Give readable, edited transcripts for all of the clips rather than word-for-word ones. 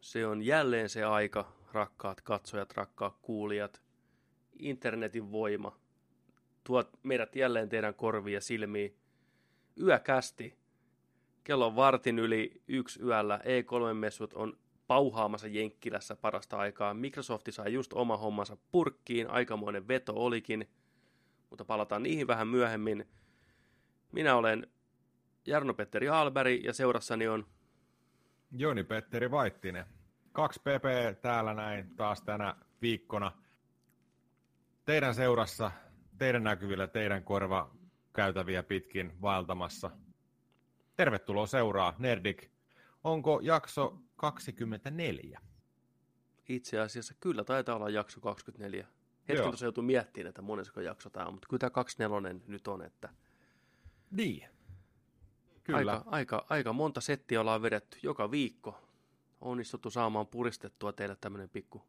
Se on jälleen se aika, rakkaat katsojat, rakkaat kuulijat. Internetin voima tuot meidät jälleen teidän korviin ja silmiin. Yökästi. Kello on vartin yli 1 yöllä. E3-messut on pauhaamassa Jenkkilässä parasta aikaa. Microsoft sai just oma hommansa purkkiin. Aikamoinen veto olikin. Mutta palataan niihin vähän myöhemmin. Minä olen Jarno-Petteri Ahlberg ja seurassani on Joni-Petteri Vaittinen. 2 PP täällä näin taas tänä viikkona. Teidän seurassa, teidän näkyvillä, teidän korva käytäviä pitkin vaeltamassa. Tervetuloa seuraa, Nerdik. Onko jakso 24? itse asiassa kyllä taitaa olla jakso 24. Hetken tuossa joutuu miettimään, että monesko jakso tämä on, mutta kyllä tämä 24 nyt on, että niin. Kyllä. Aika monta settiä ollaan vedetty joka viikko. Onnistuttu saamaan puristettua teille tämmöinen pikku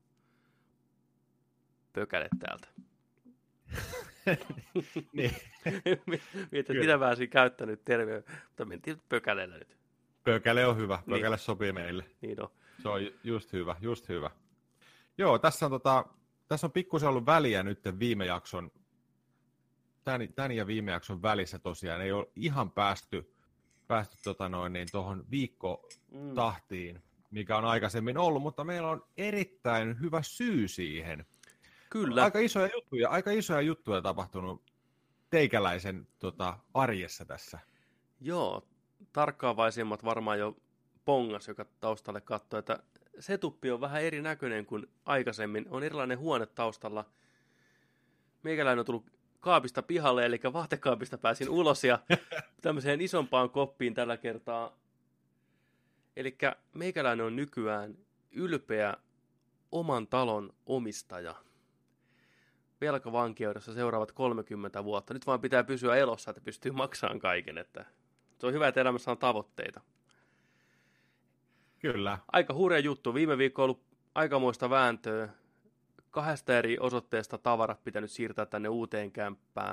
pökäle täältä. Niin. Mietin, mitä mä olisin käyttänyt terveä, mutta mentiin pökäleellä nyt. Pökäle on hyvä, pökäle niin. Sopii meille. Niin on. Se on just hyvä. Joo, tässä on pikkusen ollut väliä nyt viime jakson, tän ja viime jakson välissä tosiaan. Ei ole ihan päästy tuohon viikkotahtiin, mikä on aikaisemmin ollut, mutta meillä on erittäin hyvä syy siihen. Kyllä. Aika isoja juttuja tapahtunut teikäläisen arjessa tässä. Joo, tarkkaavaisimmat varmaan jo pongas, joka taustalle katsoi, että setuppi on vähän erinäköinen kuin aikaisemmin. On erilainen huone taustalla. Meikäläinen on tullut kaapista pihalle, eli vaatekaapista pääsin ulos ja tämmöiseen isompaan koppiin tällä kertaa. Eli meikäläinen on nykyään ylpeä oman talon omistaja. Velkavankeudessa seuraavat 30 vuotta. Nyt vaan pitää pysyä elossa, että pystyy maksamaan kaiken. Että se on hyvä, että elämässä on tavoitteita. Kyllä. Aika hurja juttu. Viime viikko on ollut aikamoista vääntöä. 2 eri osoitteesta tavarat pitänyt siirtää tänne uuteen kämppään.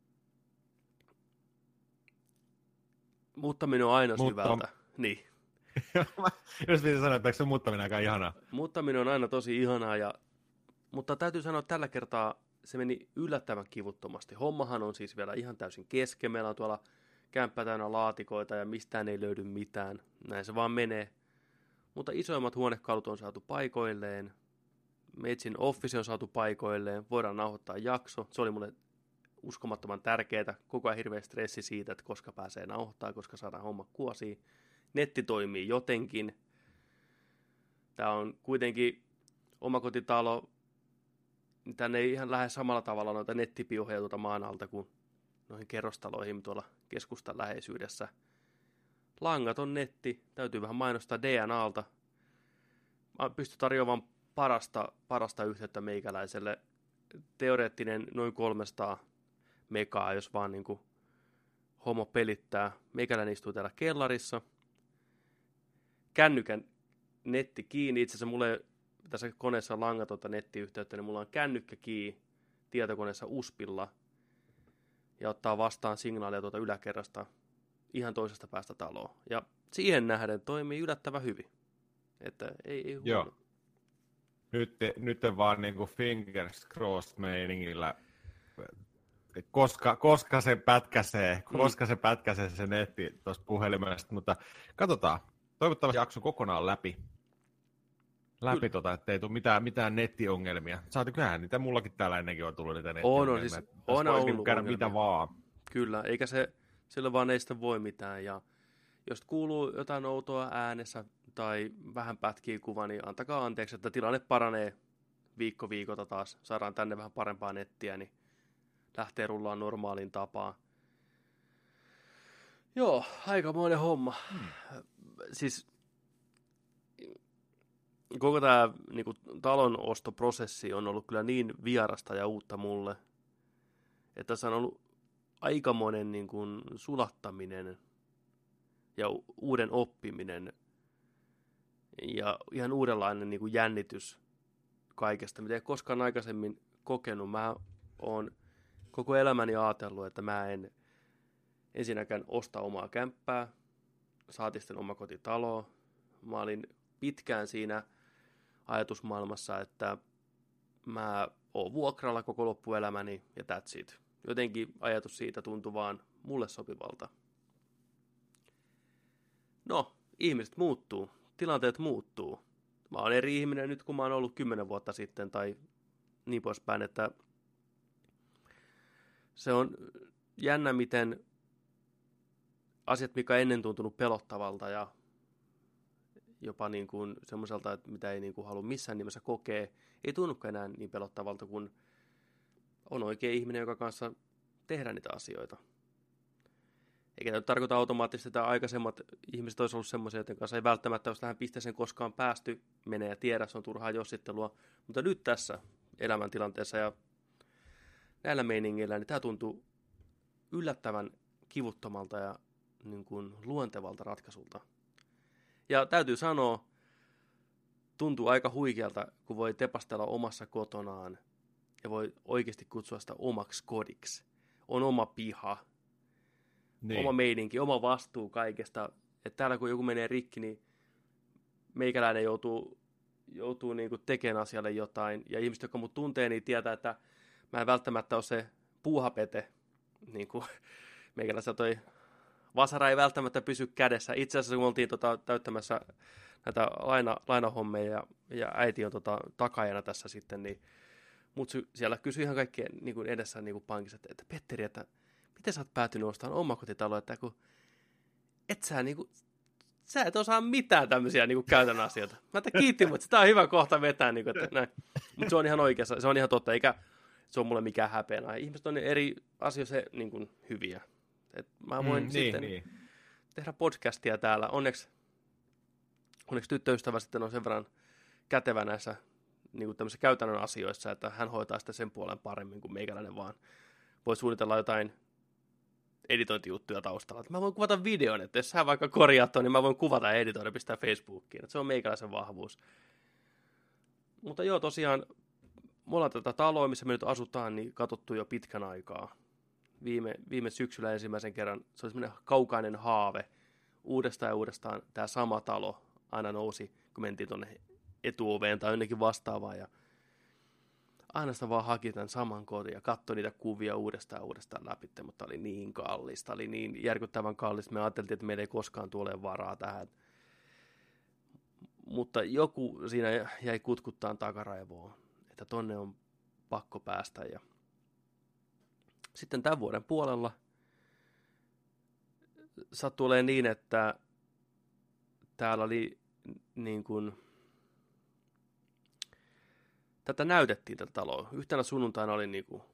Muuttaminen on aina syvältä. Niin. Jos piti sanoa, että se muuttaminen aika ihanaa. Muuttaminen on aina tosi ihanaa, mutta täytyy sanoa, että tällä kertaa se meni yllättävän kivuttomasti. Hommahan on siis vielä ihan täysin kesken. Meillä on tuolla kämppä täynnä laatikoita ja mistään ei löydy mitään. Näin se vaan menee. Mutta isoimmat huonekalut on saatu paikoilleen. Metsin office on saatu paikoilleen. Voidaan nauhoittaa jakso. Se oli mulle uskomattoman tärkeää. Koko ajan hirveä stressi siitä, että koska pääsee nauhoittaa, koska saadaan homma kuosiin. Netti toimii jotenkin. Tämä on kuitenkin omakotitalo. Tänne ei ihan lähde samalla tavalla noita nettipiuheja tuolta maan alta kuin noihin kerrostaloihin tuolla keskustan läheisyydessä. Langaton netti. Täytyy vähän mainostaa DNAlta. Mä pystyn tarjoamaan parasta yhteyttä meikäläiselle. Teoreettinen noin 300 megaa, jos vaan niin kuin homo pelittää. Meikäläinen istuu täällä kellarissa. Kännykän netti kiinni. Itse asiassa mulle tässä koneessa on langatonta nettiyhteyttä, niin mulla on kännykkä kiinni tietokoneessa USPilla ja ottaa vastaan signaalia tuolta yläkerrasta ihan toisesta päästä taloa. Ja siihen nähden toimii yllättävän hyvin. Että ei huono. Joo. Nyt vaan niin kuin fingers crossed meiningillä, koska se pätkäsee se netti tuossa puhelimesta, mutta katsotaan. Toivottavasti jakso kokonaan läpi ettei tule mitään nettiongelmia. Kyllähän niitä mullakin täällä ennenkin on tullut niitä nettiongelmia. On ollut käydä mitä vaan. Kyllä, eikä se sillä vaan ei sitten voi mitään. Ja jos kuuluu jotain outoa äänessä tai vähän pätkii kuva, niin antakaa anteeksi, että tilanne paranee viikko viikolta taas. Saadaan tänne vähän parempaa nettiä, niin lähtee rullaan normaaliin tapaan. Joo, aikamoinen homma. Siis koko tämä niinku, talon ostoprosessi on ollut kyllä niin vierasta ja uutta mulle, että tässä on ollut aikamoinen niin kuin, sulattaminen ja uuden oppiminen ja ihan uudenlainen niin kuin, jännitys kaikesta, mitä ei koskaan aikaisemmin kokenut. Mä oon koko elämäni ajatellut, että mä en ensinnäkään osta omaa kämppää, saati sitten omakotitaloa. Mä olin pitkään siinä ajatusmaailmassa, että mä oon vuokralla koko loppuelämäni ja that's it. Jotenkin ajatus siitä tuntui vaan mulle sopivalta. No, ihmiset muuttuu, tilanteet muuttuu. Mä oon eri ihminen nyt, kun mä oon ollut 10 vuotta sitten tai niin poispäin, että se on jännä, miten asiat, mikä ennen tuntunut pelottavalta ja jopa niin kuin semmoiselta, että mitä ei niin kuin halua missään nimessä kokea, ei tunnukaan enää niin pelottavalta, kun on oikea ihminen, joka kanssa tehdään niitä asioita. Eikä tämä tarkoita automaattisesti, että aikaisemmat ihmiset olisivat olleet semmoisia, joiden kanssa ei välttämättä olisi tähän pisteeseen koskaan päästy, menee ja tiedä, se on turhaa jossittelua. Mutta nyt tässä elämäntilanteessa ja näillä meiningeillä, niin tämä tuntuu yllättävän kivuttomalta ja niin kuin luontevalta ratkaisulta. Ja täytyy sanoa, tuntuu aika huikealta, kun voi tepastella omassa kotonaan ja voi oikeasti kutsua sitä omaksi kodiksi. On oma piha, niin. Oma meininki, oma vastuu kaikesta. Että täällä kun joku menee rikki, niin meikäläinen joutuu niin kuin tekemään asialle jotain. Ja ihmiset, jotka mut tuntee, niin tietää, että mä en välttämättä ole se puuhapete. Niin kuin meikäläisellä toi vasara ei välttämättä pysy kädessä. Itse asiassa kun oltiin täyttämässä näitä lainahommeja ja äiti on takajana tässä sitten, niin mut siellä kysyi ihan kaikkien niin kuin edessä niin kuin pankissa, että Petteri, että miten sä oot päätynyt ostamaan omakotitaloa, että kun et sä niinku, sä et osaa mitään tämmöisiä niinku käytännön asioita. Mä kiitti, mutta sitä on hyvä kohta vetää, niinku, että näin. Mutta se on ihan oikeassa, se on ihan totta, eikä se on mulle mikään häpeänä. Ihmiset on eri asioissa niinku hyviä. Et mä voin sitten tehdä podcastia täällä. Onneksi tyttöystävä sitten on sen verran kätevä näissä niinku tämmöisissä käytännön asioissa, että hän hoitaa sitten sen puolen paremmin kuin meikäläinen vaan voi suunnitella jotain editointijuttuja taustalla. Mä voin kuvata videon, että jos sä vaikka korjaat ton, niin mä voin kuvata ja editoida ja pistää Facebookiin. Että se on meikäläisen vahvuus. Mutta joo, tosiaan, me ollaan tätä taloa, missä me nyt asutaan, niin katsottu jo pitkän aikaa. Viime syksyllä ensimmäisen kerran, se oli semmoinen kaukainen haave. Uudestaan ja uudestaan tämä sama talo aina nousi, kun mentiin tuonne etuoveen tai jonnekin vastaavaan. Ja aina sitä vaan haki tämän saman kodin ja katsoi niitä kuvia uudestaan läpi, mutta oli niin kallista, oli niin järkyttävän kallista. Me ajatteltiin, että meillä ei koskaan tule varaa tähän. Mutta joku siinä jäi kutkuttaan takaraivoon, että tonne on pakko päästä. Ja sitten tämän vuoden puolella sattui olemaan niin, että täällä oli niin kuin tätä näytettiin tätä taloa. Yhtenä sunnuntaina oli niin kuin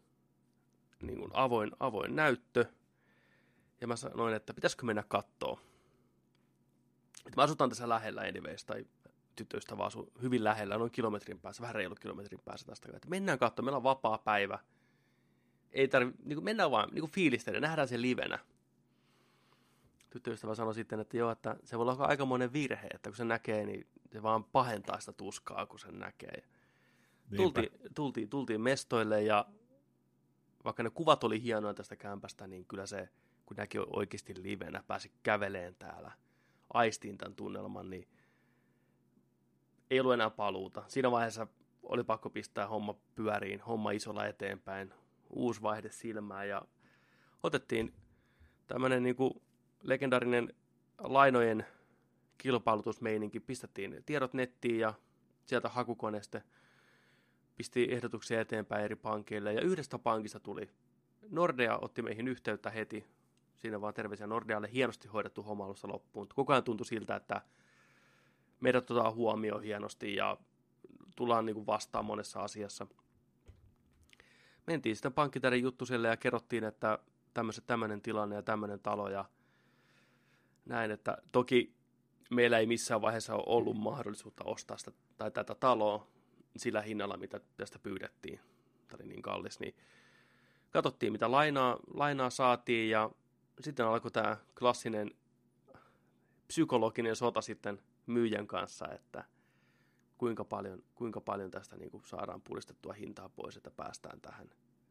avoin näyttö. Ja mä sanoin, että pitäisikö mennä kattoo. Mä asutaan tässä lähellä anyways, tai tyttöystävä asuu hyvin lähellä, noin kilometrin päässä, vähän reilu kilometrin päässä tästä. Että mennään katsomaan, meillä on vapaa päivä. Ei niin mennään vaan niin fiilistellä, nähdään se livenä. Tyttöystävä sanoi sitten, että joo, että se voi olla aikamoinen virhe, että kun se näkee, niin se vaan pahentaa sitä tuskaa, kun sen näkee. Tultiin mestoille ja vaikka ne kuvat oli hienoja tästä kämpästä, niin kyllä se, kun näki oikeasti livenä, pääsi käveleen täällä, aistiin tämän tunnelman, niin ei ollut enää paluuta. Siinä vaiheessa oli pakko pistää homma pyöriin, homma isolla eteenpäin, uusi vaihde silmään ja otettiin tämmöinen niin kuin legendaarinen lainojen kilpailutusmeininki, pistettiin tiedot nettiin ja sieltä hakukoneesta pisti ehdotuksia eteenpäin eri pankeille, ja yhdestä pankista tuli. Nordea otti meihin yhteyttä heti. Siinä vaan terveisiä Nordealle. Hienosti hoidettu homma alusta loppuun. Koko ajan tuntui siltä, että meidät otetaan huomioon hienosti, ja tullaan niin kuin vastaan monessa asiassa. Mentiin sitten pankkitärin juttuselle, ja kerrottiin, että tämmöinen tilanne ja tämmöinen talo, ja näin, että toki meillä ei missään vaiheessa ole ollut mahdollisuutta ostaa sitä, tai tätä taloa, sillä hinnalla, mitä tästä pyydettiin. Tämä oli niin kallis, niin katsottiin, mitä lainaa saatiin, ja sitten alkoi tämä klassinen psykologinen sota sitten myyjän kanssa, että kuinka paljon tästä niin kuin saadaan pulistettua hintaa pois, että päästään tähän.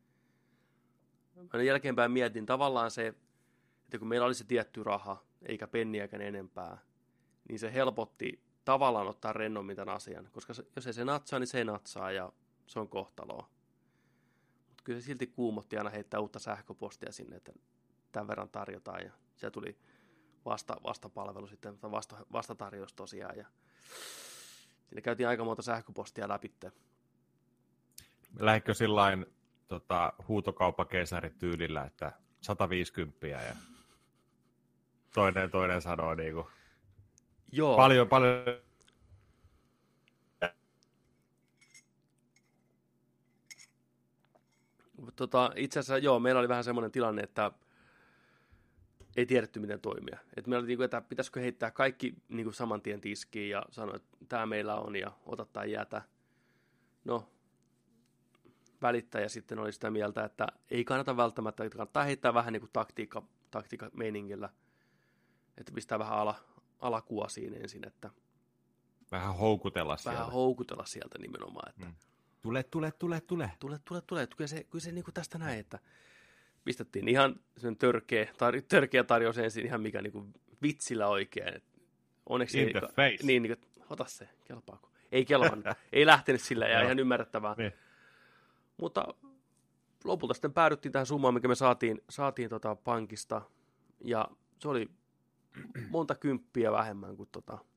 Mä jälkeenpäin mietin tavallaan se, että kun meillä oli se tietty raha, eikä penniäkään enempää, niin se helpotti tavallaan ottaa rennommin tämän asian, koska jos ei se natsaa, niin se ei natsaa ja se on kohtaloa. Mutta kyllä se silti kuumotti aina heittää uutta sähköpostia sinne, että tämän verran tarjotaan ja se tuli vastapalvelu sitten, vastatarjous tosiaan ja siinä käytiin aika monta sähköpostia läpitte. Lähdikö sillain huutokauppakeisarit-tyylillä, että 150 ja toinen sanoo niinku Joo. paljon. Itse asiassa joo, meillä oli vähän semmoinen tilanne, että ei tiedetty miten toimia. Et meillä oli niinku, että pitäisikö heittää kaikki niinku saman tien tiskiin ja sanoa, että tämä meillä on ja ota tai jätä. No, välittäjä sitten oli sitä mieltä, että ei kannata välttämättä, että kannattaa heittää vähän niinku taktiikka meiningillä, että pistää vähän alakuosiin ensin, että vähän houkutella sieltä nimenomaan, että Tule. Kyllä se niinku tästä näin, että pistettiin ihan sen törkeä tarjous ensin ihan mikä niinku vitsillä oikein. Onneksi in the face. Niin, ota se, kelpaako? Ei kelvannut, ei lähtenyt sillä ja ihan ymmärrettävää. Niin. Mutta lopulta sitten päädyttiin tähän summaan, mikä me saatiin pankista ja se oli monta kymppiä vähemmän kuin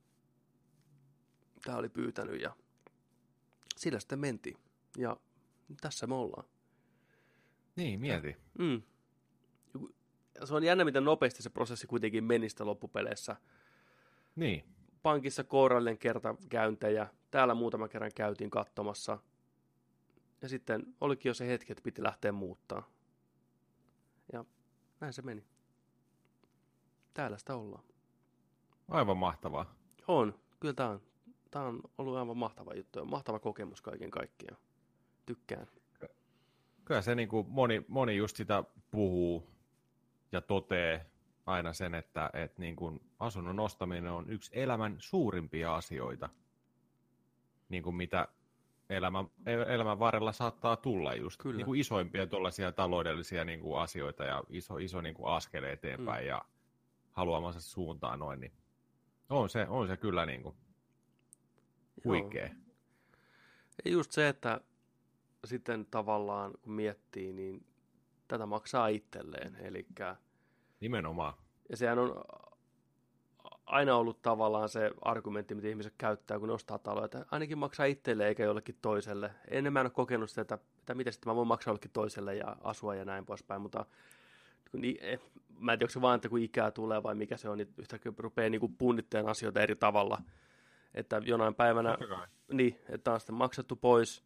tämä oli pyytänyt ja sillä sitten mentiin. Ja tässä me ollaan. Niin, mieti. Se on jännä, miten nopeasti se prosessi kuitenkin meni sitä loppupeleissä. Niin. Pankissa kourallinen kertakäyntejä. Täällä muutaman kerran käytiin katsomassa. Ja sitten olikin jo se hetki, että piti lähteä muuttaa. Ja näin se meni. Täällä sitä ollaan. Aivan mahtavaa. On. Kyllä tämä on ollut aivan mahtava juttu. Mahtava kokemus kaiken kaikkiaan. Tykkään. Kyllä se niin kuin moni just sitä puhuu ja totee aina sen, että niin kuin asunnon ostaminen on yksi elämän suurimpia asioita, niin kuin mitä elämän varrella saattaa tulla just. Niin kuin isoimpia tuollaisia taloudellisia niin kuin asioita ja iso niin kuin askel eteenpäin ja haluamansa suuntaan noin, niin on se kyllä niin kuin huikea. Ja just se, että sitten tavallaan kun miettii, niin tätä maksaa itselleen, elikkä nimenomaan. Ja sehän on aina ollut tavallaan se argumentti, mitä ihmiset käyttää, kun ne ostaa taloja, että ainakin maksaa itselleen eikä jollekin toiselle. Ennen mä en ole kokenut sitä, että miten sitten mä voin maksaa jollekin toiselle ja asua ja näin poispäin, mutta mä en tiedä, onko se vaan, että kun ikää tulee vai mikä se on, niin yhtäkkiä rupeaa niin punnitteen asioita eri tavalla. Että jonain päivänä, niin, että on sitten maksettu pois.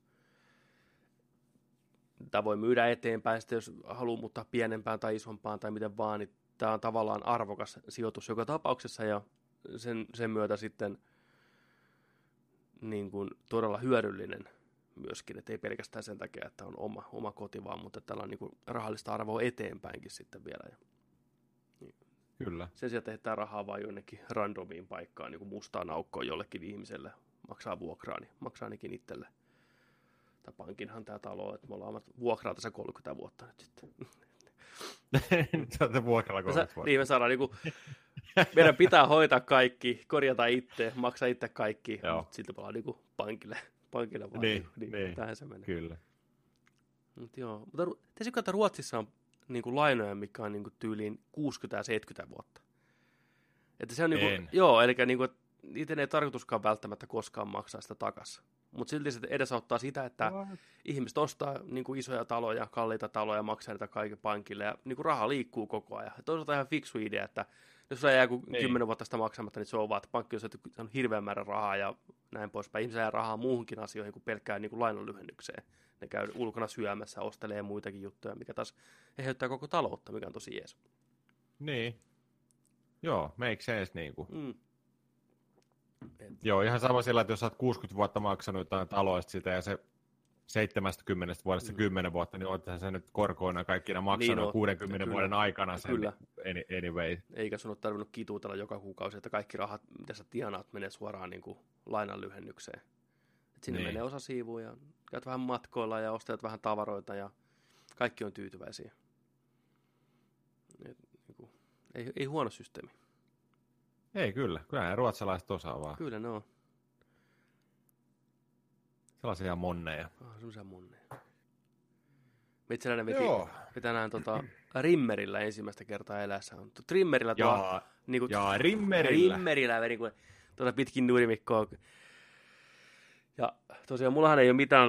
Tämä voi myydä eteenpäin, sitten jos haluaa muuttaa pienempään tai isompaan tai miten vaan, niin tämä on tavallaan arvokas sijoitus joka tapauksessa ja sen myötä sitten niin kuin todella hyödyllinen myöskin, että ei pelkästään sen takia, että on oma koti vaan, mutta tällä on niin kuin rahallista arvoa eteenpäinkin sitten vielä. Ja, niin. Kyllä. Sen sijaan tehdään rahaa vaan jonnekin randomiin paikkaan, niin kuin mustaan aukkoon jollekin ihmiselle, maksaa vuokraa, niin maksaa ainakin itselle. Tai pankinhan tämä talo, että me ollaan vuokraa tässä 30 vuotta nyt sitten. Saatte vuokralla 30 vuotta. Niin me saadaan meidän pitää hoitaa kaikki, korjata itse, maksaa itse kaikki, mutta siltä palaa pankille vaan. Niin. Tähän se menee. Kyllä. Mutta tiesitkö, että Ruotsissa on lainoja, mikä on tyyliin 60 ja 70 vuotta? Että se on eli niitä ei tarkoituskaan välttämättä koskaan maksaa sitä takaisin. Mutta silti se edesauttaa sitä, että ihmiset ostaa isoja taloja, kalliita taloja, maksaa niitä kaiken pankille ja raha liikkuu koko ajan. Ja toisaalta ihan fiksu idea, että jos sulla jää 10 vuotta sitä maksamatta, niin se on vaan, että pankki on hirveän määrä rahaa ja näin poispäin. Ihmiset jää rahaa muuhunkin asioihin kuin pelkkään lainan lyhennykseen. Ne käy ulkona syömässä, ostelee muitakin juttuja, mikä taas eheyttää koko taloutta, mikä on tosi jees. Niin. Joo, make sense niinku. Joo, ihan sama sillä, että jos olet 60 vuotta maksanut jotain taloista sitä ja se 70 vuodesta 10 vuotta, niin olethan se nyt korkoina kaikkina maksanut niin 60 vuoden aikana sen anyway. Eikä sun ole tarvinnut kituutella joka kuukausi, että kaikki rahat, mitä sä tienaat, menee suoraan lainan lyhennykseen. Et sinne menee osa siivuun ja käyt vähän matkoilla ja ostat vähän tavaroita ja kaikki on tyytyväisiä. Ei huono systeemi. Ei kyllä, kyllä ne ruotsalaiset osaa vaan. Kyllä ne on. Sellaisia monneja. Semmoisia monneja. Metsäläinen Joo. veti tänään rimmerillä ensimmäistä kertaa elässä. Trimmerillä tuolla... Niinku, rimmerillä. Rimmerillä veri pitkin nurmikkoa. Ja tosiaan mullahan ei ole mitään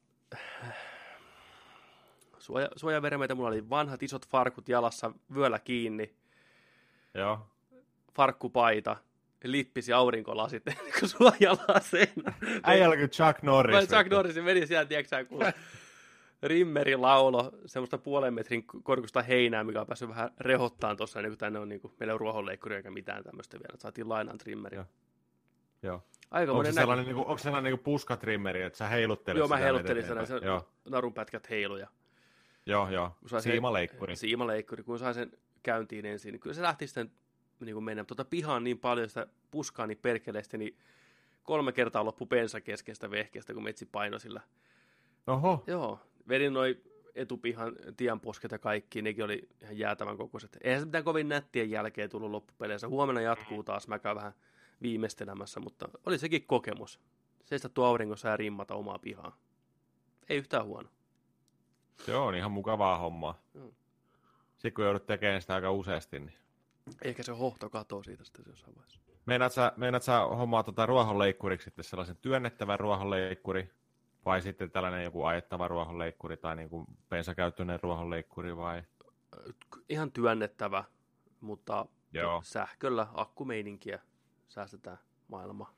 suojaveremeitä. Mulla oli vanhat isot farkut jalassa vyöllä kiinni. Joo. Farkkupaita. Lippisi aurinkolasit kun suojalaseen. Äijällä kuin Chuck Norris. Chuck Norris meni siellä, tiedätkö kun Rimmerin laulo, semmoista 0,5 metrin korkusta heinää, mikä on päässyt vähän rehottaan tuossa, niin kun tänne on meillä on ruohonleikkuri eikä mitään tämmöistä vielä. Saatiin lainaan trimmeri. Joo. Onko se sellainen niinku puskatrimmeri, että sä heiluttelet sitä? Joo, mä heiluttelin sitä, se narunpätkät heiluja. Joo. Siimaleikkuri. Siimaleikkuri, kun sain sen käyntiin ensin, niin kyllä se lähti sitten niin mennä pihaan niin paljon sitä puskaa niin perkeleesti, niin 3 kertaa loppu bensa keskeistä vehkeestä, kun metsi paino sillä. Oho. Joo, vedin noi etupihan tienposket ja kaikki, nekin oli ihan jäätävän kokoiset. Eihän se mitään kovin nättien jälkeen tullut loppupeleissä. Huomenna jatkuu taas, mä käyn vähän viimeistelemässä, mutta oli sekin kokemus. Seistä tuo auringossa ja rimmata omaa pihaa. Ei yhtään huono. Se on ihan mukavaa hommaa. Sitten kun joudut tekemään sitä aika useasti, niin... Ehkä se hohto katoo siitä sitten jossain vaiheessa. Meinaat sä hommaa ruohonleikkuriksi sitten sellaisen työnnettävän ruohonleikkuri, vai sitten tällainen joku ajettava ruohonleikkuri tai niin kuin bensakäyttöinen ruohonleikkuri vai? Ihan työnnettävä, mutta Joo. Sähköllä akkumeininkiä säästetään maailmaa.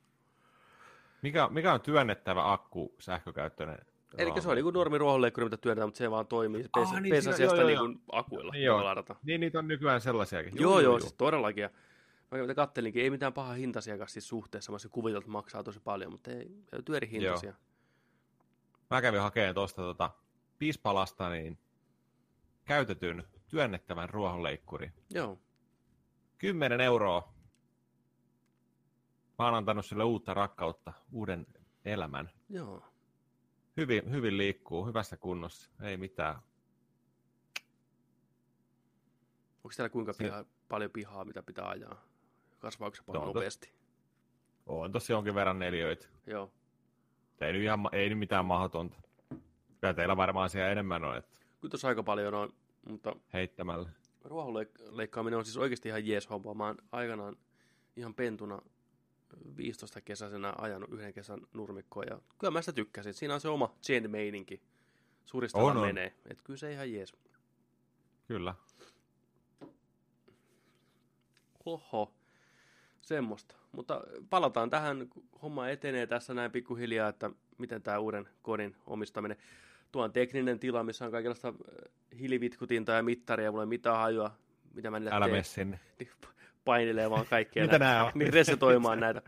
Mikä on työnnettävä akku sähkökäyttöinen? Eli se on niin kuin normi ruohonleikkuri, mitä työnnetään, mutta se vaan toimii bensa-asiasta niin kuin akuilla. Niin, niitä on nykyään sellaisiakin. Joo, siis todellakin. Mä kattelinkin, ei mitään paha hintasiakaan siis suhteessa, mä olisin kuvitellut, että maksaa tosi paljon, mutta ei eri hintaisia. Joo. Mä kävin hakemaan tuosta Piispalasta niin käytetyn työnnettävän ruohonleikkuri. Joo. 10 euroa. Mä oon antanut sille uutta rakkautta, uuden elämän. Joo. Hyvin liikkuu, hyvässä kunnossa, ei mitään. Onko siellä kuinka paljon pihaa, mitä pitää ajaa? Kasvaako se paljon nopeasti? On tossa jonkin verran neliöitä. Joo. Ei nyt mitään mahdotonta. Kyllä teillä varmaan siellä enemmän on. Että... Kyllä tuossa aika paljon on, mutta... Heittämällä. Ruohonleikkaaminen on siis oikeasti ihan jees homma. Mä oon aikanaan ihan pentuna 15 kesäisenä ajanut yhden kesän nurmikkoon ja kyllä mä sitä tykkäsin. Siinä on se oma chain-meininki. Suristalla menee. Että kyllä se ihan jees. Kyllä. Oho. Semmoista. Mutta palataan tähän, kun homma etenee tässä näin pikkuhiljaa, että miten tämä uuden kodin omistaminen. Tuo on tekninen tila, missä on kaikenlaista hilivitkutinta ja mittaria, mulla ei mitään hajua, mitä mä niille teen. Älä mene sinne. Painelee vaan kaikkea. Mitä nää on? Niin resetoimaan näitä.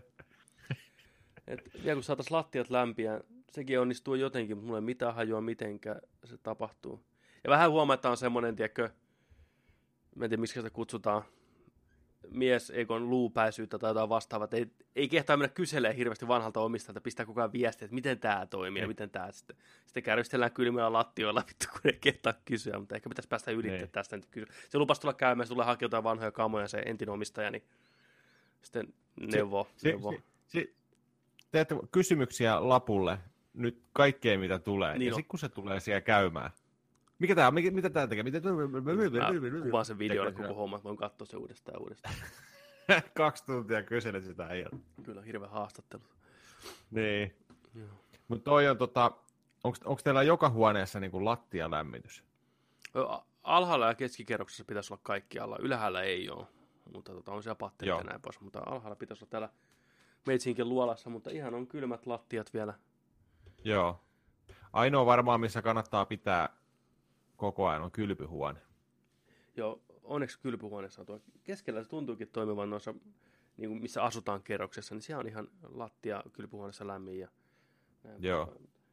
Ja kun saataisiin lattiat lämpiä, sekin onnistuu jotenkin, mutta mulla ei mitään hajua, mitenkä se tapahtuu. Ja vähän huomaa, että on semmoinen, tiedätkö, mä en tiedä, miksi sitä kutsutaan, mies eikon luupäisyyttä tai jotain vastaavaa, ei kehtaa mennä kyselemään hirveästi vanhalta omistajalta, pistää koko ajan viestiä, että miten tämä toimii ja miten tämä sitten kärvistellään kylmillä lattioilla, vittu, kun ei kehtaa kysyä, mutta ehkä pitäisi päästä ylitte tästä nyt kysyä. Se lupasi tulla käymään, se tulee hakemaan jotain vanhoja kamoja, se entinen omistaja, niin sitten neuvoo. Teette kysymyksiä lapulle nyt kaikkea, mitä tulee, niin ja sitten kun se tulee siellä käymään, mitä tää tekee? Mä kuvaan sen videolla koko homma, voin katsoa se uudestaan ja uudestaan. 2 tuntia kyselet sitä äijältä. Kyllä, hirveä haastattelu. Niin. Mutta toi on onko teillä joka huoneessa niinku lattialämmitys? Alhaalla ja keskikerroksessa pitäisi olla kaikki alla. Ylhäällä ei ole, mutta on siellä patterit ja näin pois. Mutta alhaalla pitäisi olla täällä meitsinkin luolassa, mutta ihan on kylmät lattiat vielä. Joo. Ainoa varmaan, missä kannattaa pitää koko ajan on kylpyhuone. Joo, onneksi kylpyhuoneessa on tuo. Keskellä se tuntuukin toimivan noissa, niin kuin missä asutaan kerroksessa, niin siellä on ihan lattia kylpyhuoneessa lämmin. Ja joo.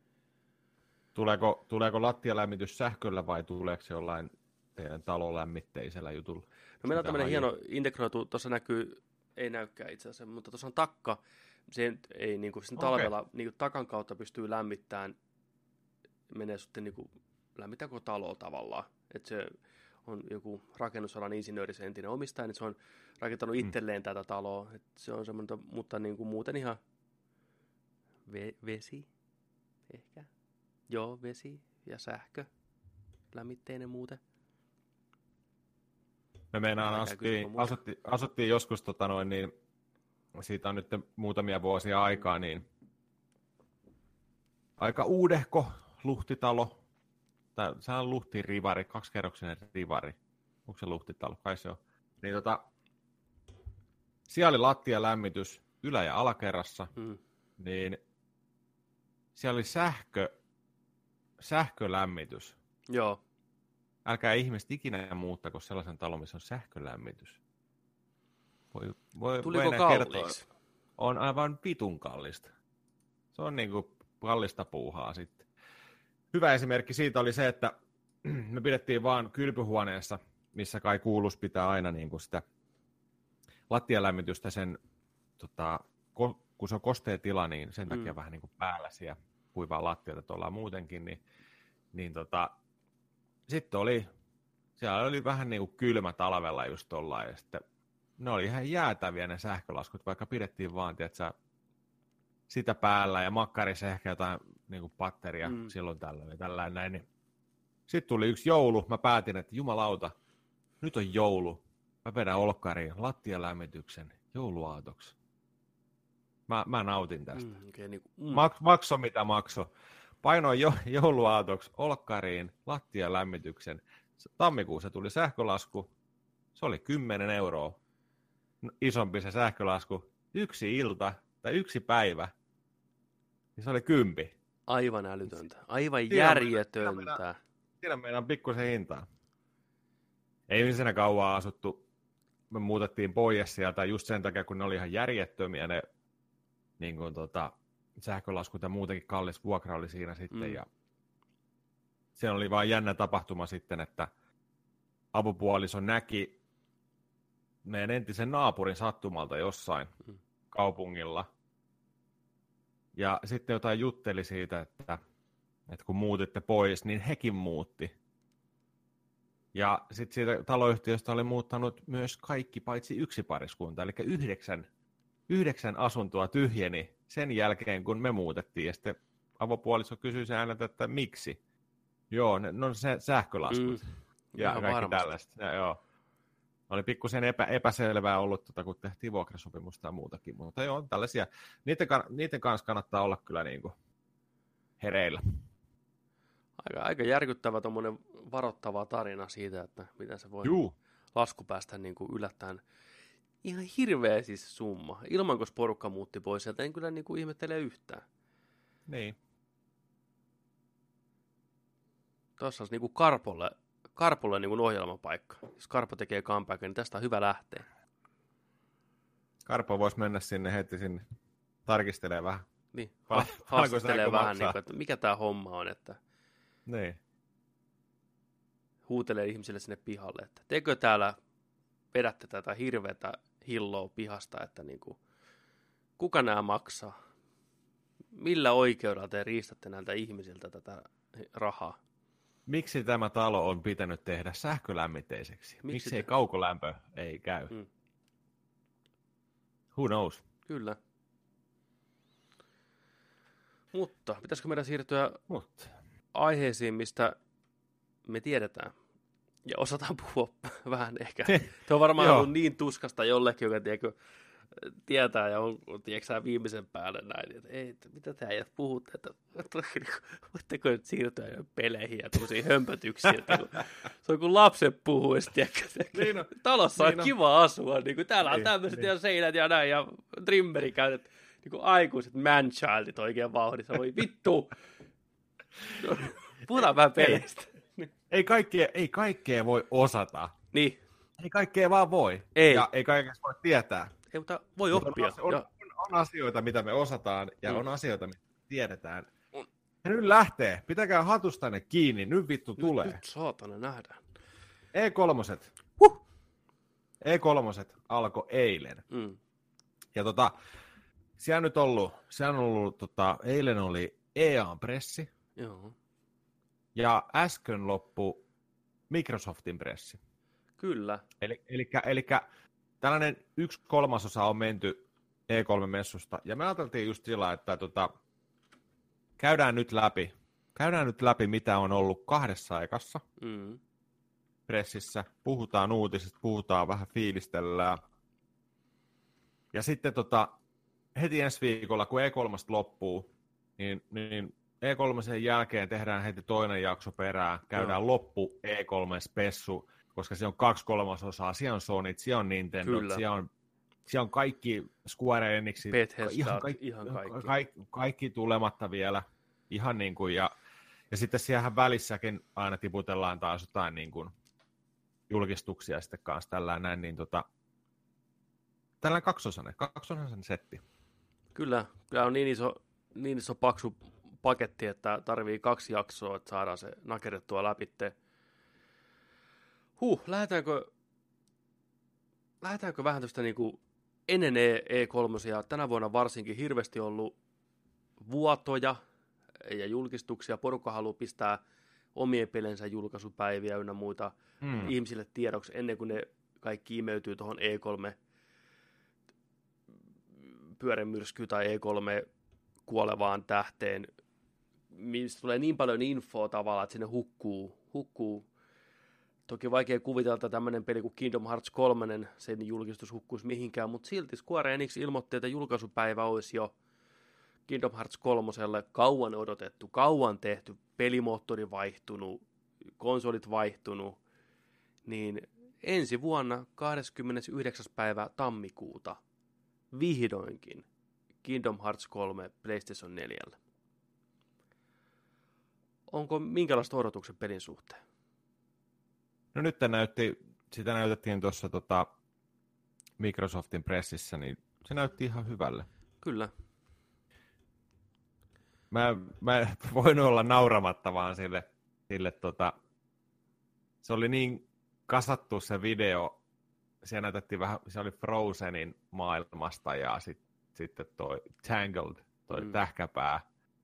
Tuleeko lattialämmitys sähköllä vai tuleeko se jollain teidän talolämmitteisellä jutulla? No meillä on tämmöinen hieno integroitu, tuossa ei näykään itse asiassa, mutta tuossa on takka, se ei niin kuin sen talvella niin kuin takan kautta pystyy lämmittämään, menee sitten niin kuin lämmittää koko taloa tavallaan. Että se on joku rakennusalan insinööri, se entinen omistaja, niin se on rakentanut itselleen tätä taloa. Et se on semmoinen, mutta niin kuin muuten ihan vesi, ehkä. Joo, vesi ja sähkö, lämmitteinen muuten. Me meinaan asuttiin joskus, niin siitä on nyt muutamia vuosia aikaa, niin aika uudehko luhtitalo. Se on luhtirivari, 2-kerroksinen rivari. Onko se luhtitalo? Kai se on. Niin siellä oli lattialämmitys ylä- ja alakerrassa, niin siellä oli sähkölämmitys. Joo. Älkää ihmiset ikinä muuttako sellaisen talon, missä on sähkölämmitys. Tuliko kalliiksi? On aivan vitun kallista. Se on niinku kallista puuhaa sitten. Hyvä esimerkki siitä oli se, että me pidettiin vaan kylpyhuoneessa, missä kai kuuluisi pitää aina niinku sitä lattialämmitystä sen, kun se on kostea tila, niin sen takia vähän niinku päällä siellä kuivaa lattialta, että ollaan muutenkin, niin sitten siellä oli vähän niinku kylmä talvella just ollaan, ja sitten ne oli ihan jäätäviä ne sähkölaskut, vaikka pidettiin vaan, tiedätkö, sitä päällä ja makkarissa ehkä jotain niin patteria silloin tällöin näin. Niin. Sitten tuli yksi joulu, mä päätin, että jumalauta, nyt on joulu. Mä vedän olkkariin lattialämmityksen jouluaatoksi. Mä nautin tästä. Makso mitä makso. Painoin jouluaatoksi olkkariin lattialämmityksen. Tammikuussa tuli sähkölasku. Se oli 10 euroa. Isompi se sähkölasku. Yksi ilta tai yksi päivä. Niin se oli 10. Aivan älytöntä. Aivan järjetöntä. Siinä meidän pikkusen hintaa. Ei siinä kauan asuttu. Me muutettiin pois sieltä just sen takia, kun ne oli ihan järjettömiä ne niin kuin, sähkölaskut ja muutenkin kallis vuokra oli siinä sitten. Ja se oli vaan jännä tapahtuma sitten, että avopuoliso näki meidän entisen naapurin sattumalta jossain kaupungilla. Ja sitten jotain jutteli siitä, että kun muutitte pois, niin hekin muutti. Ja sitten siitä taloyhtiöstä oli muuttanut myös kaikki paitsi yksi pariskunta, eli 9 asuntoa tyhjeni sen jälkeen, kun me muutettiin. Ja sitten avopuoliso kysyi sen ääneltä, että miksi? Joo, no se sähkölaskut ja kaikki varmasti. Tällaista. Ja, joo. Oli pikkusen epäselvää ollut, kun tehtiin vuokrasopimusta ja muutakin, mutta joo, tällaisia. Niiden kanssa kannattaa olla kyllä niin kuin hereillä. Aika järkyttävä tuommoinen varoittava tarina siitä, että miten se voi lasku päästä niin kuin yllättäen. Ihan hirveä siis summa. Ilman, kun porukka muutti pois sieltä, en kyllä niin kuin ihmettele yhtään. Niin. Tuossa olisi niin kuin Karpolle niin kuin ohjelmapaikka. Jos Karpo tekee comebackin, niin tästä on hyvä lähteä. Karpo voisi mennä heti sinne tarkistelemaan vähän. Niin, haastattelee vähän, niin kuin, että mikä tämä homma on. Että niin. Huutelee ihmisille sinne pihalle, että teekö täällä vedätte tätä hirveätä hilloa pihasta, että niin kuin, kuka nämä maksaa? Millä oikeudella te riistätte näiltä ihmisiltä tätä rahaa? Miksi tämä talo on pitänyt tehdä sähkölämmitteiseksi? Miksi ei kaukolämpö ei käy? Who knows? Kyllä. Mutta pitäisikö meidän siirtyä aiheisiin, mistä me tiedetään ja osataan puhua vähän ehkä. Se on varmaan ollut niin tuskasta jollekin, joka tietää ja on viimeisen päälle näin, että ei, mitä te äijät puhutte, että voitteko nyt siirtyä peleihin ja tuollaisiin hömpötyksiin, että se on kuin lapset puhuisi, niin talossa on kiva asua, niin kuin täällä on tämmöiset ja seinät ja näin, ja trimmeri käytet, niin kuin aikuiset man-childit oikein vauhdissa, voi vittu, puhutaan vähän peleistä. Ei kaikkea voi osata. Niin. Ei kaikkea vaan voi. Ei. Ja ei kaikkea voi tietää. Ei, mutta voi oppia. On asioita, mitä me osataan, ja on asioita, mitä tiedetään. Ja nyt lähtee. Pitäkää hatustanne kiinni. Nyt vittu tulee. Nyt saatana nähdään. E3. E3 alkoi eilen. Ja siellä on ollut eilen oli EA-pressi. Joo. Ja äsken loppu Microsoftin pressi. Kyllä. Eli tällainen 1/3 on menty E3-messusta, ja me ajateltiin just sillä, että käydään nyt läpi, mitä on ollut 2 ekassa pressissä, puhutaan uutisista, puhutaan vähän fiilistellään, ja sitten heti ensi viikolla, kun E3 loppuu, niin E3 jälkeen tehdään heti toinen jakso perään, käydään loppu E3-spessu, koska se on 2/3, siellä on Sony, siellä on Nintendo, siellä on kaikki Square Enixit, ihan kaikki tulematta vielä, ihan niin kuin, ja sitten siellä välissäkin aina tiputellaan taas jotain niin kuin julkistuksia sitten kanssa tällä näin, niin tällainen kaksosainen setti. Kyllä on niin iso paksu paketti, että tarvii 2 jaksoa, että saadaan se nakerrettua läpi. Lähdetäänkö vähän tästä niinku ennen E3, ja tänä vuonna varsinkin hirveästi ollut vuotoja ja julkistuksia. Porukka haluaa pistää omien pelensä julkaisupäiviä ynnä muita ihmisille tiedoksi ennen kuin ne kaikki imeytyy tuohon E3 pyörämyrsky tai E3 kuolevaan tähteen, mistä tulee niin paljon infoa tavallaan, että sinne hukkuu. Toki vaikea kuvitella, että tämmöinen peli kuin Kingdom Hearts 3, sen julkistus hukkuisi mihinkään, mutta silti Square Enix ilmoitti, että julkaisupäivä olisi jo Kingdom Hearts 3, kauan odotettu, kauan tehty, pelimoottori vaihtunut, konsolit vaihtunut, niin ensi vuonna 29. päivä tammikuuta vihdoinkin Kingdom Hearts 3 PlayStation 4. Onko minkälaista odotuksen pelin suhteen? No nyt sitä näytettiin tuossa Microsoftin pressissä, niin se näytti ihan hyvälle. Kyllä. Mä en voinut olla nauramatta vaan sille se oli niin kasattu se video, siellä näytettiin vähän, se oli Frozenin maailmasta ja sitten toi Tangled, toi tähkäpää,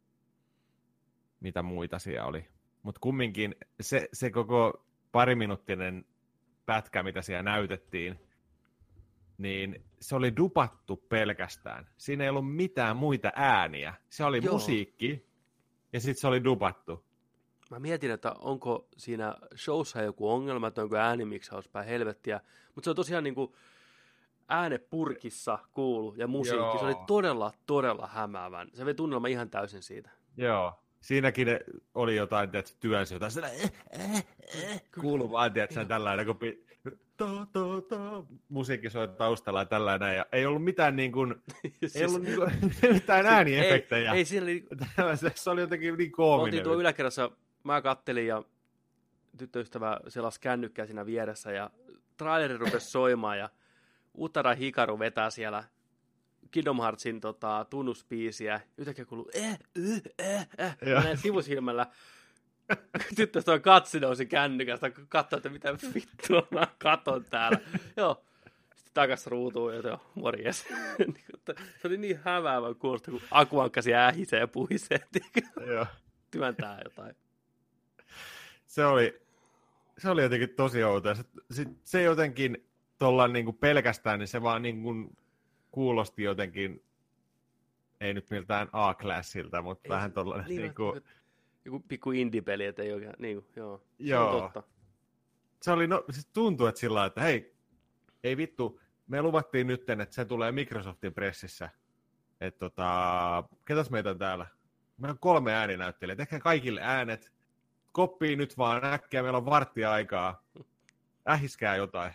mitä muita siellä oli. Mutta kumminkin se koko pariminuuttinen pätkä, mitä siellä näytettiin, niin se oli dupattu pelkästään. Siinä ei ollut mitään muita ääniä. Se oli musiikki ja sitten se oli dupattu. Mä mietin, että onko siinä showssa joku ongelma, että onko äänimiksaus päin helvettiä, mutta se on tosiaan niin kuin äänepurkissa kuulu ja musiikki. Joo. Se oli todella, todella hämäävän. Se vei tunnelma ihan täysin siitä. Joo. Siinäkin oli jotain, että työnsi jotain kuuluu vaan, että tällainen, kun musiikki soi taustalla ja tällainen, ja ei ollut mitään niin kuin, ei ollut niin kuin, mitään ääniefektejä. Ei siinä oli... Se oli jotenkin niin koominen. Oltiin tuo yläkerrassa, mä kattelin ja tyttöystävä selasi kännykkää siinä vieressä ja traileri rupesi soimaan ja Utada Hikaru vetää siellä Kingdom Heartsin tunnuspiisiä. Yhtäkkiä kuuluu näin sivusilmällä. Tyttöystävä katsi nousi kännykästä, katsoi, että mitä vittua mä katon täällä. Joo. Sitten takas ruutuun ja morjes. Se oli niin hämäävän kuulosta, kun akuankkasi ähisee ja puhisee. Työntää jotain. Se oli jotenkin tosi outoa. Se jotenkin tuolla niinku pelkästään, niin se vaan niinku kuulosti jotenkin, ei nyt miltään A-klassilta, mutta vähän tuollainen niinku... Joku pikku indie-peli, että ei oikein, niin joo. Se on totta. Se oli, siis tuntuu, että sillä lailla, että hei, ei vittu, me luvattiin nyt, että se tulee Microsoftin pressissä, että ketäs meitä on täällä? Meillä on 3 ääninäyttelijää, tehkää kaikille äänet, koppii nyt vaan äkkiä, meillä on varttia aikaa, ähiskää jotain.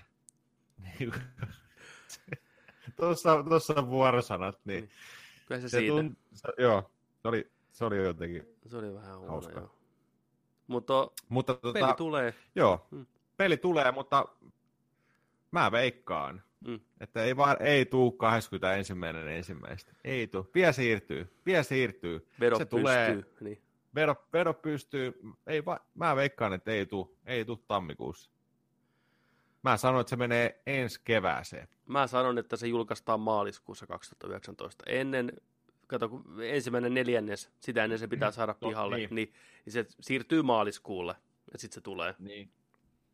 Tuossa on vuorosanat, niin. Kyllä se siitä. Joo, se oli jotenkin. Se oli vähän huono, joo. Mutta peli tulee. Joo, peli tulee, mutta mä veikkaan, että ei tuu 21.1. Ei tuu. Vielä siirtyy. Vero se pystyy. Tulee, niin. Vero pystyy. Mä veikkaan, että ei tuu tammikuussa. Mä sanon, että se menee ensi kevääseen. Mä sanon, että se julkaistaan maaliskuussa 2019. Kato, kun 1.4. sitä ennen se pitää saada pihalle, niin se siirtyy maaliskuulle, ja sitten se tulee. Niin.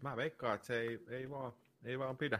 Mä veikkaan, että se ei vaan pidä.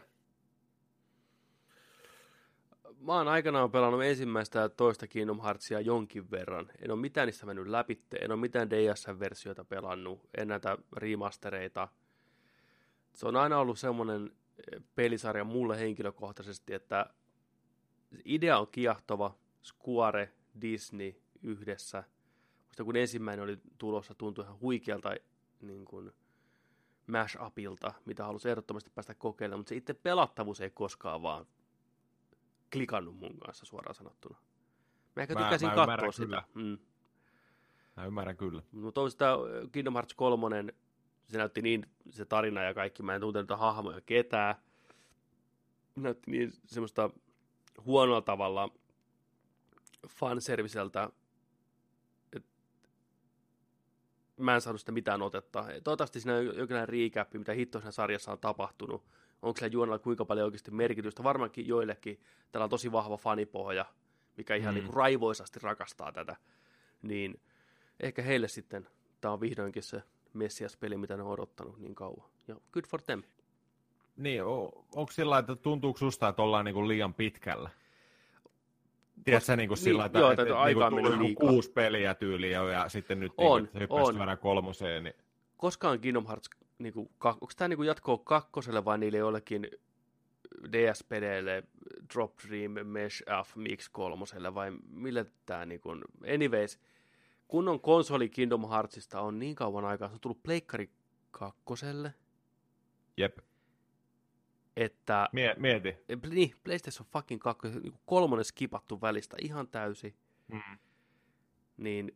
Mä oon aikanaan pelannut ensimmäistä ja toista Kingdom Heartsia jonkin verran. En ole mitään niistä mennyt läpi, en ole mitään DS:n-versioita pelannut, en näitä remastereita. Se on aina ollut semmoinen pelisarja mulle henkilökohtaisesti, että idea on kiehtova, Square, Disney yhdessä. Musta kun ensimmäinen oli tulossa, tuntui ihan huikealta niin kuin mash-upilta, mitä halusi ehdottomasti päästä kokeilemaan, mutta se itse pelattavuus ei koskaan vaan klikannut mun kanssa suoraan sanottuna. Mä ehkä tykkäsin katsoa sitä. Mä ymmärrän kyllä. Mutta toisaalta Kingdom Hearts 3, se näytti niin, se tarina ja kaikki, mä en tuntenut hahmoja ketään. Näytti niin semmoista huonolla tavalla fanserviseltä, että mä en saanut sitä mitään otetta. Toivottavasti siinä on jonkinlainen recap, mitä hitto siinä sarjassa on tapahtunut. Onko sillä juonella kuinka paljon oikeasti merkitystä? Varmaankin joillekin täällä on tosi vahva fanipohja, mikä ihan niin kuin raivoisasti rakastaa tätä. Niin ehkä heille sitten tämä on vihdoinkin se Messias-peli, mitä ne on odottanut niin kauan. Ja good for them. Niin, onko sillä että tuntuuko susta, että ollaan niinku liian pitkällä? Tiedätkö niin kuin sillä, että aika on mennyt niinku 6 peliä tyyliä ja sitten nyt hyppäsit verran 3. Niin... Koskaan Kingdom Hearts, niinku, onko tämä niinku jatkoa 2 vai niille jollekin DS-peleille Drop Dream Mesh F Mix 3 vai mille tämä niinku... Anyways, kunnon konsoli Kingdom Heartsista on niin kauan aikaa, se on tullut Pleikkari 2. Jep. Että... Mieti. Niin, PlayStation fucking 2, niin 3 skipattu välistä ihan täysin. Niin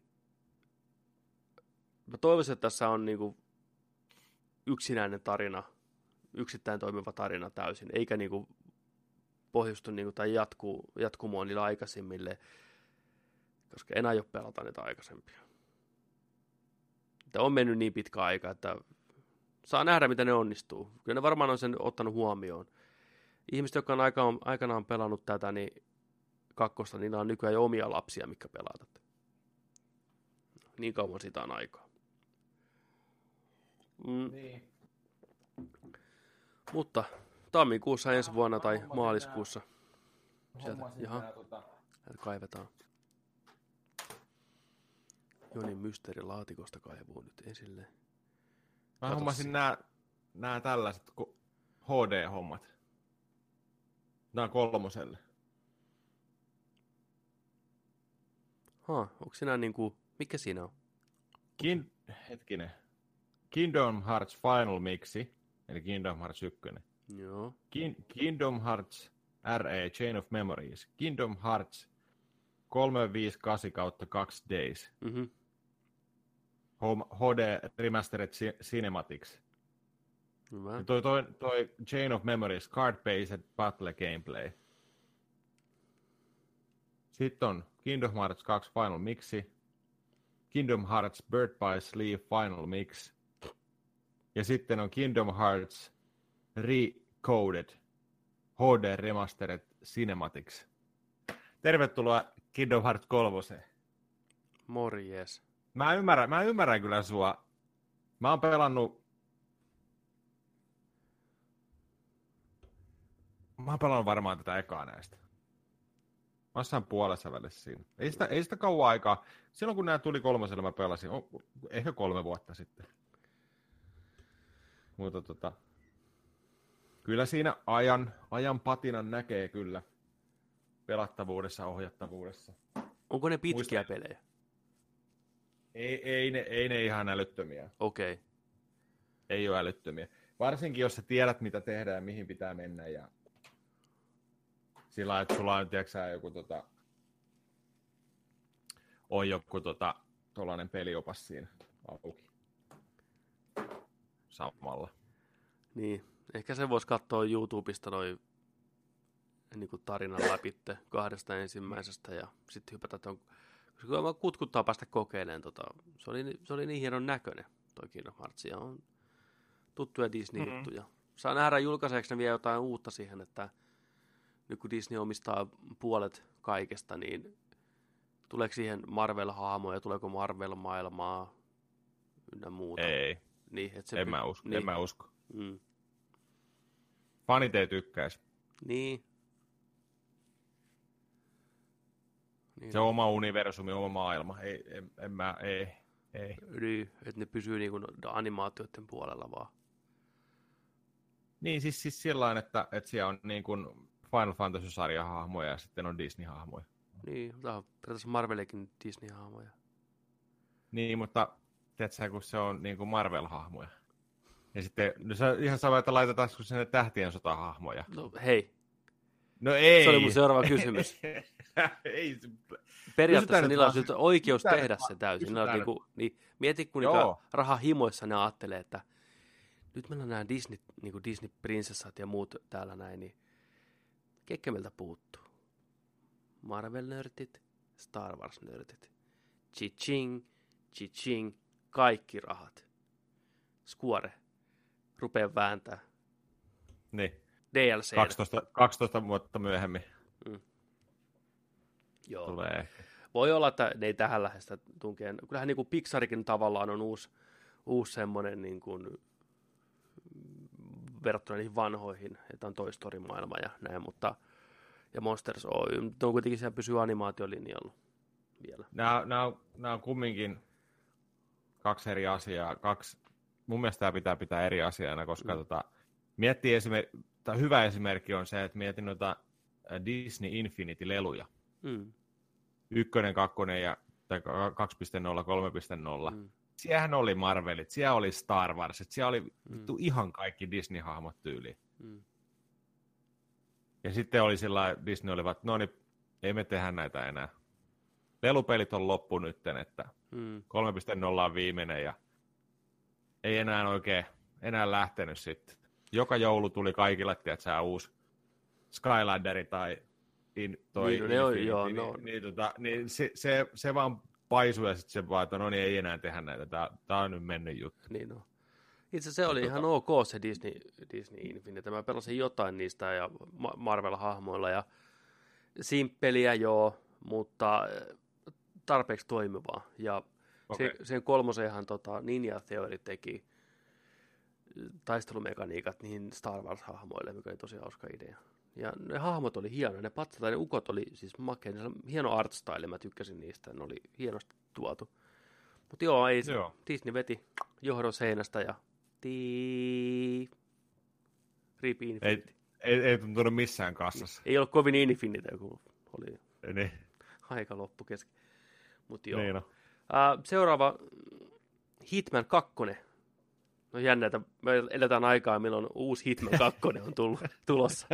mä toivoisin, että tässä on niinku yksinäinen tarina, yksittäin toimiva tarina täysin, eikä niinku pohjustu niinku, tai jatkumoa niillä aikaisemmille, koska en aio pelata niitä aikaisempia. Tämä on mennyt niin pitkä aika, että saa nähdä, miten ne onnistuu. Kyllä ne varmaan on sen ottanut huomioon. Ihmiset, jotka on aikanaan pelannut tätä, niin 2, niillä on nykyään jo omia lapsia, mitkä pelaa tätä. Niin kauan sitä on aikaa. Niin. Mutta tammikuussa ensi vuonna tai maaliskuussa. Sieltä, kaivetaan. Jonin mysteerilaatikosta kaivuu nyt esille. Mä hommasin nää tällaiset HD-hommat. Nää on 3. Onko siinä niinku, mikä siinä on? Hetkinen. Kingdom Hearts Final Mixi, eli Kingdom Hearts 1. Joo. Kingdom Hearts RE Chain of Memories. Kingdom Hearts 358/2 Days. HD Remastered Cinematics. Hyvä. Toi Chain of Memories, Card-Based Battle Gameplay. Sitten on Kingdom Hearts 2 Final Mixi, Kingdom Hearts Bird by Sleep Final Mix, ja sitten on Kingdom Hearts Recoded HD Remastered Cinematics. Tervetuloa Kingdom Hearts 3. Morjes. Mä ymmärrän kyllä sua. Mä oon pelannut varmaan tätä ekaa näistä. Mä oon puolessa välissä siinä. Ei sitä kauan aikaa. Silloin kun nämä tuli 3, mä pelasin. Ehkä 3 vuotta sitten. Mutta kyllä siinä ajan patinan näkee kyllä. Pelattavuudessa, ohjattavuudessa. Onko ne pitkiä pelejä? Ei ne ihan älyttömiä. Okei. Okay. Ei ole älyttömiä. Varsinkin, jos sä tiedät, mitä tehdään ja mihin pitää mennä. Ja sillä että sulla on, tiedätkö joku on joku tollainen peliopas siinä auki. Samalla. Niin. Ehkä se voisi katsoa YouTubesta noin niin tarinan läpitte 2 ensimmäisestä ja sitten hypätä tuon. Koska mä kutkuttaa päästä kokeilemaan. Se oli niin hienon näköinen toi Kingdom Hearts. Ja on tuttuja Disney-juttuja. Saa nähdä julkaiseeko ne vielä jotain uutta siihen, että nyt kun Disney omistaa puolet kaikesta, niin tuleeko siihen Marvel-hahmoja, tuleeko Marvel-maailmaa ynnä muuta? Ei. Niin, En mä usko. Mm. Fanit ei tykkäisi. Niin. Se on oma universumi, oma maailma. Ei. Niin, että ne pysyy niinku animaatioiden puolella vaan. Niin, siis sillain, että siellä on niin kuin Final Fantasy-sarjahahmoja ja sitten on Disney-hahmoja. Niin, tämä on periaatteessa Marvelikin Disney-hahmoja. Niin, mutta tiedätkö, kun se on niin kuin Marvel-hahmoja. Ja sitten, no se on ihan sama, että laitetaanko sinne Tähtien sota-hahmoja. No hei. No ei. Se oli mun seuraava kysymys. Ei. Periaatteessa niillä on oikeus tehdä nyt. se täysin. Niin, mieti, kun rahahimoissa ne ajattelee, että nyt meillä on nämä Disney-prinsessat ja muut täällä näin, niin ketkä meiltä puuttuu? Marvel-nörtit, Star Wars-nörtit. Chi-ching, kaikki rahat. Square, rupee vääntää. Niin. DLC. 12 vuotta myöhemmin. Joo. Tulee. Voi olla, että ne ei tähän lähestä tunkeen. Kyllähän niin kuin Pixarikin tavallaan on uusi semmoinen niin kuin, verrattuna niihin vanhoihin, että on Toy Story-maailma ja näin, mutta ja Monsters Oy, mutta on kuitenkin siellä pysyy animaatiolinjalla vielä. Nämä on kumminkin kaksi eri asiaa. Mun mielestä tämä pitää eri asiana, koska hyvä esimerkki on se, että mietin noita Disney Infinity-leluja. 1, 2 ja 2.0, 3.0. Siellähän oli Marvelit, siellä oli Star Wars, siellä oli ihan kaikki Disney-hahmot tyyliin. Ja sitten oli sillä Disney olivat, no niin, ei me tehdä näitä enää. Lelupelit on loppu nytten, että 3.0 on viimeinen ja ei enää oikein lähtenyt sitten. Joka joulu tuli kaikille, tiedätkö, uusi Skylanderi tai se vaan paisui ja sitten se vaan, että no niin, ei enää tehdä näitä, tää on nyt mennyt juttu. Niin no. Itse se oli ihan ok se Disney Infinite. Mä pelasin jotain niistä ja Marvel-hahmoilla ja simppeliä joo, mutta tarpeeksi toimivaa. Ja sen kolmosenhan Ninja Theory teki taistelumekaniikat niihin Star Wars-hahmoille, mikä oli tosi hauska idea. Ja ne hahmot oli hienoja, ne patsat ja ne ukot oli siis makea, hieno art style, mä tykkäsin niistä, ne oli hienosti tuotu. Mutta joo, Disney veti johdon seinästä ja Rip Infinity. Ei tuntunut missään kassassa. Ei ollut kovin Infinity, kun oli niin. aika loppu kesken. Mut joo. Niin no. Seuraava Hitman 2. No jännä, että me eletään aikaa, milloin uusi Hitman 2 on tulossa.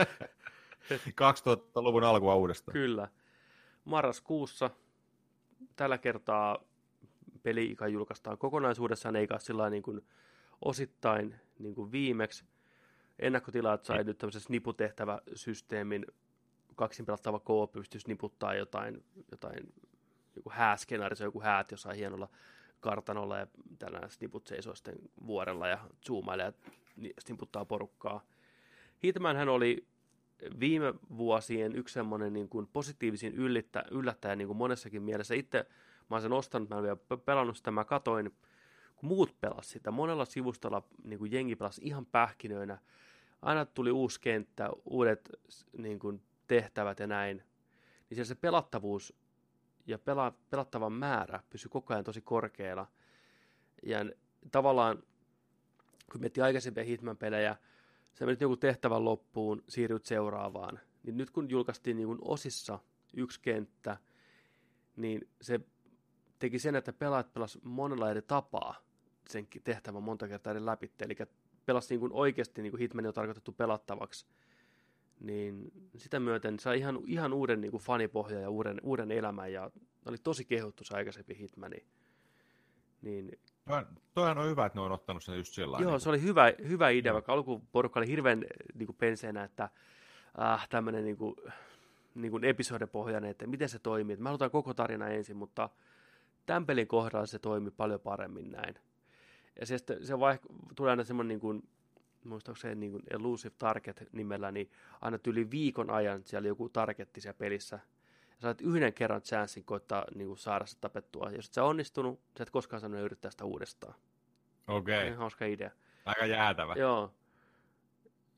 2000-luvun alkua uudestaan. Kyllä. Marraskuussa tällä kertaa peli julkaistaan kokonaisuudessaan, eikä sillä niin kuin osittain niin kuin viimeksi. Ennakkotilaat sai nyt tämmöisen sniputehtäväsysteemin, kaksin pelattava co pystyisi niputtaa jotain joku hääskenaario, joku häät jossain hienolla kartanolla ja tällainen sniput seisoo sitten vuorella ja zoomailee ja sniputtaa porukkaa. Hitmanhän oli viime vuosien yksi semmoinen niin kuin positiivisin yllättäjä niin kuin monessakin mielessä. Itse mä oon sen ostanut, mä en vielä pelannut sitä, mä katoin, kun muut pelasi sitä. Monella sivustolla niin kuin jengi pelasi ihan pähkinöinä. Aina tuli uusi kenttä, uudet niin kuin tehtävät ja näin. Niin siellä se pelattavuus ja pelattavan määrä pysyi koko ajan tosi korkealla. Ja tavallaan, kun miettii aikaisempia Hitman-pelejä, sä menit joku tehtävän loppuun, siirryt seuraavaan. Niin nyt kun julkaistiin niin kuin osissa yksi kenttä, niin se teki sen, että pelaajat pelasivat monella eri tapaa sen tehtävän monta kertaa eri läpi. Eli pelasi niin kuin oikeasti niin kuin Hitman on tarkoitettu pelattavaksi. Niin sitä myöten sai ihan uuden niin kuin fanipohja ja uuden elämän. Ja oli tosi kehuttu se aikaisempi Hitmani. Niin Toihan on hyvä, että ne on ottanut sen just sillä. Joo, se oli hyvä idea, vaikka alkuporukka oli hirveän niin kuin penseenä, että tämmöinen niin kuin episodepohjainen, että miten se toimii. Mä halutaan koko tarina ensin, mutta tämän pelin kohdalla se toimi paljon paremmin näin. Ja se tulee aina semmoinen, niin kuin, muistaakseni niin kuin Elusive Target nimellä, niin aina yli viikon ajan siellä joku targetti siellä pelissä. Ja sä olet yhden kerran chanssin koittaa niin kuin saada se tapettua. Jos et sä onnistunut, sä et koskaan sanonut yrittää sitä uudestaan. Okei. Hauska idea. Aika jäätävä. Joo.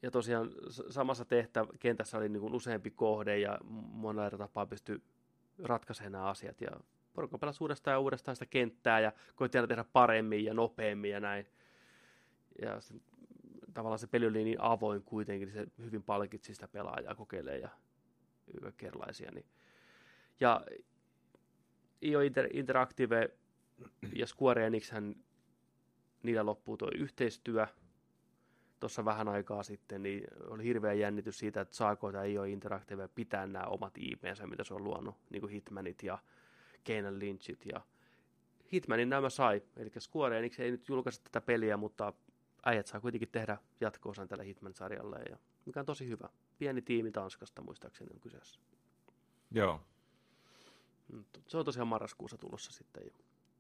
Ja tosiaan samassa kentässä oli niin kuin useampi kohde ja monella eri tapaa pystyi ratkaisemaan nämä asiat. Ja porukka pelasi uudestaan ja uudestaan sitä kenttää ja koitti aina tehdä paremmin ja nopeammin ja näin. Ja tavallaan se peli oli niin avoin kuitenkin, niin se hyvin palkitsi sitä pelaajaa kokeilemaan ja erilaisia. Niin. Ja IO Interactive ja Square Enixhän, niillä loppuu tuo yhteistyö tuossa vähän aikaa sitten, niin oli hirveä jännitys siitä, että saako tämä IO Interactive pitää nämä omat IP:nsä, mitä se on luonut, niin kuin Hitmanit ja Kane Lynchit, ja Hitmanin nämä sai, eli Square Enix ei nyt julkaise tätä peliä, mutta äijät saa kuitenkin tehdä jatko-osan tälle Hitman-sarjalle, ja mikä on tosi hyvä. Pieni tiimi Tanskasta muistaakseni on kyseessä. Joo. Se on tosiaan marraskuussa tulossa sitten jo.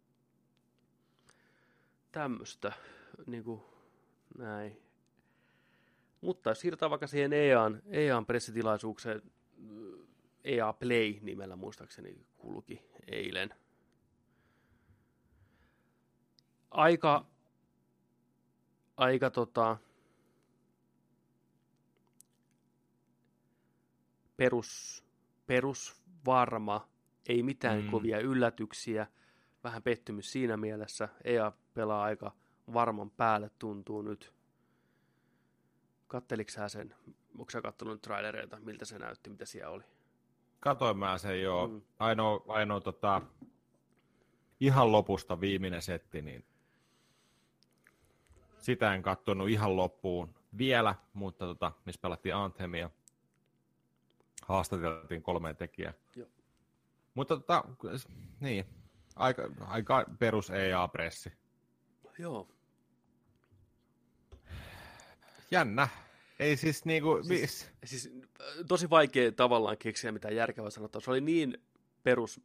Tämmöistä, niin kuin näin. Mutta jos siirrytään vaikka siihen EA:n pressitilaisuukseen, EA Play nimellä muistaakseni kulki eilen. Aika perusvarma, ei mitään kovia yllätyksiä, vähän pettymys siinä mielessä. EA pelaa aika varman päälle, tuntuu nyt. Katteliko sä sen? Onko sä kattonut trailereita, miltä se näytti, mitä siellä oli? Katoin mä sen joo. Ainoa ihan lopusta viimeinen setti, niin sitä en kattonut ihan loppuun vielä, mutta missä pelattiin Anthemia. Haastateltiin 3 tekijää. Joo. Mutta niin, aika perus EA-pressi. Joo. Jännä. Ei siis niinku... Siis tosi vaikea tavallaan keksiä mitään järkevää sanottua. Se oli niin perus,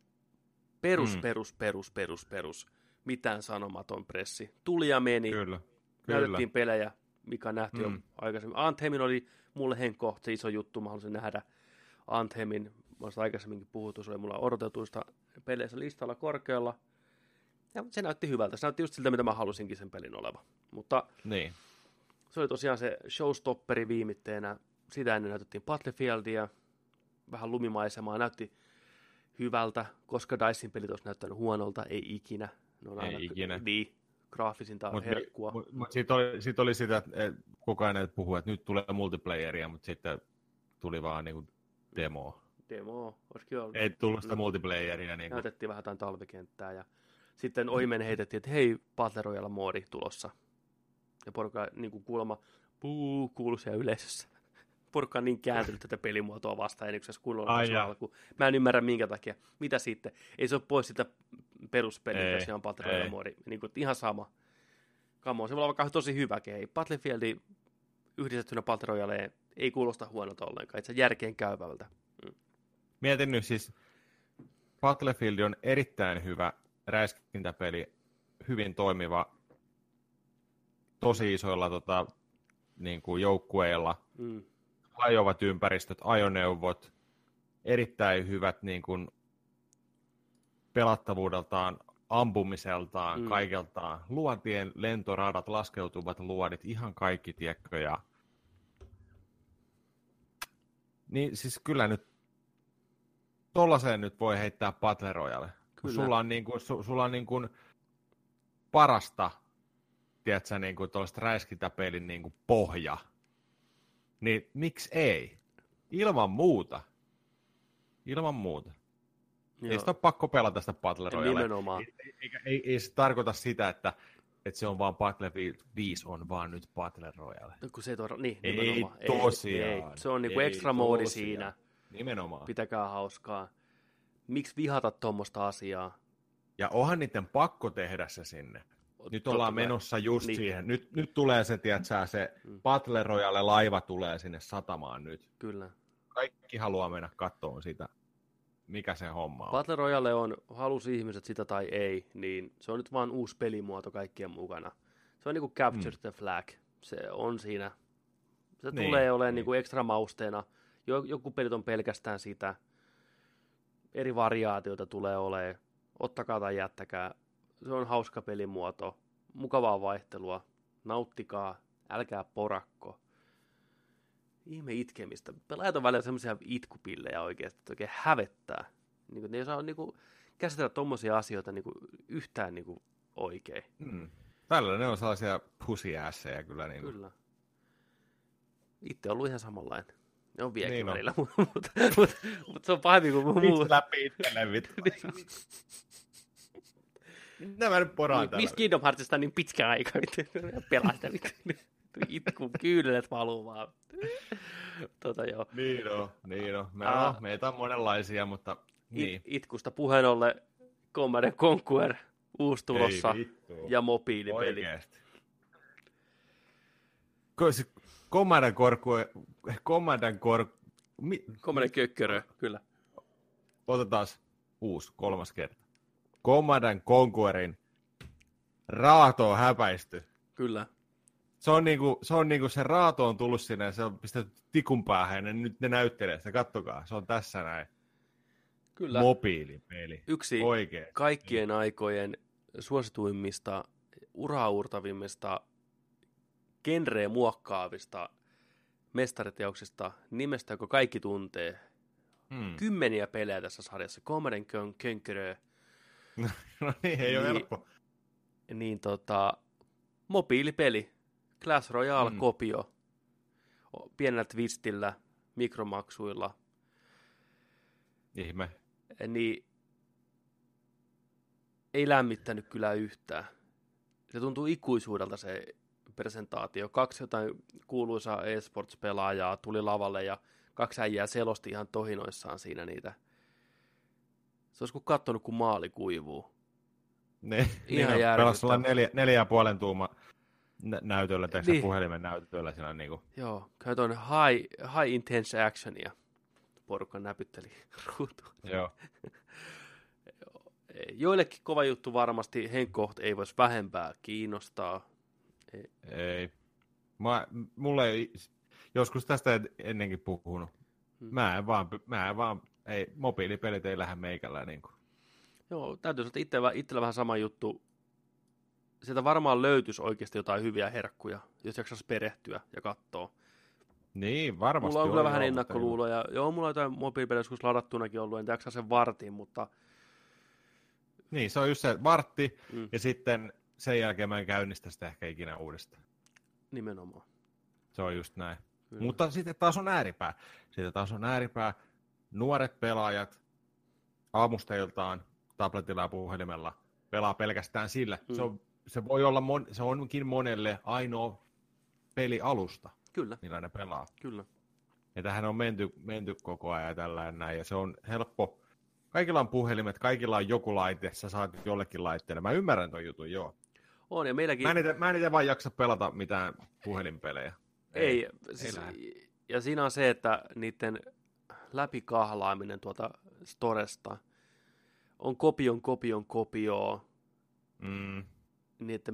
mitään sanomaton pressi. Tuli ja meni. Kyllä. Näytettiin pelejä, mikä nähty jo aikaisemmin. Anthemin oli mulle Henkko se iso juttu. Mä halusin nähdä Anthemin. Mä olisin aikaisemminkin puhuttu. Se oli mulla odotetuista peleissä listalla korkealla. Ja se näytti hyvältä. Se näytti just siltä, mitä mä halusinkin sen pelin oleva. Mutta niin. Se oli tosiaan se showstopperi viimitteenä. Sitä ennen näytettiin Battlefieldia. Vähän lumimaisemaa. Näytti hyvältä, koska Dicen pelit olisi näyttänyt huonolta. Ei ikinä. Ne on ei ikinä. Niin, graafisinta herkkua. Mutta sit oli sitä, että koko ajan puhuu, että nyt tulee multiplayeria, mutta sitten tuli vaan niinku demoa. Olisikin ollut. Ei tullut sitä multiplayeria. Niinku. Näytettiin vähän jotain talvikenttää ja sitten oimen heitettiin, että hei, Battle Royale-moodi tulossa. Ja porukka niin kuin kuului siellä yleisössä. Porukka on niin kääntynyt tätä pelimuotoa vastaan, ennen kuin se kuuluu alkuun. Mä en ymmärrä minkä takia. Mitä sitten? Ei se ole pois sitä peruspeliä, jos on Battle Royale-moodi. Niin kuin, ihan sama. Come on, se voi olla vaikka tosi hyvä kei. Battlefieldi yhdistettynä Battle Royaleen ei kuulosta huonolta ollenkaan. Itse järkeen käyvältä. Mietin nyt siis, Battlefield on erittäin hyvä räiskintäpeli, hyvin toimiva, tosi isoilla niin kuin joukkueilla, hajoavat ympäristöt, ajoneuvot, erittäin hyvät niin kuin pelattavuudeltaan, ampumiseltaan, kaikeltaan, luotien lentoradat, laskeutuvat luodit, ihan kaikki tiekkö. Ja... Niin siis kyllä nyt tollaiseen nyt voi heittää Battle Royale. Sulla on niin kuin parasta, tiedätkö, niin kuin tuollaista räiskintäpelin niin kuin pohja. Niin miksi ei? Ilman muuta. Joo. Ei sitä ole pakko pelata sitä Battle Royale. Nimenomaan. Ei se tarkoita sitä, että se on vaan Battlefield 5 on vaan nyt Battle Royale. Kun se niin, ei tosiaan. Ei. Se on niinku extra moodi siinä. Nimenomaan. Pitäkää hauskaa. Miksi vihata tuommoista asiaa? Ja onhan niiden pakko tehdä se sinne. Nyt ollaan menossa just siihen. Nyt tulee se, tiedätkö, se Battle Royale laiva tulee sinne satamaan nyt. Kyllä. Kaikki haluaa mennä kattoon sitä, mikä se homma on. Battle Royale on, halusi ihmiset sitä tai ei, niin se on nyt vaan uusi pelimuoto kaikkien mukana. Se on niinku Capture the Flag. Se on siinä. Se tulee olemaan niinku ekstra mausteena. Joku pelit on pelkästään sitä. Eri variaatioita tulee olemaan. Ottakaa tai jättäkää. Se on hauska pelimuoto. Mukavaa vaihtelua. Nauttikaa. Älkää porakko. ihme itkemistä. Pelaajat on välillä semmoisia itkupillejä oikeasti, että oikein hävettää. Niin kuin, ne ei saa niin kuin, käsitellä tommosia asioita niin kuin, yhtään niin kuin, oikein. Tällä ne on sellaisia pussy-ässejä kyllä. Niin kuin. Kyllä. Itse on ollut ihan samanlainen. Ne on vieläkin niin välillä, mutta se on pahempi kuin muu. Miksi läpi itselle vittu? Mitä mä nyt poraan täällä? Mistä Kingdom Heartsista niin pitkä aika? Pelaa sitä itkun kyyneleet valuu vaan. Joo. Niin on. Meitä on monenlaisia, mutta niin. Itkusta puheen ollen Command & Conquer uusi tulossa ja mobiilipeli. Oikeesti. Command Command & Kökkörö, kyllä. Otetaan uusi, 3. kerta. Command & Conquerin raato on häpäisty. Kyllä. Se on niinku se raato on tullut sinne ja se on pistetty tikun päähän ja nyt ne näyttelee sitä. Kattokaa, se on tässä näin. Kyllä. Mobiilipeli. Yksi oikein. Kaikkien aikojen suosituimmista, uraurtavimmista, genreä muokkaavista mestariteoksista nimestä, joka kaikki tuntee. Kymmeniä pelejä tässä sarjassa. Command & Conquer. No niin, ei ole helppo. Niin mobiilipeli. Clash Royale-kopio. Pienellä twistillä, mikromaksuilla. Ihme. Niin ei lämmittänyt kyllä yhtään. Se tuntuu ikuisuudelta se presentaatio. 2 jotain kuuluisaa eSports-pelaajaa tuli lavalle ja 2 äijää selosti ihan tohinoissaan siinä niitä. Se olisi kuin katsonut, kun maali kuivuu. Ihan järkyttävää. Pelasi 4,5 tuuma näytöllä, niin. Puhelimen näytöllä siinä niinku. Joo, käytöin high intense actionia. Porukka näpytteli ruutuun. Joo. Joillekin kova juttu varmasti, Henkkoht ei voisi vähempää kiinnostaa. Ei. Mulle ei, joskus tästä ennenkin puhunut. Mä en vaan, ei, mobiilipelit ei lähde meikällä niinku. Joo, täytyy sanoa, itsellä vähän sama juttu. Sieltä varmaan löytyisi oikeasti jotain hyviä herkkuja, jos jaksaisi perehtyä ja katsoa. Niin, varmasti. Mulla on kyllä vähän ennakkoluuloja. Joo, mulla on jotain mobiilipelejä joskus ladattunakin ollut, en jaksa sen vartin, mutta... Niin, se on just se vartti, ja sitten sen jälkeen mä en käynnistä sitä ehkä ikinä uudestaan. Nimenomaan. Se on just näin. Kyllä. Mutta sitten taas on ääripää. Nuoret pelaajat aamusta iltaan tabletilla ja puhelimella pelaa pelkästään sillä. Se voi olla se onkin monelle ainoa pelialusta, kyllä, millä ne pelaa. Kyllä. Ja tähän on menty koko ajan tällainen näin, ja se on helppo. Kaikilla on puhelimet, kaikilla on joku laite, sä saat jollekin laitteelle. Mä ymmärrän ton jutun, joo. On, ja meilläkin... Mä en itse vaan jaksa pelata mitään puhelinpelejä. Ei ja siinä on se, että niiden läpikahlaaminen tuolta storesta on kopio. Niin, että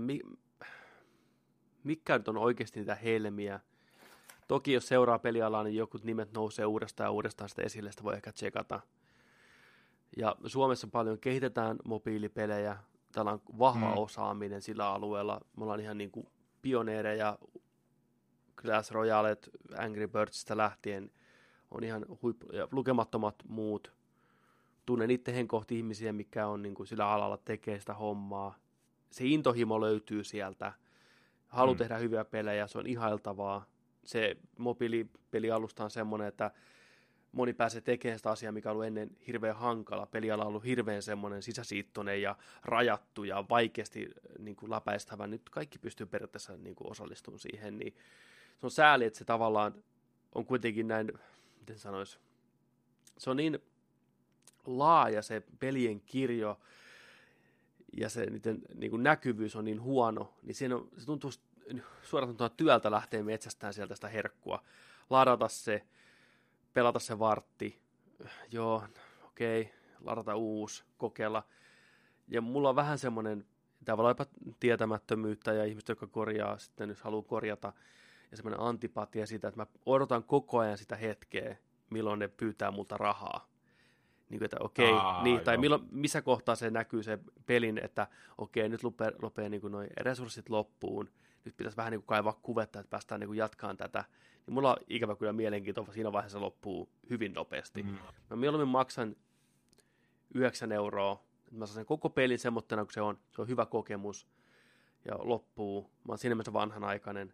mikä nyt on oikeasti niitä helmiä. Toki jos seuraa pelialaa, niin jotkut nimet nousee uudestaan sitä esille, sitä voi ehkä tsekata. Ja Suomessa paljon kehitetään mobiilipelejä. Täällä on vahva osaaminen sillä alueella. Me ollaan ihan niin kuin pioneereja. Clash Royale, Angry Birdsista lähtien on ihan ja lukemattomat muut. Tunnen itse kohti ihmisiä, mikä on niin kuin sillä alalla tekee sitä hommaa. Se intohimo löytyy sieltä. Halu tehdä hyviä pelejä, se on ihailtavaa. Se mobiilipelialusta on semmoinen, että moni pääsee tekemään sitä asiaa, mikä on ollut ennen hirveän hankala. Peliala on ollut hirveän semmoinen sisäsiittoinen ja rajattu ja vaikeasti niin kuin läpäistävä. Nyt kaikki pystyy periaatteessa niin kuin osallistumaan siihen. Niin se on sääli, että se tavallaan on kuitenkin näin, miten sanoisi, se on niin laaja se pelien kirjo ja se niiden niin kuin näkyvyys on niin huono, niin se tuntuu suoraan työltä lähteä metsästään sieltä sitä herkkua. Ladata se, pelata se vartti, joo, okei, ladata uusi, kokeilla. Ja mulla on vähän semmoinen, tavallaan jopa tietämättömyyttä ja ihmiset, jotka korjaa sitten, jos haluaa korjata, ja semmoinen antipatia siitä, että mä odotan koko ajan sitä hetkeä, milloin ne pyytää multa rahaa. Niin kuin, että okei, niin, tai missä kohtaa se näkyy se pelin, että okei, nyt rupeaa niin noi resurssit loppuun, nyt pitäisi vähän niin kuin kaivaa kuvetta, että päästään niin kuin jatkaan tätä, niin mulla on ikävä kyllä mielenkiinto siinä vaiheessa loppuu hyvin nopeasti. Mä mieluummin maksan 9 €, että mä saan sen koko pelin semmoittena, kun se on hyvä kokemus ja loppuu. Mä oon siinä mielessä vanhanaikainen.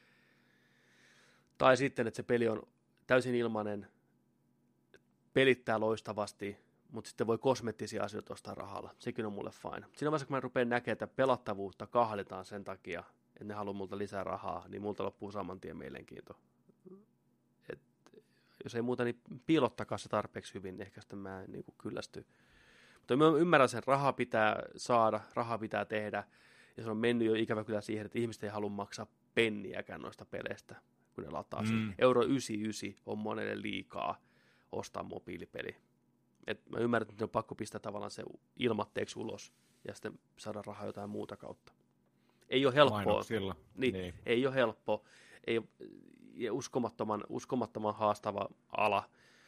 Tai sitten, että se peli on täysin ilmainen, pelittää loistavasti, mutta sitten voi kosmettisia asioita ostaa rahalla. Sekin on mulle fine. Siinä vaiheessa, kun mä rupean näkemään, että pelattavuutta kahletaan sen takia, että ne haluaa multa lisää rahaa, niin multa loppuu saman tien mielenkiinto. Jos ei muuta, niin piilottakaa se tarpeeksi hyvin, niin ehkä sitten mä en niin kuin kyllästy. Mutta mä ymmärrän sen, rahaa pitää saada, rahaa pitää tehdä, ja se on mennyt jo ikävä kyllä siihen, että ihmiset ei halua maksaa penniäkään noista peleistä, kun ne lataa sen. €99 on monelle liikaa ostaa mobiilipeli. Et mä ymmärrän, että on pakko pistää tavallaan se ilmatteeksi ulos, ja sitten saada rahaa jotain muuta kautta. Ei ole helppoa. Niin. Ei ole helppoa. Ei uskomattoman haastava ala.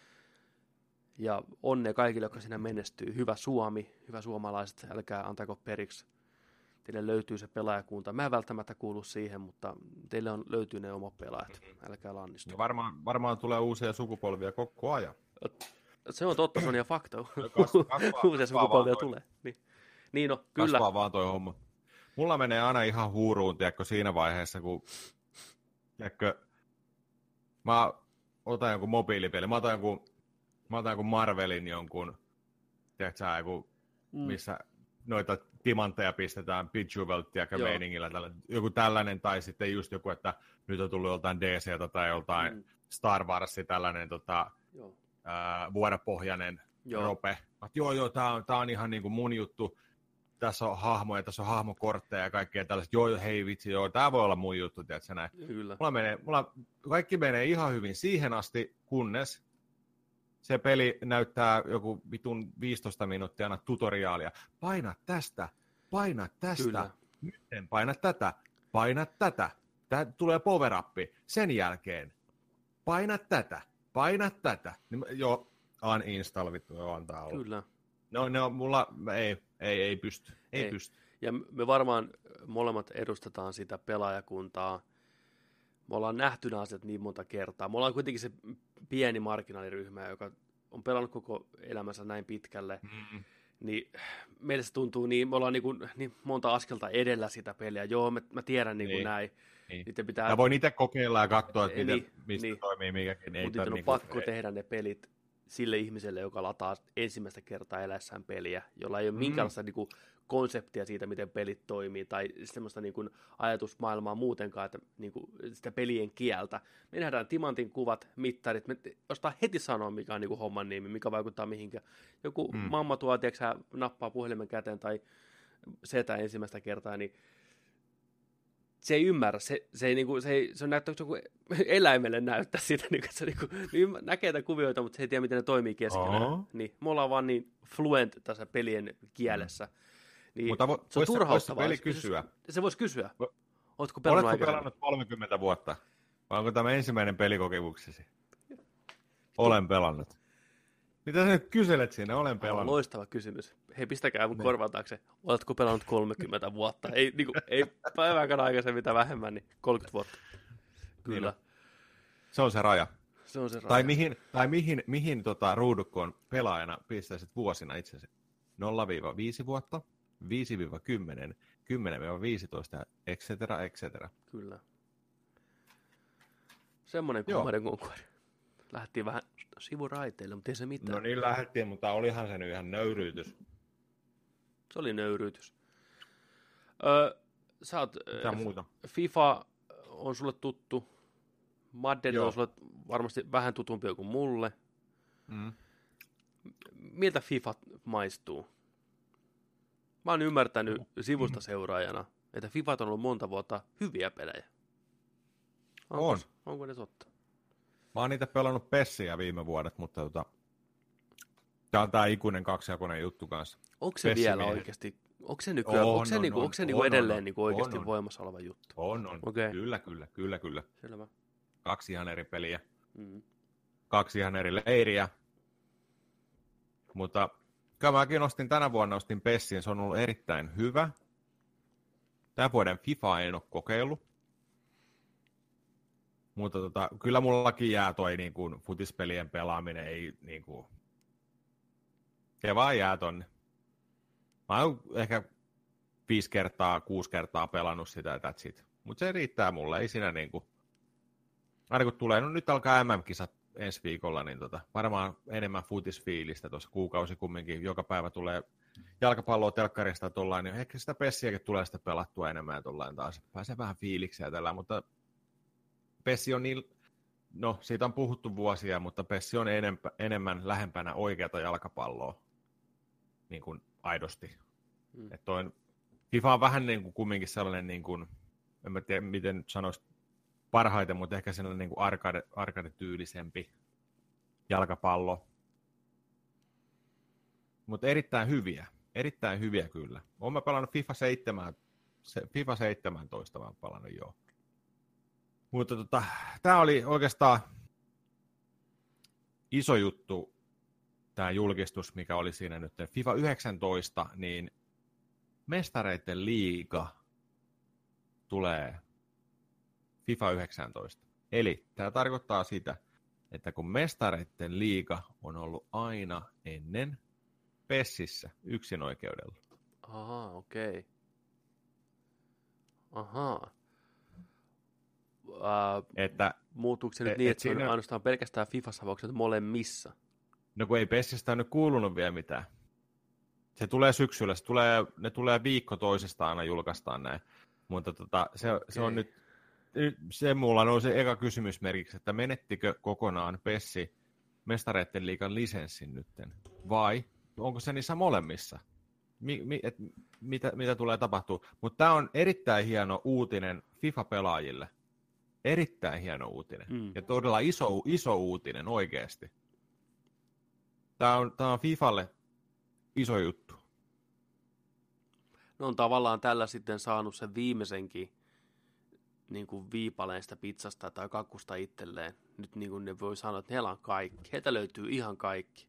Ja onnea kaikille, jotka siinä menestyy. Hyvä Suomi, hyvä suomalaiset, älkää antako periksi. Teille löytyy se pelaajakunta. Mä en välttämättä kuulu siihen, mutta teille löytyy ne omat pelaajat. Älkää lannistu. Ja varmaan tulee uusia sukupolvia koko ajan. Se on totta, se on ihan fakta. Uusia sukupolvia tulee. Niin no, kyllä. Kasvaa vaan toi homma. Mulla menee aina ihan huuruun, tiedätkö, siinä vaiheessa, kun tiedätkö, mä otan jonkun mobiilipeli, mä otan jonkun Marvelin jonkun, tiedätkö joku, missä noita timantteja pistetään Bejeweled, tiedätkö, meiningillä, joku tällainen, tai sitten just joku, että nyt on tullut joltain DC:tä tai joltain Star Warsi, tällainen vuoropohjainen rope. Joo, tää on ihan niinku mun juttu. Tässä on hahmoja, tässä on hahmokortteja ja kaikkea tällaista. Joo, hei vitsi, tää voi olla mun juttu, tiedätkö näin. Kyllä. Kaikki menee ihan hyvin siihen asti, kunnes se peli näyttää joku vitun 15 minuuttia aina tutoriaalia. Paina tästä, Kyllä. nyt paina tätä. Tää tulee power-appi. Sen jälkeen paina tätä. Joo, uninstall vittu, antaa olla. Kyllä. No, mulla ei pysty. Ei pysty. Ja me varmaan molemmat edustetaan sitä pelaajakuntaa. Me ollaan nähty nämä asiat niin monta kertaa. Me ollaan kuitenkin se pieni marginaaliryhmä, joka on pelannut koko elämänsä näin pitkälle. Niin meille se tuntuu niin, me ollaan niin monta askelta edellä sitä peliä. Joo, mä tiedän niin kuin näin. Niin. Pitää... Ja voin itse kokeilla ja katsoa, että mistä toimii mikäkin. Mutta on pakko tehdä ne pelit sille ihmiselle, joka lataa ensimmäistä kertaa eläessään peliä, jolla ei ole minkäänlaista niin konseptia siitä, miten pelit toimii, tai semmoista niin kuin ajatusmaailmaa muutenkaan, että niin kuin sitä pelien kieltä. Me nähdään timantin kuvat, mittarit, me ostaa heti sanoa, mikä on niin kuin homman nimi, mikä vaikuttaa mihinkään. Joku mamma tuo, tiedätkö, nappaa puhelimen käteen tai setä ensimmäistä kertaa, niin se ei ymmärrä, se näyttää, että joku eläimelle näyttää sitä, niin se näkee näitä kuvioita, mutta se ei tiedä, miten ne toimii keskenään. Niin, me ollaan vaan niin fluent tässä pelien kielessä. Niin, mutta se on turhauttavaa. Peli kysyä. Se voisi kysyä. Oletko pelannut 30 vuotta? Vai onko tämä ensimmäinen pelikokemuksesi? Olen pelannut. Mitä sä nyt kyselet siinä? Olen pelannut. Loistava kysymys. Hei, pistäkää mun korvan taakse. Oletko pelannut 30 vuotta? Ei päivääkään aikaisemmin mitä vähemmän, niin 30 vuotta. Kyllä. Niin, se on se raja. Se on se raja. Tai mihin ruudukkoon pelaajana pistäisit vuosina itsesi? 0-5 vuotta, 5-10, 10-15, etc. Kyllä. Semmoinen kummainen konkuori. Lähdettiin vähän sivuraiteille, mutta ei se mitään. No niin lähdettiin, mutta olihan se nyt ihan nöyryytys. Se oli nöyryytys. Sä oot, muuta? FIFA on sulle tuttu. Madden on sulle varmasti vähän tutumpi kuin mulle. Miltä FIFA maistuu? Mä oon ymmärtänyt sivusta seuraajana, että FIFA on ollut monta vuotta hyviä pelejä. Onko ne totta? Mä oon niitä pelannut PESiä viime vuodet, mutta tää on tää ikuinen kaksijakoinen juttu kanssa. Onko se vielä oikeasti? Onko se nykyään? Onko se edelleen niin oikeasti voimassa oleva juttu? On. Okay. Kyllä. Selvä. 2 ihan eri peliä. 2 ihan eri leiriä. Mutta mäkin tänä vuonna ostin PESin, se on ollut erittäin hyvä. Tämän vuoden FIFA en ole kokeillut. Mutta kyllä mullakin jää toi niin kuin futispelien pelaaminen, ei niin kuin... Se vaan jää tonne. Mä oon ehkä 5 kertaa, 6 kertaa pelannut sitä ja that's it. Mutta se riittää mulle, ei siinä niinku... Aina kun tulee, no nyt alkaa MM-kisat ensi viikolla, niin varmaan enemmän futisfiilistä tuossa kuukausi kumminkin. Joka päivä tulee jalkapalloa telkkarista tuollain, niin ehkä sitä pessiäkin tulee sitä pelattua enemmän tuollain taas. Pääsee vähän fiiliksiä tällä, mutta pessi on niin... No, siitä on puhuttu vuosia, mutta pessi on enemmän lähempänä oikeata jalkapalloa, niin kuin aidosti. Että FIFA on vähän niin kuin kumminkin sellainen, niin kuin, en mä tiedä miten nyt sanoisi parhaiten, mutta ehkä sellainen niin kuin arcade-tyylisempi jalkapallo. Mutta erittäin hyviä kyllä. Olen mä pelannut FIFA 17 mä oon pelannut joo. Mutta tämä oli oikeastaan iso juttu, tämä julkistus, mikä oli siinä nyt. FIFA 19, niin Mestareiden liiga tulee FIFA 19. Eli tämä tarkoittaa sitä, että kun Mestareiden liiga on ollut aina ennen PESissä yksinoikeudella. Ahaa, okei. Okay. Ahaa. Muuttuuko se nyt niin, että se on ainoastaan pelkästään Fifassa, vai onko se molemmissa? No kun ei PESistä ole nyt kuulunut vielä mitään. Se tulee syksyllä, ne tulee viikko toisesta aina julkaistaan näin. Mutta se on nyt se mulla nousi eka kysymysmerkiksi, että menettikö kokonaan PESsi Mestareiden liigan lisenssin nytten, vai onko se niissä molemmissa? Mitä tulee tapahtuu? Mutta tämä on erittäin hieno uutinen FIFA-pelaajille. Erittäin hieno uutinen. Ja todella iso uutinen oikeasti. Tämä on FIFalle iso juttu. No on tavallaan tällä sitten saanut sen viimeisenkin niin kuin viipaleen sitä pizzasta tai kakusta itselleen. Nyt niin kuin ne voi sanoa, että heillä on kaikki. Heiltä löytyy ihan kaikki.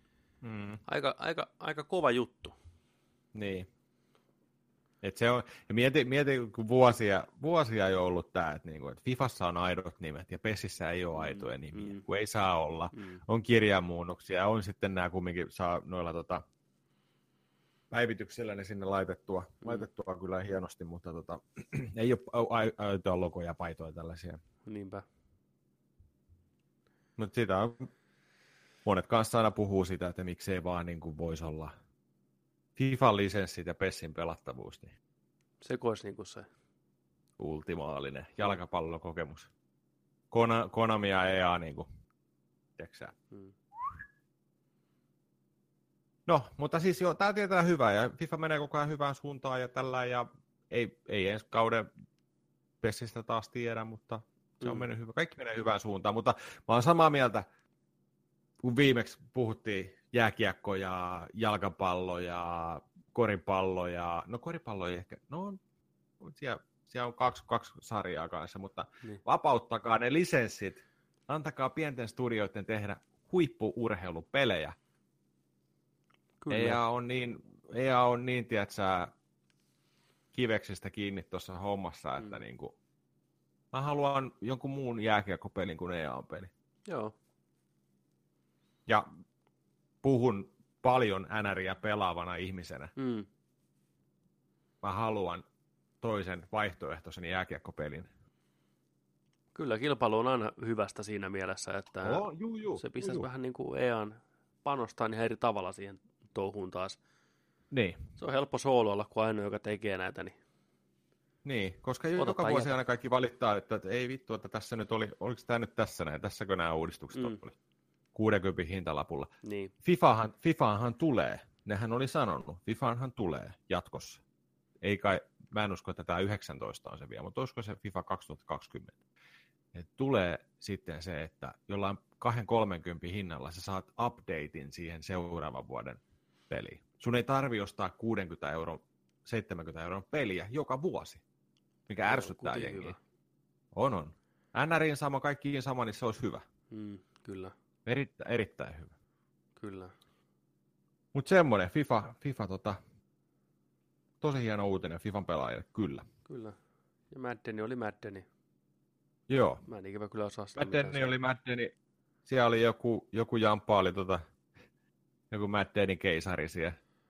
Aika kova juttu. Niin. Et se on, ja mieti kun vuosia jo ollut tämä, että niinku, et Fifassa on aidot nimet ja PESissä ei ole aitoja nimiä, kun ei saa olla. On kirjanmuunnoksia, on sitten nämä kumminkin saa noilla päivityksellä ne sinne laitettua kyllä hienosti, mutta ei ole aitoja logoja, paitoja tällaisia. Niinpä. Mutta sitä on, monet kanssa aina puhuu sitä, että miksei vaan niin kuin voisi olla FIFAn lisenssit ja PESin pelattavuus. Niin se olisi niin kuin se ultimaalinen jalkapallokokemus. Konami ja EA niin kuin, tiedätkö No, mutta siis joo, tää tietää hyvää ja FIFA menee koko ajan hyvään suuntaan ja tällä ja ei ensi kauden PESistä taas tiedä, mutta se on mennyt hyvä. Kaikki menee hyvään suuntaan, mutta mä oon samaa mieltä, kun viimeksi puhuttiin jääkiekko ja jalkapallo ja koripallo ja no koripallo ei ehkä, no siellä on kaksi sarjaa kanssa, mutta vapauttakaa ne lisenssit, antakaa pienten studioiden tehdä huippu-urheilupelejä. EA on niin tiedätkö, kiveksestä kiinni tuossa hommassa, että niinku, mä haluan jonkun muun jääkiekkopelin kuin EA-peli. Joo. Ja puhun paljon NRiä pelaavana ihmisenä. Mä haluan toisen vaihtoehtoisen jääkiekkopelin. Kyllä, kilpailu on aina hyvästä siinä mielessä, että se pistäisi vähän niin kuin EAN panostaa ihan eri tavalla siihen touhuun taas. Niin. Se on helppo sooloilla, kun ainoa, joka tekee näitä. Niin, koska joka vuosi aina kaikki valittaa, että ei vittu, että tässä nyt oliko tämä nyt tässä näin, tässäkö nämä uudistukset oli 60 hintalapulla. Niin. FIFAhan tulee, nehän oli sanonut, FIFAhan tulee jatkossa. Ei kai, mä en usko, että tämä 19 on se vielä, mutta olisiko se FIFA 2020. Et tulee sitten se, että jollain 2-30 hinnalla sä saat updatein siihen seuraavan vuoden peliin. Sun ei tarvi ostaa 60 €, 70 € peliä joka vuosi, mikä ärsyttää jengiä. On. NRin sama, kaikkiin sama, niin se olisi hyvä. Kyllä. Erittäin hyvä. Kyllä. Mutta semmoinen FIFA tosi hieno uutinen FIFAn pelaajille, kyllä. Kyllä. Ja Maddeni oli Maddeni. Joo. Mä en ikävä kyllä osaa sitä Matt mitään Denny oli Matt Denny. Siellä oli joku jamppa oli joku Matt Denny keisari siellä.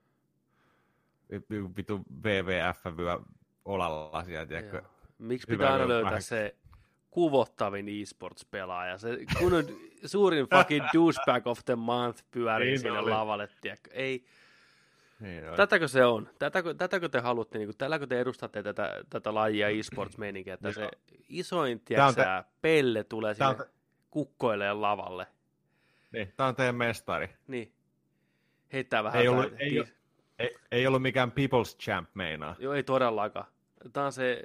Vitu WWF-vyö olalla siellä, tiedätkö? Miksi Hyvä pitää aina lyö löytää vähän. se kuvottavin esports-pelaaja? Se kunnon suurin fucking douchebag of the month pyörii Niin sinne oli. lavalle, tiedätkö? Ei. Niin oli. Tätäkö se on? Tätäkö te haluatte, niin tälläkö te edustatte tätä lajia e-sports-meininkiä, että se isoin, tiedätkö pelle tulee sinne kukkoilleen lavalle. Niin, tää on teidän mestari. Niin. Heittää vähän Ei ollut mikään People's Champ meinaa. Joo, ei todellakaan. Tämä on se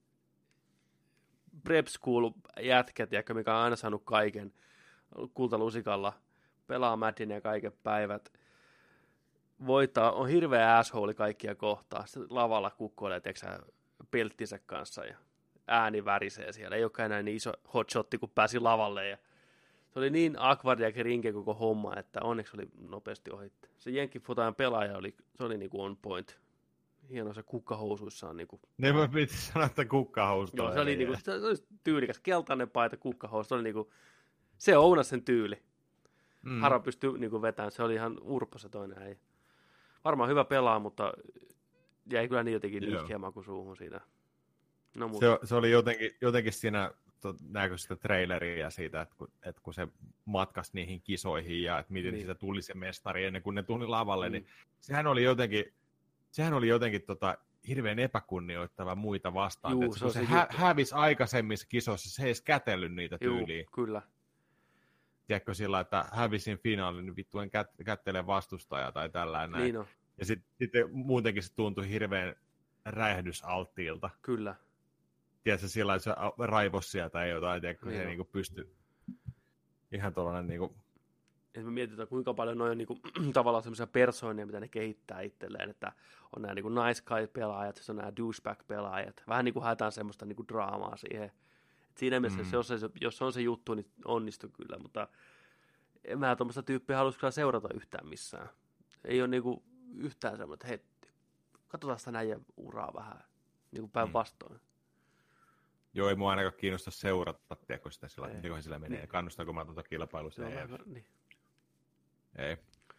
prep school jätkä, tiedätkö, mikä on aina saanut kaiken kultalusikalla, pelaa Maddinia kaiken päivät, voittaa, on hirveä asshole kaikkia kohtaa, sitten lavalla kukkoilee, tiedätkö, pelttinsä kanssa ja ääni värisee siellä, ei olekaan enää niin iso hotshotti, kun pääsi lavalle ja se oli niin awkward ja rinke koko homma, että onneksi oli nopeasti ohitte. Se Jenkkifotajan pelaaja se oli niinku on point. Hieno se kukkahousuissaan. Niinku. Ne voi piti sanoa, että kukkahousta. Joo, se oli, niinku, se oli tyylikäs. Keltainen paita, kukkahousu. Se oli niinku, se ounasi sen tyyli. Harva pystyi niinku vetämään. Se oli ihan urpo se toinen äijä. Varmaan hyvä pelaa, mutta jäi kyllä niin jotenkin nihkeä maku suuhun siinä. No, se oli jotenkin siinä, näkö sitä traileria siitä, että kun se matkasi niihin kisoihin ja että miten siitä tuli se mestari ennen kuin ne tuli lavalle, niin sehän oli jotenkin hirveän epäkunnioittava muita vastaan. Juu, se hävisi aikaisemmissa kisoissa, se ei edes kätellyt niitä tyyliin. Juu, kyllä. Tiedätkö sillä, että hävisin finaalin, niin vittu en kättele vastustajaa tai tällainen. Niin on. Ja sitten muutenkin se tuntui hirveän räjähdysalttiilta. Kyllä. Tiedätkö, sillä että se raivos sieltä ei jotain, tiedätkö, niin se niinku pystyi ihan tuollainen niinku. Et me mietitään, kuinka paljon noin on niinku, tavallaan semmoisia persoonia, mitä ne kehittää itselleen, että on nämä niinku nice guy-pelaajat, se on nämä douchebag-pelaajat. Vähän niin kuin haetaan semmoista niinku draamaa siihen. Et siinä mielessä, jos on se juttu, niin onnistu kyllä, mutta en mä tuommoista tyyppiä halus kyllä seurata yhtään missään. Ei ole niinku yhtään semmoinen, että hei, katsotaan sitä näin uraa vähän, niinku päinvastoin. Joo, ei mua ainakaan kiinnosta seurata, tiedätkö sitä sillä, miten sillä menee, kannustaako mä tuota kilpailusta. Niin. Ei.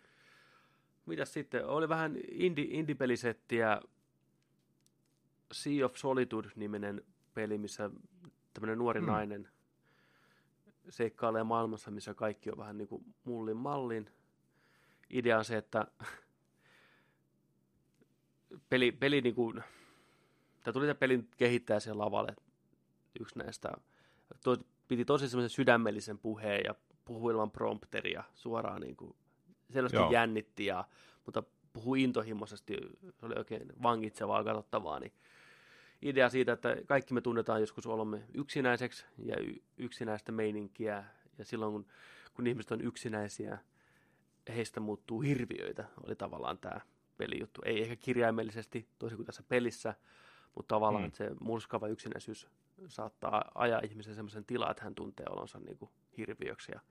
Mitäs sitten? Oli vähän indie-pelisettiä, Sea of Solitude-niminen peli, missä tämmöinen nuori nainen seikkailee maailmassa, missä kaikki on vähän niin kuin mullin mallin. Idea on se, että peli niin kuin, tuli tämä pelin kehittää sen lavalle. Yksi näistä piti tosi semmoisen sydämellisen puheen ja puhui ilman prompteria suoraan niin kuin, selvästi jännitti, mutta puhui intohimoisesti, se oli oikein vangitsevaa katsottavaa, niin idea siitä, että kaikki me tunnetaan joskus olemme yksinäiseksi ja yksinäistä meininkiä, ja silloin kun ihmiset on yksinäisiä, heistä muuttuu hirviöitä, oli tavallaan tämä pelijuttu. Ei ehkä kirjaimellisesti, toisin kuin tässä pelissä, mutta tavallaan se murskaava yksinäisyys saattaa ajaa ihmisen sellaisen tilaan, että hän tuntee olonsa niin kuin hirviöksi. Ja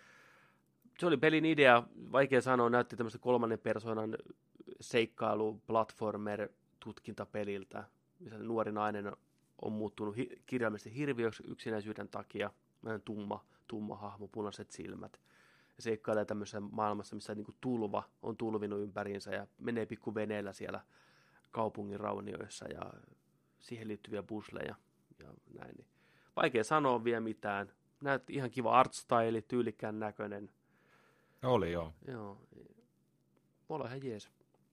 se oli pelin idea, vaikea sanoa, näytti tämmöistä kolmannen persoonan seikkailu, platformer, tutkintapeliltä, missä nuori nainen on muuttunut kirjaimellisesti hirviöksi yksinäisyyden takia, tumma hahmo, punaiset silmät. Ja seikkailee tämmöisessä maailmassa, missä niin kuin tulva on tulvinut ympäriinsä ja menee pikkuveneellä siellä kaupungin raunioissa ja siihen liittyviä busleja ja näin. Niin vaikea sanoa vielä mitään. Näytti ihan kiva artstyle, tyylikkään näköinen. Oli joo. Joo. Voi olla ihan jees.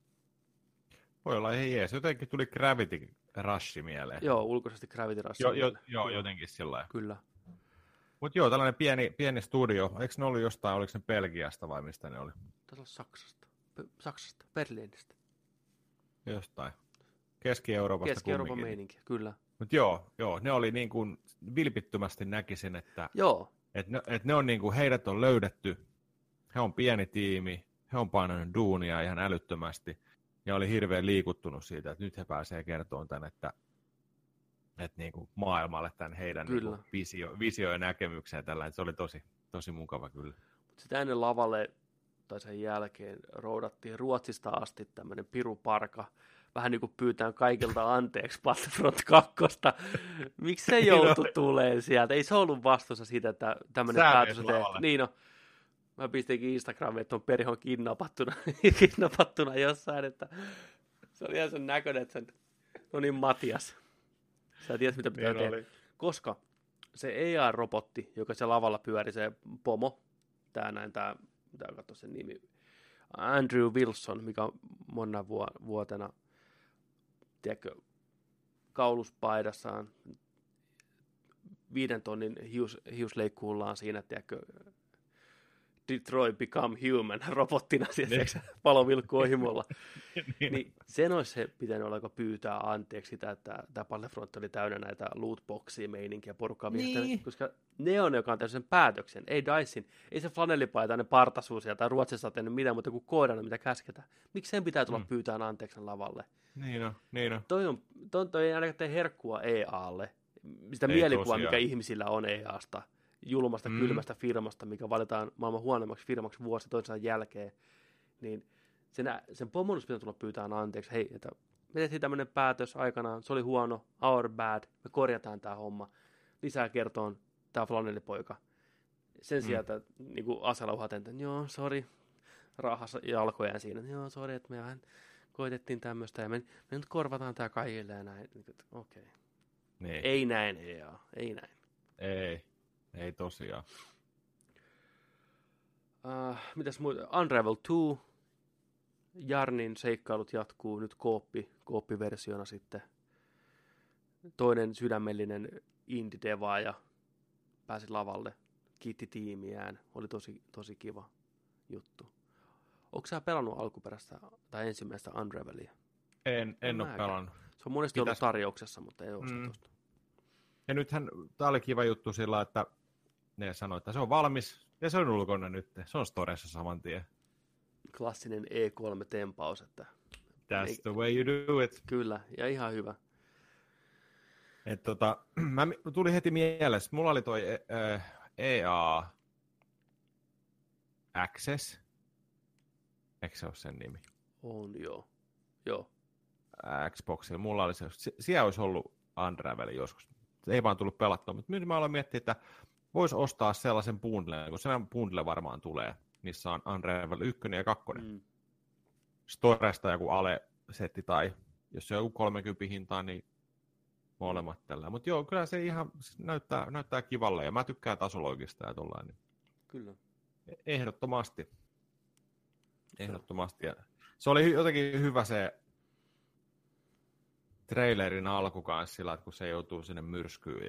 Voi olla ihan jees. Jotenkin tuli Gravity Rush mieleen. Joo, ulkoisesti Gravity Rush. Joo, jotenkin sillä. Kyllä. Mutta joo, tällainen pieni studio. Eikö ne ollut jostain, oliko ne Belgiasta vai mistä ne oli? Tässä on Saksasta, Berliinistä. Jostain. Keski-Euroopasta Keski-Euroopan meininkiä, kyllä. Mutta joo, ne oli niin kuin vilpittömästi näkisin, että ne on niin kuin, heidät on löydetty, he on pieni tiimi, he on painanut duunia ihan älyttömästi ja oli hirveän liikuttunut siitä, että nyt he pääsee kertomaan tämän, että niin kuin maailmalle tämän heidän niin kuin visio ja näkemyksiä tällä, että se oli tosi mukava kyllä. Sitä ennen lavalle tai sen jälkeen roudattiin Ruotsista asti tämmöinen Piru Parka vähän niin kuin pyytään kaikilta anteeksi Battlefront 2. Miksi se joutui tulee sieltä? Ei se ollut vastuussa siitä, että tämmöinen päätös on tehty. Niin no, mä pistinkin Instagramiin, että on perihon kidnapattuna jossain, että se oli ihan sen näköinen, että sen, no niin Matias, sä tiedät mitä pitää tehdä. Koska se AR-robotti, joka se lavalla pyöri, se pomo, mitä katso sen nimi, Andrew Wilson, mikä on monna vuotena, tiedätkö, kauluspaidassa 5 tonnin hiusleikkuullaan siinä, tiedätkö, Detroit Become Human robottina, palovilkku ohimolla. niin sen olisi se pitänyt olla, kun pyytää anteeksi sitä, että tämä Battlefront oli täynnä näitä lootboxia, meininkiä, porukkaa, koska ne on, joka on tehnyt sen päätöksen, ei DICEin, ei se flanellipaitainen partasuus tai Ruotsissa tehnyt mitään, mutta kuin koodana, mitä käsketään. Miksi sen pitää tulla pyytään anteeksi lavalle? Niin on. Toi ei ainakaan tee herkkua EAlle, sitä mielikuvaa, mikä ihmisillä on EAsta. Julmasta, kylmästä firmasta, mikä valitaan maailman huonommaksi firmaksi vuosi toisensa jälkeen, niin sen pomonnus pitää tulla pyytään anteeksi. Hei, että me tehtiin tämmöinen päätös aikanaan, se oli huono, our bad, me korjataan tämä homma. Lisää kertoon tämä flanellipoika. Sen sijaan, että niin asella uhaten, että joo, sori, rahassa jalkojaan siinä, joo, sori, että me vähän koitettiin tämmöistä ja me nyt korvataan tämä kaikille ja näin. Okei. Niin. Ei näin, EA, ei näin. Ei tosiaan. Mitäs muuta? Unravel 2. Jarnin seikkailut jatkuu nyt kooppiversiona sitten. Toinen sydämellinen indie-devaaja pääsi lavalle. Kiitti tiimiään. Oli tosi kiva juttu. Onko sä pelannut alkuperäistä tai ensimmäistä Unravelia? En ole pelannut. Se on monesti ollut tarjouksessa, mutta ei ole tosta. Ja nythän tämä oli kiva juttu sillä, että ne sanoi, että se on valmis ja se on ulkona nyt. Se on storessa saman tien. Klassinen E3-tempaus, että... That's the way you do it. Kyllä, ja ihan hyvä. Mä tuli heti mielessä, mulla oli toi EA Access. Eikö se ole sen nimi? On, joo. Xboxilla. Mulla oli se, siellä olisi ollut Unravel joskus. Ei vaan tullut pelattua, mutta nyt mä aloin miettiä, että voisi ostaa sellaisen bundlen, kun sellainen bundle varmaan tulee, missä on Unravel 1 ja 2. Storesta joku Ale-setti tai jos se on joku 30 hintaa, niin molemmat tällä. Mutta joo, kyllä se ihan näyttää kivalle ja mä tykkään tasoloikista ja tollain. Niin. Kyllä. Ehdottomasti. Ja se oli jotenkin hyvä se trailerin alku kanssa sillä, että kun se joutuu sinne myrskyyn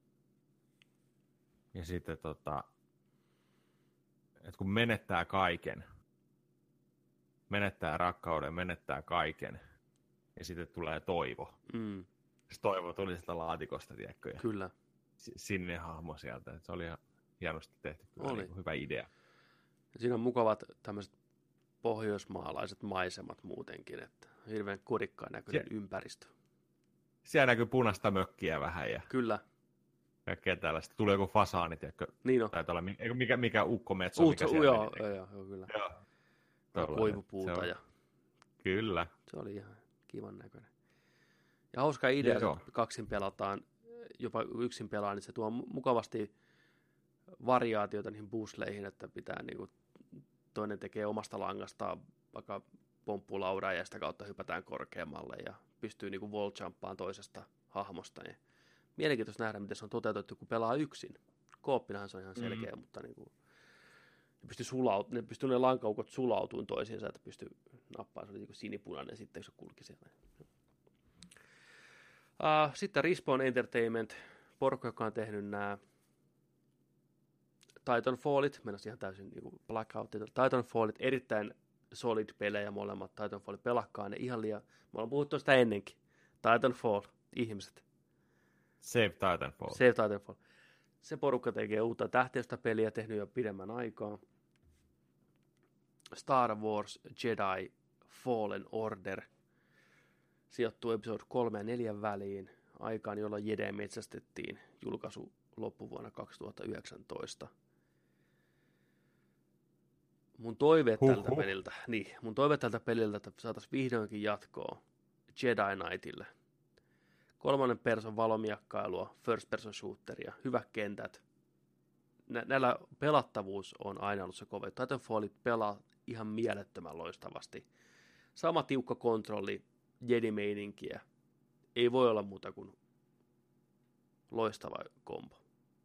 ja sitten että kun menettää kaiken, menettää rakkauden, menettää kaiken ja sitten tulee toivo. Se toivo tuli sieltä laatikosta, tiedätkö? Kyllä. Sinne hahmo sieltä. Se oli ihan hienosti tehty. Oli. Hyvä idea. Ja siinä on mukavat tämmöiset pohjoismaalaiset maisemat muutenkin, että hirveän kodikkaan näköinen ympäristö. Siellä näkyy punaista mökkiä vähän ja kyllä. Kaikkea tällaista. Tulee joku fasaani, tiedätkö? Niin on. Taitaa olla mikä ukkometso, mikä siellä joo, kyllä. Joo. Koivupuuta. Ja... Kyllä. Se oli ihan kivan näköinen. Ja hauska idea, että kaksin pelataan, jopa yksin pelaa, niin se tuo mukavasti variaatiota niihin puzzleihin, että pitää niinku, toinen tekee omasta langastaan vaikka pomppulaudaa ja sitä kautta hypätään korkeammalle ja pystyy niinku wall-jumppaan toisesta hahmosta. Ja mielenkiintoista nähdä, miten se on toteutettu, kun pelaa yksin. Kooppinahan se on ihan selkeä, mutta niinku, ne pystyy ne lankaukot sulautumaan toisiinsa, että pystyy nappaamaan, se oli niinku sinipunainen sitten, kun se kulki siellä. Sitten Respawn Entertainment, porukka, joka on tehnyt nämä Titanfallit, mennäisi ihan täysin niin Blackoutit. Titanfallit, erittäin solid pelejä molemmat. Titanfallit, pelakkaa ne ihan liian. Me ollaan puhuttu sitä ennenkin. Titanfall, ihmiset. Save Titanfall. Save Titanfall. Se porukka tekee uutta tähteistä peliä, tehnyt jo pidemmän aikaa. Star Wars Jedi Fallen Order sijoittuu episode 3 ja 4 väliin, aikaan, jolloin Jedi metsästettiin, julkaisu loppuvuonna 2019. Mun toive tältä peliltä, että saataisiin vihdoinkin jatkoa Jedi Knightille. 3. person valomiakkailua, first person shooteria, hyvät kentät. Näillä pelattavuus on aina ollut se kova. Titanfallit pelaa ihan mielettömän loistavasti. Sama tiukka kontrolli, Jedi-meininkiä. Ei voi olla muuta kuin loistava kombo.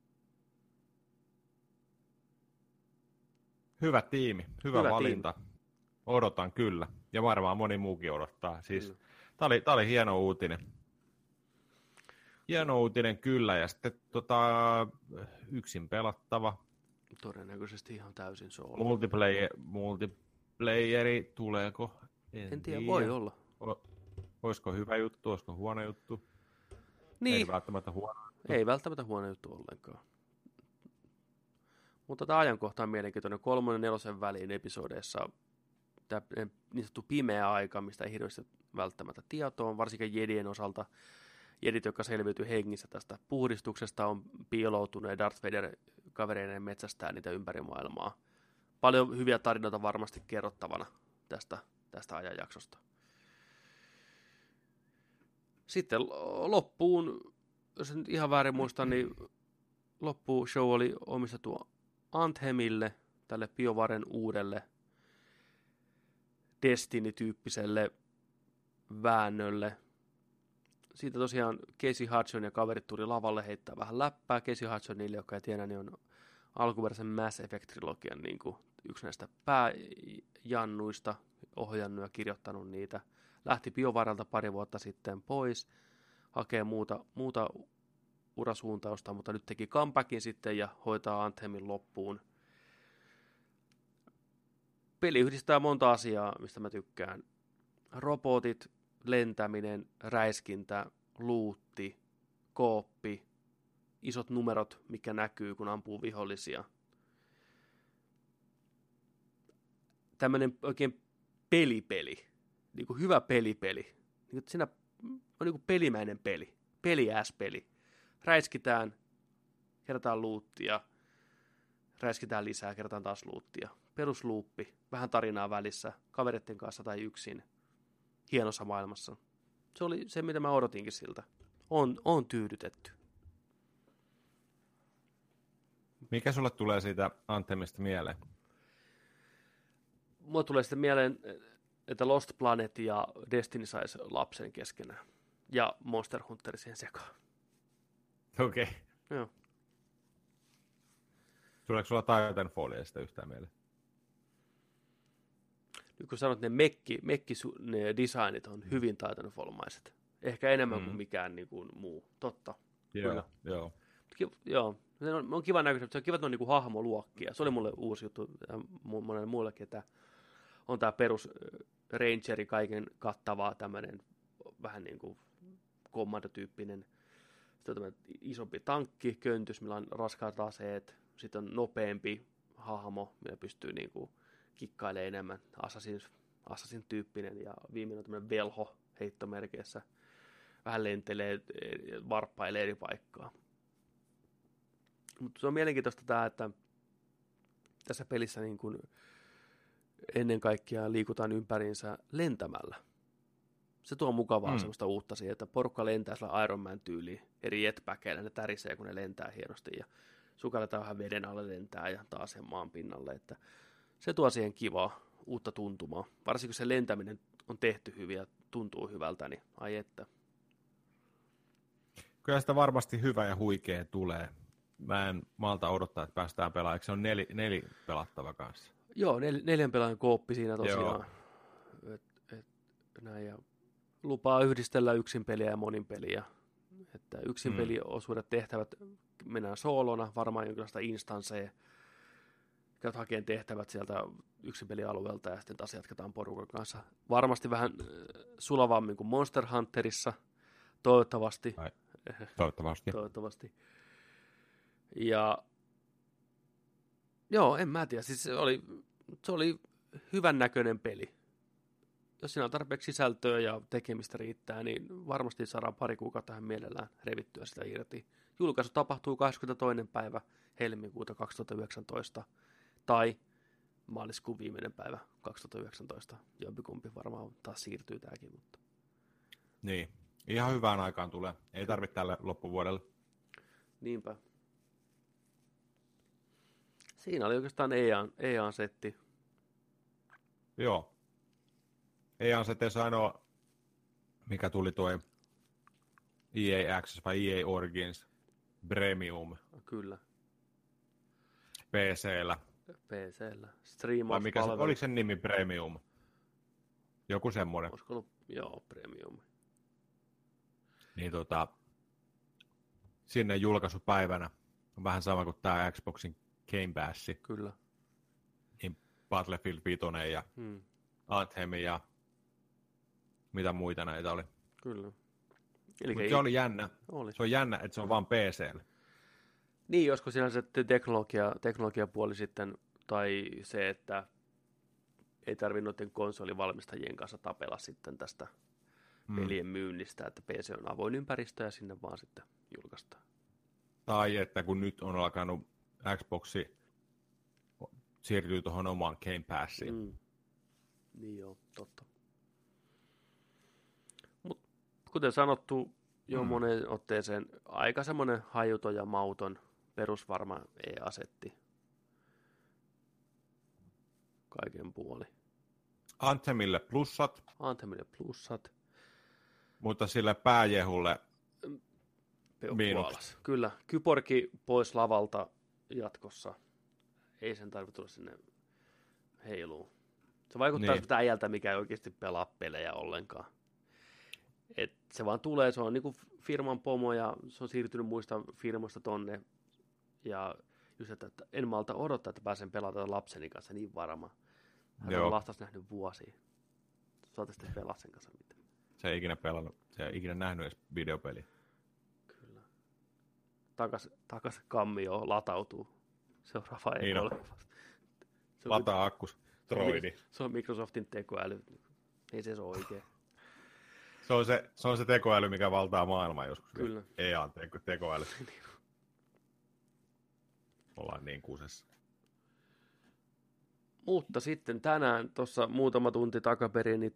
Hyvä tiimi, hyvä valinta. Tiimi. Odotan kyllä. Ja varmaan moni muukin odottaa. Siis, tää oli hieno uutinen. Hieno uutinen kyllä. Ja sitten yksin pelattava. Todennäköisesti ihan täysin solo. Multiplayeri tuleeko? En tiedä, voi olla. Olisiko hyvä juttu, olisiko huono juttu? Niin. Ei välttämättä huono juttu. Ei välttämättä huono juttu ollenkaan. Mutta tämä ajankohta on mielenkiintoinen. 3. ja 4. väliin episodeissa tämä niin sanottu pimeä aika, mistä ei hirveästi välttämättä tietoa, varsinkin Jedien osalta. Jedit, jotka selviytyy hengissä tästä puhdistuksesta, on piiloutunut ja Darth Vader kavereiden metsästää niitä ympäri maailmaa. Paljon hyviä tarinoita varmasti kerrottavana tästä ajanjaksosta. Sitten loppuun, jos en ihan väärin muista, niin loppushow oli omistettu Anthemille, tälle BioWaren uudelle Destiny-tyyppiselle väännölle. Siitä tosiaan Casey Hudson ja kaverit tuli lavalle heittää vähän läppää. Casey Hudsonille, joka ei tiedä, niin on alkuperäisen Mass Effect-trilogian niin kuin yksi näistä pääjannuista, ohjannut ja kirjoittanut niitä. Lähti BioWarelta pari vuotta sitten pois, hakee muuta urasuuntausta, mutta nyt teki comebackin sitten ja hoitaa Anthemin loppuun. Peli yhdistää monta asiaa, mistä mä tykkään. Robotit, lentäminen, räiskintä, luutti, kooppi, isot numerot, mikä näkyy, kun ampuu vihollisia. Tämmöinen oikein pelipeli, niin kuin hyvä pelipeli. Niin siinä on niin kuin pelimäinen peli, peli. Räiskitään, kerätään luuttia, räiskitään lisää, kerätään taas luuttia. Perusluuppi, vähän tarinaa välissä, kavereiden kanssa tai yksin, hienossa maailmassa. Se oli se, mitä mä odotinkin siltä. On tyydytetty. Mikä sulle tulee siitä Anthemista mieleen? Mulle tulee sitten mieleen, että Lost Planet ja Destiny saisi lapsen keskenään. Ja Monster Hunter siihen sekaan. Okei. Okay. Joo. Tuleeko sulla Titanfallia sitä yhtään mieleen? Nyt kun sanot, ne designit on hyvin Titanfall-maiset. Ehkä enemmän kuin mikään niin kuin muu. Totta. Joo. Joo. On kiva näköistä, mutta se on kiva, että on niin kuin hahmoluokkia. Se oli mulle uusi juttu monelle muullekin, että on tämä perus Rangeri kaiken kattava tämmöinen vähän niin kuin kommandotyyppinen. Sitten on tämmöinen isompi tankki, köntys, millä on raskaat aseet. Sitten on nopeampi hahmo, millä pystyy niin kuin kikkailemaan enemmän. Assassin tyyppinen ja viimeinen on tämmöinen velho heittomerkeissä. Vähän lentelee, varppailee eri paikkaa. Mutta se on mielenkiintoista tämä, että tässä pelissä niin kuin ennen kaikkea liikutaan ympäriinsä lentämällä. Se tuo mukavaa semmoista uutta siihen, että porukka lentää sillä Iron Man-tyyliin eri jetpackeillä, ne tärisee, kun ne lentää hienosti ja sukelletaan vähän veden alle lentää ja taas sen maan pinnalle, että se tuo siihen kivaa uutta tuntumaa. Varsinkin kun se lentäminen on tehty hyvin ja tuntuu hyvältä, niin ai että. Kyllä sitä varmasti hyvä ja huikea tulee. Mä en malta odottaa, että päästään pelaamaan. Eikö se on neli pelattava kanssa? Joo, 4 pelaajan kooppi siinä tosiaan. Näin, ja lupaa yhdistellä yksin peliä ja monin peliä. Että yksin peliosuudet tehtävät mennään soolona, varmaan jonkinlaista instansseja. Käyt hakemaan tehtävät sieltä yksin pelialueelta ja sitten taas jatketaan porukan kanssa. Varmasti vähän sulavammin kuin Monster Hunterissa, toivottavasti. Toivottavasti. Ja joo, en mä tiedä. Siis se oli hyvän näköinen peli. Jos siinä on tarpeeksi sisältöä ja tekemistä riittää, niin varmasti saadaan pari kuukautta tähän mielellään revittyä sitä irti. Julkaisu tapahtuu 22. päivä helmikuuta 2019 tai maaliskuun viimeinen päivä 2019. Jompikumpi varmaan taas siirtyy tämäkin. Mutta Niin. Ihan hyvään aikaan tulee. Ei tarvitse tälle loppuvuodelle. Niinpä. Siinä oli oikeastaan EA-setti. Joo. Ei on se tässä ainoa, mikä tuli toi EA Access vai EA Origins Premium Kyllä. PC:llä. PC:llä. Vai mikä se, oliko sen nimi Premium? Joku semmoinen. Olisiko ollut, joo, Premium. Niin sinne julkaisupäivänä on vähän sama kuin tämä Xboxin Game Pass. Kyllä. Niin Battlefield 5 ja Anthem ja mitä muita näitä oli. Kyllä. Mutta se oli jännä. Oli. Se on jännä, että se on vaan PC:llä. Niin, josko siinä se teknologiapuoli sitten, tai se, että ei tarvitse noiden konsolivalmistajien kanssa tapella sitten tästä pelien myynnistä, että PC on avoin ympäristö ja sinne vaan sitten julkaistaan. Tai että kun nyt on alkanut Xboxi siirtyy tuohon omaan Game Passiin. Niin joo, totta. Mut kuten sanottu, jo moneen otteeseen aika semmoinen hajuton ja mauton perusvarma E-asetti. Kaiken puoli. Anthemille plussat. Mutta sille pääjehulle miinukset. Kyllä, Kyborgi pois lavalta jatkossa. Ei sen tarvitse tulla sinne heiluun. Se vaikuttaa sitä äijältä, mikä ei oikeasti pelaa pelejä ollenkaan. Et se vaan tulee, se on niinku firman pomo ja se on siirtynyt muista firmoista tonne. Ja just, että en malta odottaa, että pääsen pelaamaan lapseni kanssa niin varma. Hän on lastas nähnyt vuosia. Saatte sitten pelaa sen kanssa mitään. Se ei ikinä pelannut, se ei ikinä nähnyt edes videopeliä. Kyllä. Takas kammio latautuu. Seuraava ei ole. Lataa akkus. Droidi. Se on Microsoftin tekoäly. Ei se ole oikein. Se on se tekoäly, mikä valtaa maailmaa joskus. Kyllä. EA:n tekoäly. Ollaan niin kusessa. Mutta sitten tänään, tuossa muutama tunti takaperin, niin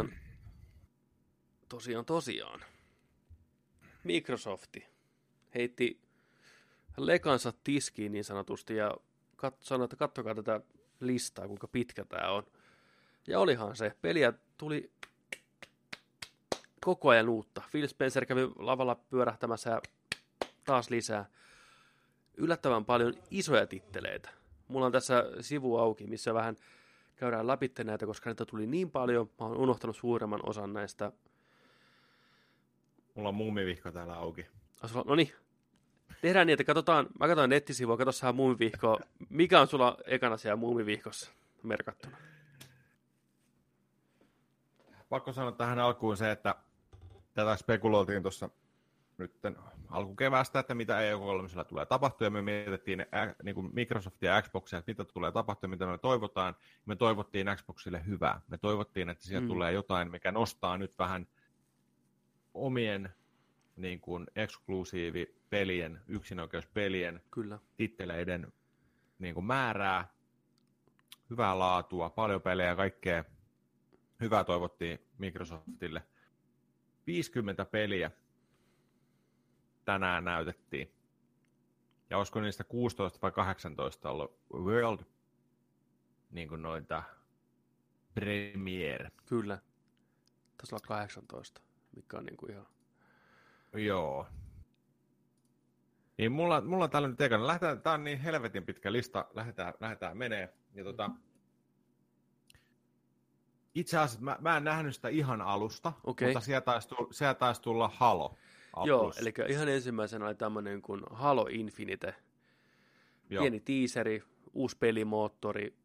tosiaan. Microsofti heitti lekansa tiskiin niin sanotusti ja sanoi, että katsokaa tätä listaa, kuinka pitkä tämä on. Ja olihan se. Peliä tuli koko ajan uutta. Phil Spencer kävi lavalla pyörähtämässä ja taas lisää. Yllättävän paljon isoja titteleitä. Mulla on tässä sivu auki, missä vähän käydään läpi näitä, koska näitä tuli niin paljon. Mä oon unohtanut suuremman osan näistä. Mulla on muumivihko täällä auki. No niin. Tehdään niin, että mä katsotaan nettisivua, katso sä muumivihkoa. Mikä on sulla ekana siellä muumivihkossa merkattuna? Pakko sanoa tähän alkuun se, että tätä spekuloitiin tuossa nyt alkukeväästä, että mitä E3 tulee tapahtua, ja me mietittiin niin kuin Microsoftia ja Xboxia, että mitä tulee tapahtua, mitä me toivotaan. Me toivottiin Xboxille hyvää. Me toivottiin, että sieltä tulee jotain, mikä nostaa nyt vähän omien niin kuin eksklusiivipelien, yksinoikeuspelien, titteleiden niin kuin määrää, hyvää laatua, paljon pelejä, kaikkea hyvää toivottiin Microsoftille. 50 peliä tänään näytettiin. Ja olisiko niistä 16 vai 18 ollut World niin kuin noita Premiere. Kyllä. Tässä on 18, mikä on niin kuin ihan... Joo. Niin mulla on täällä nyt ekana. Tää on niin helvetin pitkä lista. Lähdetään menee. Ja itse asiassa mä en nähnyt sitä ihan alusta, mutta sieltä taisi tulla Halo. Joo, eli ihan ensimmäisenä oli tämmöinen kuin Halo Infinite. Pieni tiiseri, uusi pelimoottori,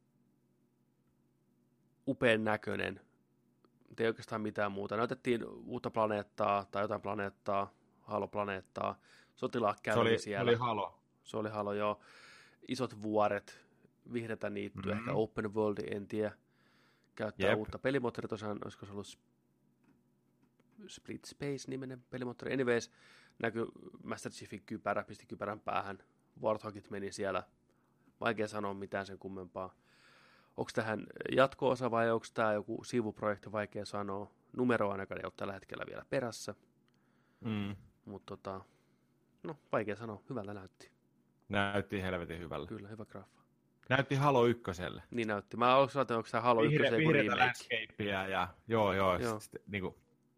upean näköinen. Ei oikeastaan mitään muuta. Näytettiin uutta planeettaa tai jotain planeettaa, Halo-planeettaa. Sotilaat kävi siellä. Se oli Halo, joo. Isot vuoret, vihreätä niittyä, ehkä open world, en tiedä. Käyttää uutta pelimoottoria, tosiaan olisiko se ollut Split Space-niminen pelimoottori. Anyways, näkyy Master Chiefin kypärä, pisti kypärän päähän. Warthogit meni siellä. Vaikea sanoa mitään sen kummempaa. onko tähän jatko-osa vai onko tämä joku sivuprojekti, vaikea sanoa. Numero ainakaan ei ole tällä hetkellä vielä perässä, mutta no vaikea sanoa, hyvältä näytti. Näytti helvetin hyvällä. Kyllä, hyvä graffa. Näytti Halo 1:lle. Niin näytti. Mä olisin ajatellut, onko tämä Halo 1 joku Vihreätä remake. landscapea ja joo. Niinku,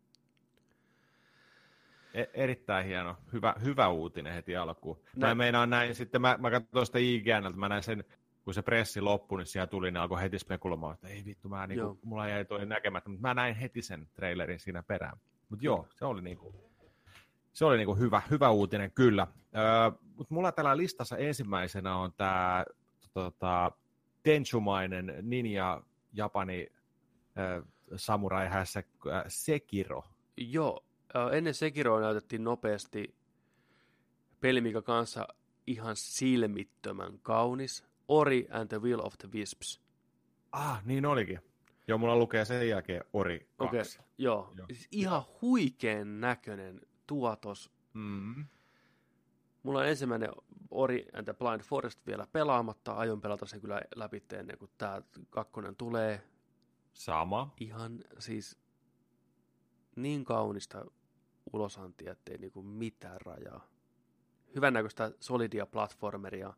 erittäin hieno. Hyvä uutinen heti alkuun. Mä meinaan näin, sitten mä katsoin sitä IGN:ltä, mä näin sen, kun se pressi loppui, niin siellä tuli, ne alkoi heti spekuloimaan, että ei vittu, mulla jäi toi näkemättä, mutta mä näin heti sen trailerin siinä perään. Mutta joo, se oli niinku hyvä uutinen kyllä. Mutta mulla täällä listassa ensimmäisenä on tämä Tenchumainen Ninja Japani samurai hässä Sekiro. Joo, ennen Sekiroa näytettiin nopeasti peli, mikä kanssa ihan silmittömän kaunis. Ori and the Will of the Wisps. Niin olikin. Joo, mulla lukee sen jälkeen Ori 2. Okei, joo. Siis ihan huikean näköinen tuotos. Mulla on ensimmäinen Ori and the Blind Forest vielä pelaamatta. Aion pelata sen kyllä läpi ennen kuin tää 2 tulee. Sama. Ihan siis niin kaunista ulosantia, ettei niinku mitään rajaa. Hyvän näköistä solidia platformeria,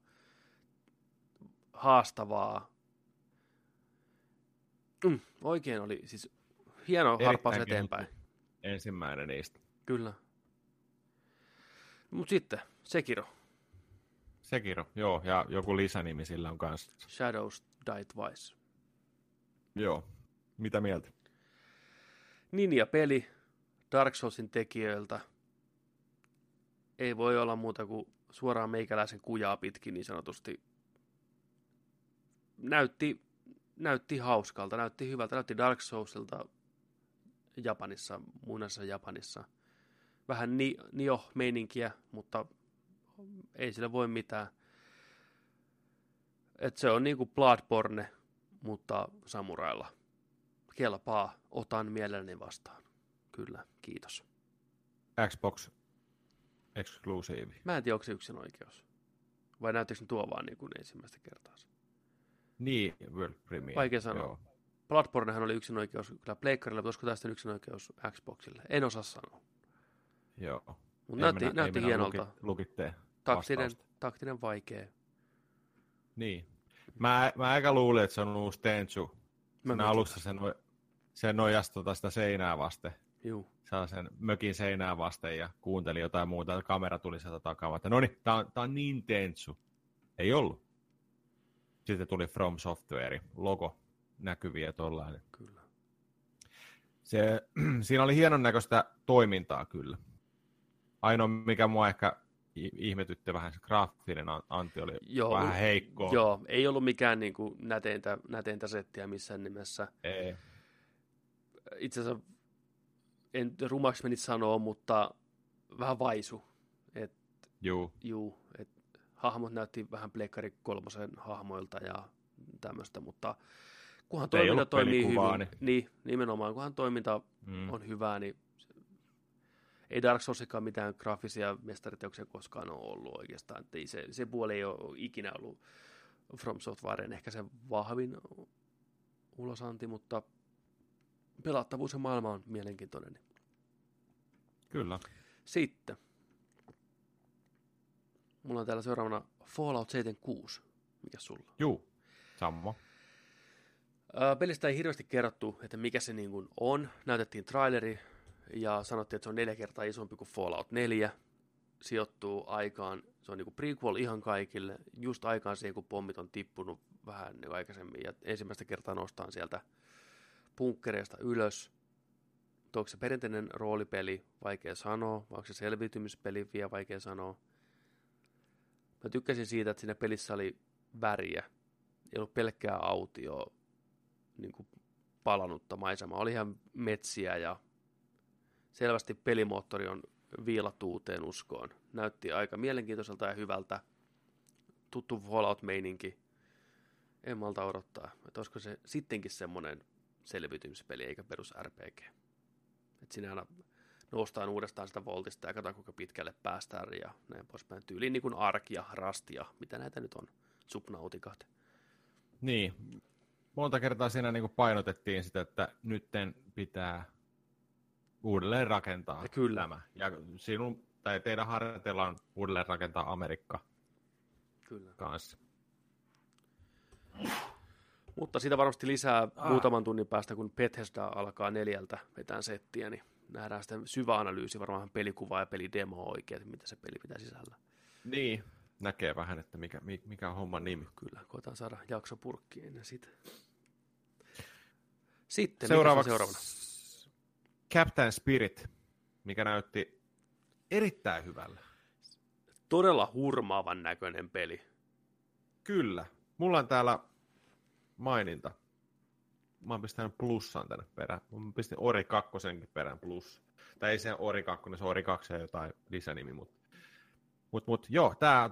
haastavaa. Oikein oli siis hieno harppaus eteenpäin. Ensimmäinen niistä. Kyllä. Mut sitten Sekiro, joo, ja joku lisänimi sillä on kanssa. Shadows Die Twice. Joo, mitä mieltä? Ninja-peli Dark Soulsin tekijöiltä. Ei voi olla muuta kuin suoraan meikäläisen kujaa pitkin niin sanotusti. Näytti hauskalta, näytti hyvältä, näytti Dark Soulsilta Japanissa, muinaisessa Japanissa. Vähän Nioh-meininkiä, mutta ei sillä voi mitään. Et se on niinku Bloodborne, mutta samurailla. Kelpaa, otan mielelläni vastaan. Kyllä, kiitos. Xbox Exclusive. Mä en tiedä, onko se yksin oikeus. Vai näyttekö ne tuo vaan niin kuin ensimmäistä kertaa? Niin, World Premiere. Vaikea sanoa. Joo. Bloodbornehan oli yksin oikeus kyllä pleikkarilla, mutta olisiko tästä yksin oikeus Xboxille? En osaa sanoa. Joo. Mutta näytti hienolta. Lukitte taktinen vaikea. Niin. Mä aika luulin, että se on uusi Tenchu. Siinä alussa se nojasi sitä seinää vasten. Juu. Sellaisen mökin seinää vasten ja kuunteli jotain muuta. Kamera tuli sieltä takaa. No niin, tää on niin Tenchu. Ei ollut. Sitten tuli From Software, logo näkyviä tollainen. Kyllä. Siinä oli hienon näköistä toimintaa kyllä. Ainoa mikä mua ehkä ihmetytti vähän, se graafinen anti oli vähän heikkoa. Joo, ei ollut mikään niin kuin näteintä settiä missään nimessä. Ei. Itse asiassa en rumaksi menit sanoa, mutta vähän vaisu. Juu, hahmot näytti vähän Pleikkari 3 hahmoilta ja tämmöistä, mutta kunhan toiminta toimii hyvin, niin nimenomaan, kunhan toiminta on hyvää, niin ei Dark Soulsikaan mitään graafisia mestariteoksia koskaan ole ollut oikeastaan. Että se puoli ei ole ikinä ollut From Softwaren ehkä se vahvin ulosanti, mutta pelattavuus ja maailma on mielenkiintoinen. Kyllä. Sitten mulla on täällä seuraavana Fallout 76. Mikäs sulla? Juu, sama. Pelistä ei hirveästi kerrottu, että mikä se niin kuin on. Näytettiin traileri ja sanottiin, että se on 4 kertaa isompi kuin Fallout 4. Sijoittuu aikaan, se on niin kuin prequel ihan kaikille, just aikaan siihen, kun pommit on tippunut vähän niin aikaisemmin. Ja ensimmäistä kertaa nostaan sieltä bunkkereista ylös. Onko se perinteinen roolipeli, vaikea sanoa, vai onko se selviytymispeli, vielä vaikea sanoa. Mä tykkäsin siitä, että siinä pelissä oli väriä. Ei ollut pelkkää autioa, niin kuin palannutta maisemaa. Oli ihan metsiä ja selvästi pelimoottori on viilattu uuteen uskoon. Näytti aika mielenkiintoiselta ja hyvältä. Tuttu Fallout-meininki. En malta odottaa, että olisiko se sittenkin semmoinen selviytymispeli eikä perus RPG. Että siinä aina noustaan uudestaan sitä voltista ja katsotaan kuinka pitkälle päästään ja näin poispäin. Tyyliin niin kuin Ark ja Rust ja mitä näitä nyt on, Subnauticat. Niin. monta kertaa siinä niin kuin painotettiin sitä, että nytten pitää uudelleen rakentaa Kyllä. tämä. Ja sinun tai teidän harjoitella on uudelleen rakentaa Amerikka Kyllä. kanssa. Mutta siitä varmasti lisää muutaman tunnin päästä, kun Bethesda alkaa 4 vetään settiä, niin nähdään sitten syvä analyysi, varmaan pelikuvaa ja pelidemo oikein, mitä se peli pitää sisällä. Niin, näkee vähän, että mikä on homman nimi. Kyllä, koetaan saada jakso purkkiin ennen sitä. Sitten, seuraavana? Captain Spirit, mikä näytti erittäin hyvällä. Todella hurmaavan näköinen peli. Kyllä. Mulla on täällä maininta. Mä oon pistänyt plussan tänne perään. Mä pistin Ori 2 perään plus. Tai ei se Ori 2, se Ori 2 ja jotain lisänimi, mutta joo, tää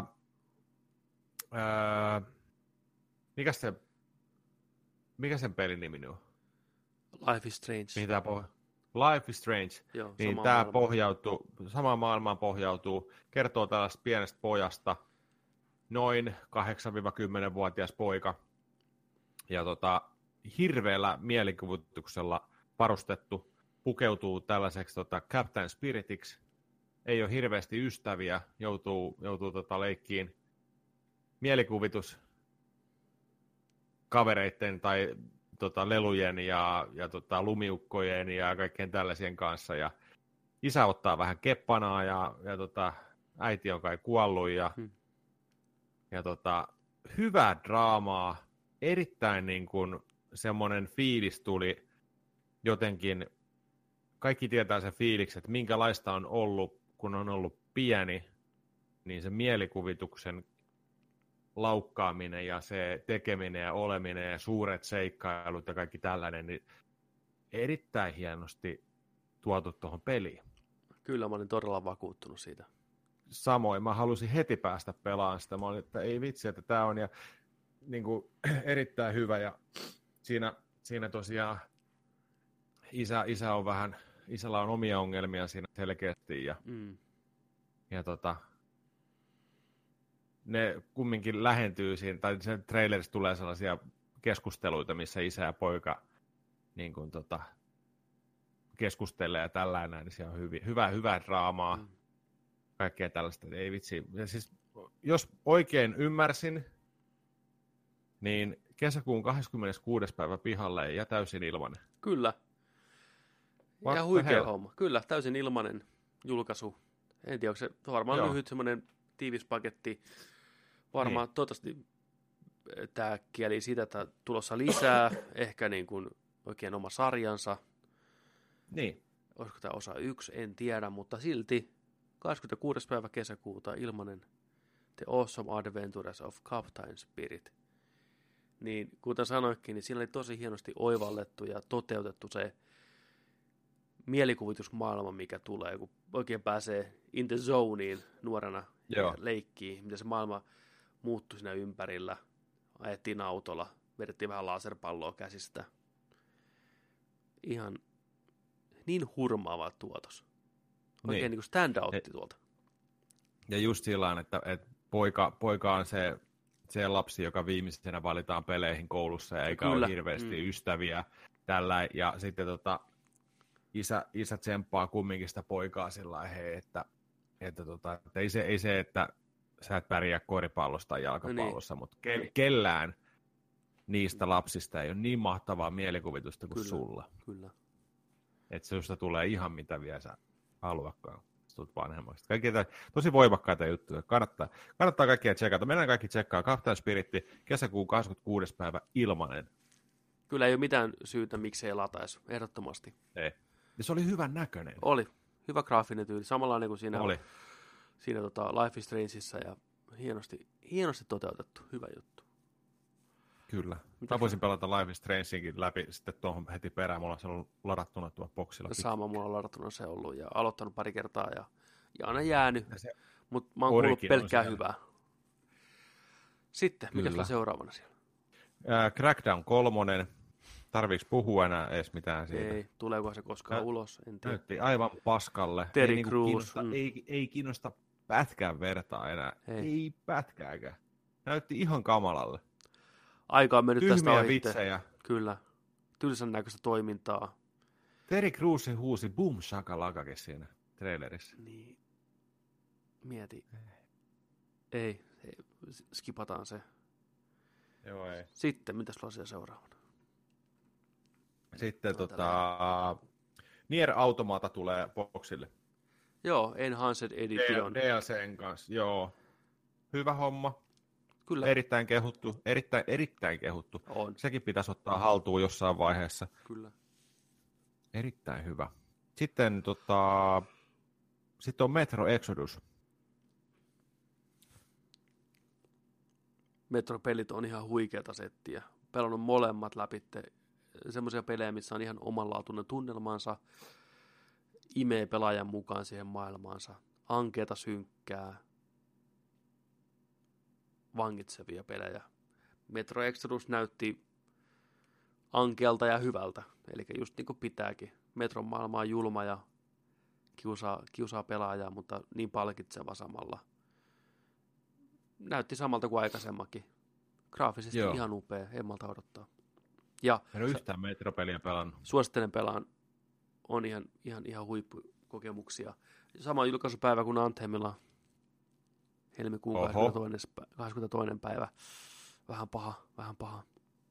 mikä sen pelin nimi on? Life is Strange. Mihin tää Life is Strange. Joo, niin tää samaan maailmaan pohjautuu, kertoo tällaista pienestä pojasta, noin 8-10-vuotias poika, ja hirveällä mielikuvituksella varustettu, pukeutuu tällaiseksi Captain Spiritiksi, ei ole hirveästi ystäviä, joutuu leikkiin mielikuvitus kavereitten tai lelujen ja lumiukkojen ja kaikkien tällaisien kanssa, ja isä ottaa vähän keppanaa ja äiti on kai kuollut ja hyvää draamaa, erittäin niin kuin semmoinen fiilis tuli jotenkin, kaikki tietää sen fiiliksen, että minkälaista on ollut, kun on ollut pieni, niin se mielikuvituksen laukkaaminen ja se tekeminen ja oleminen ja suuret seikkailut ja kaikki tällainen, niin erittäin hienosti tuotu tuohon peliin. Kyllä, mä olin todella vakuuttunut siitä. Samoin, mä halusin heti päästä pelaamaan sitä. Mä olin, että ei vitsi, että tää on ja, niin kuin, erittäin hyvä. Ja siinä tosiaan isä on vähän, isällä on omia ongelmia siinä selkeästi. Ja ne kumminkin lähentyy siinä, tai sen trailerissa tulee sellaisia keskusteluita, missä isä ja poika niin kuin, keskustelee ja tällainen, niin siellä on hyvää draamaa. Kaikkea tällaista, ei vitsi. Ja siis, jos oikein ymmärsin, niin kesäkuun 26. päivä pihalle ja täysin ilmanen. Kyllä. Ja huikea homma. Kyllä, täysin ilmanen julkaisu. En tiedä, onko se varmaan lyhyt semmoinen tiivis paketti. Varmaan toivottavasti tämä kieli siitä, että tulossa lisää, ehkä niin kuin oikein oma sarjansa. Niin. Olisiko tämä osa 1, en tiedä, mutta silti 26. päivä kesäkuuta ilmanen The Awesome Adventures of Captain Spirit. Niin kuten sanoikin, niin siinä oli tosi hienosti oivallettu ja toteutettu se mielikuvitusmaailma, mikä tulee, kun oikein pääsee in the zoneen nuorena ja leikkii, mitä se maailma muuttui siinä ympärillä. Ajettiin autolla, vedettiin vähän laserpalloa käsistä. Ihan niin hurmaava tuotos. Oikein niin kuin stand-outti tuolta. Ja just sillä että poika on se lapsi, joka viimeisenä valitaan peleihin koulussa ja eikä ole hirveästi ystäviä tällä. Ja sitten isä tsemppaa kumminkin sitä poikaa sillä lailla, että ei se, että sä et pärjää koripallossa tai jalkapallossa, mutta kellään niistä lapsista ei ole niin mahtavaa mielikuvitusta kuin sulla. Kyllä. Että susta tulee ihan mitä vielä sä haluakaan. Tulet vanhemmaksi. Tosi voimakkaita juttuja. Kannattaa kaikkia tsekata. Mennään kaikki tsekkaa. Captain Spirit, kesäkuun 26. päivä ilmanen. Kyllä ei ole mitään syytä, miksei lataisi. Ehdottomasti. Ei. Ja se oli hyvän näköinen. Oli. Hyvä graafinen tyyli. Samanlainen kuin siinä Life is Strangeissa ja hienosti toteutettu. Hyvä juttu. Kyllä. Mä voisin pelata Life is Strangeинkin läpi sitten tuohon heti perään. Mulla on se ollut ladattuna tuolla boksilla. Sama mulla on ladattuna se ollut ja aloittanut pari kertaa ja aina jäänyt. Mutta mä oon kuullut pelkkää hyvää. Sitten, mikä on seuraavana siellä? Crackdown 3. Tarviiko puhua enää edes mitään siitä? Ei, tuleeko se koskaan ulos, en tiedä. Näytti aivan paskalle. Terry Crews. Ei kiinnosta pätkään vertaa enää. Ei pätkääkään. Näytti ihan kamalalle. Aika on mennyt tästä Tyhmiä ohitte. vitsejä. Kyllä. Tylsän näköistä toimintaa. Terry Crews huusi boom shakalakakin siinä trailerissa. Niin. Mieti. Ei, skipataan se. Joo, ei. Sitten, mitäs sulla siellä seuraavana? Sitten Nier Automata tulee boksille. Joo, Enhanced Edition. DLCn kanssa, joo. Hyvä homma. Kyllä. Erittäin kehuttu, erittäin kehuttu. On. Sekin pitäisi ottaa haltuun jossain vaiheessa. Kyllä. Erittäin hyvä. Sitten, sitten on Metro Exodus. Metro-pelit on ihan huikeata settiä. Pelannut molemmat läpi. Semmoisia pelejä, missä on ihan omanlaatuinen tunnelmansa. Imee pelaajan mukaan siihen maailmaansa. Ankeeta, synkkää. Vangitsevia pelejä. Metro Exodus näytti ankealta ja hyvältä. Eli just niin kuin pitääkin. Metron maailma on julma ja kiusaa pelaajaa, mutta niin palkitseva samalla. Näytti samalta kuin aikaisemmakin. Graafisesti Joo. ihan upea, en malta odottaa. Ja En ole yhtään Metro-peliä pelannut. suosittelen pelaan, on ihan huippukokemuksia. Sama julkaisupäivä kuin Anthemilla, helmikuun 22. päivä. Vähän paha.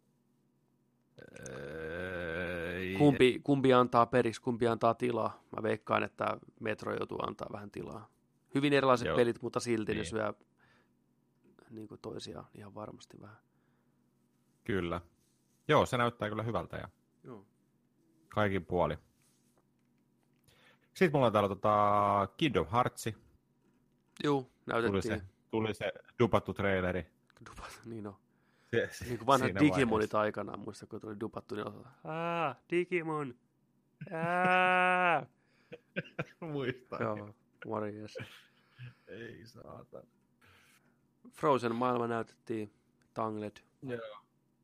Kumpi antaa periksi, kumpi antaa tilaa? Mä veikkaan, että Metro joutuu antaa vähän tilaa. Hyvin erilaiset pelit, mutta silti ne syö niin kuin toisiaan ihan varmasti vähän. Kyllä. Joo, se näyttää kyllä hyvältä ja kaikin puoli. Sitten mulla on täällä Kingdom Hearts. Joo, näytettiin. Tuli se dupattu traileri. Niin on. Se, niin kuin vanhat Digimonit aikanaan, muista kun tuli dupattu, niin osalta. Digimon! Muistan. Joo, morjes. Ei saatan. Frozen maailma näytettiin, Tangled. Joo.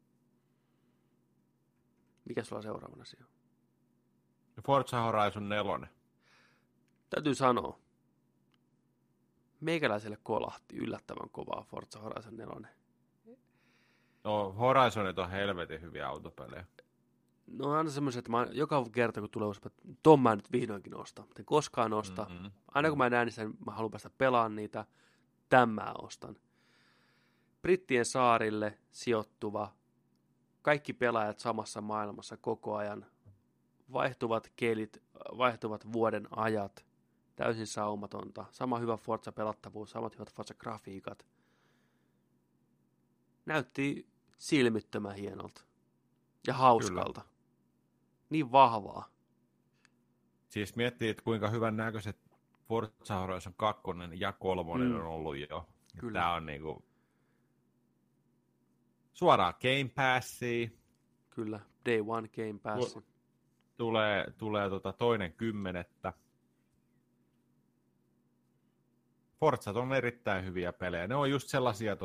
Mikä sulla on seuraavana siellä? Forza Horizon 4. Täytyy sanoa, meikäläiselle kolahti yllättävän kovaa Forza Horizon 4. No, Horizonit on helvetin hyviä autopelejä. No on aina semmoiset, että mä joka kerta kun tulee ulos, että ton mä nyt vihdoinkin ostan. En koskaan osta. Aina kun mä näen sen, mä haluan päästä pelaamaan niitä. Tämän mä ostan. Brittien saarille sijoittuva, kaikki pelaajat samassa maailmassa koko ajan, vaihtuvat kelit, vaihtuvat vuoden ajat, täysin saumatonta, sama hyvä Forza-pelattavuus, samat hyvät Forza-grafiikat. Näytti silmittömän hienolta ja hauskalta. Kyllä. Niin vahvaa. Siis miettii, että kuinka hyvän näköiset Forza Horizon 2 ja 3 on ollut jo. Kyllä. Tämä on niinku suoraan Game Passia. Kyllä, Day One Game Pass. Tulee 2.10. Forzat on erittäin hyviä pelejä. Ne on just sellaisia,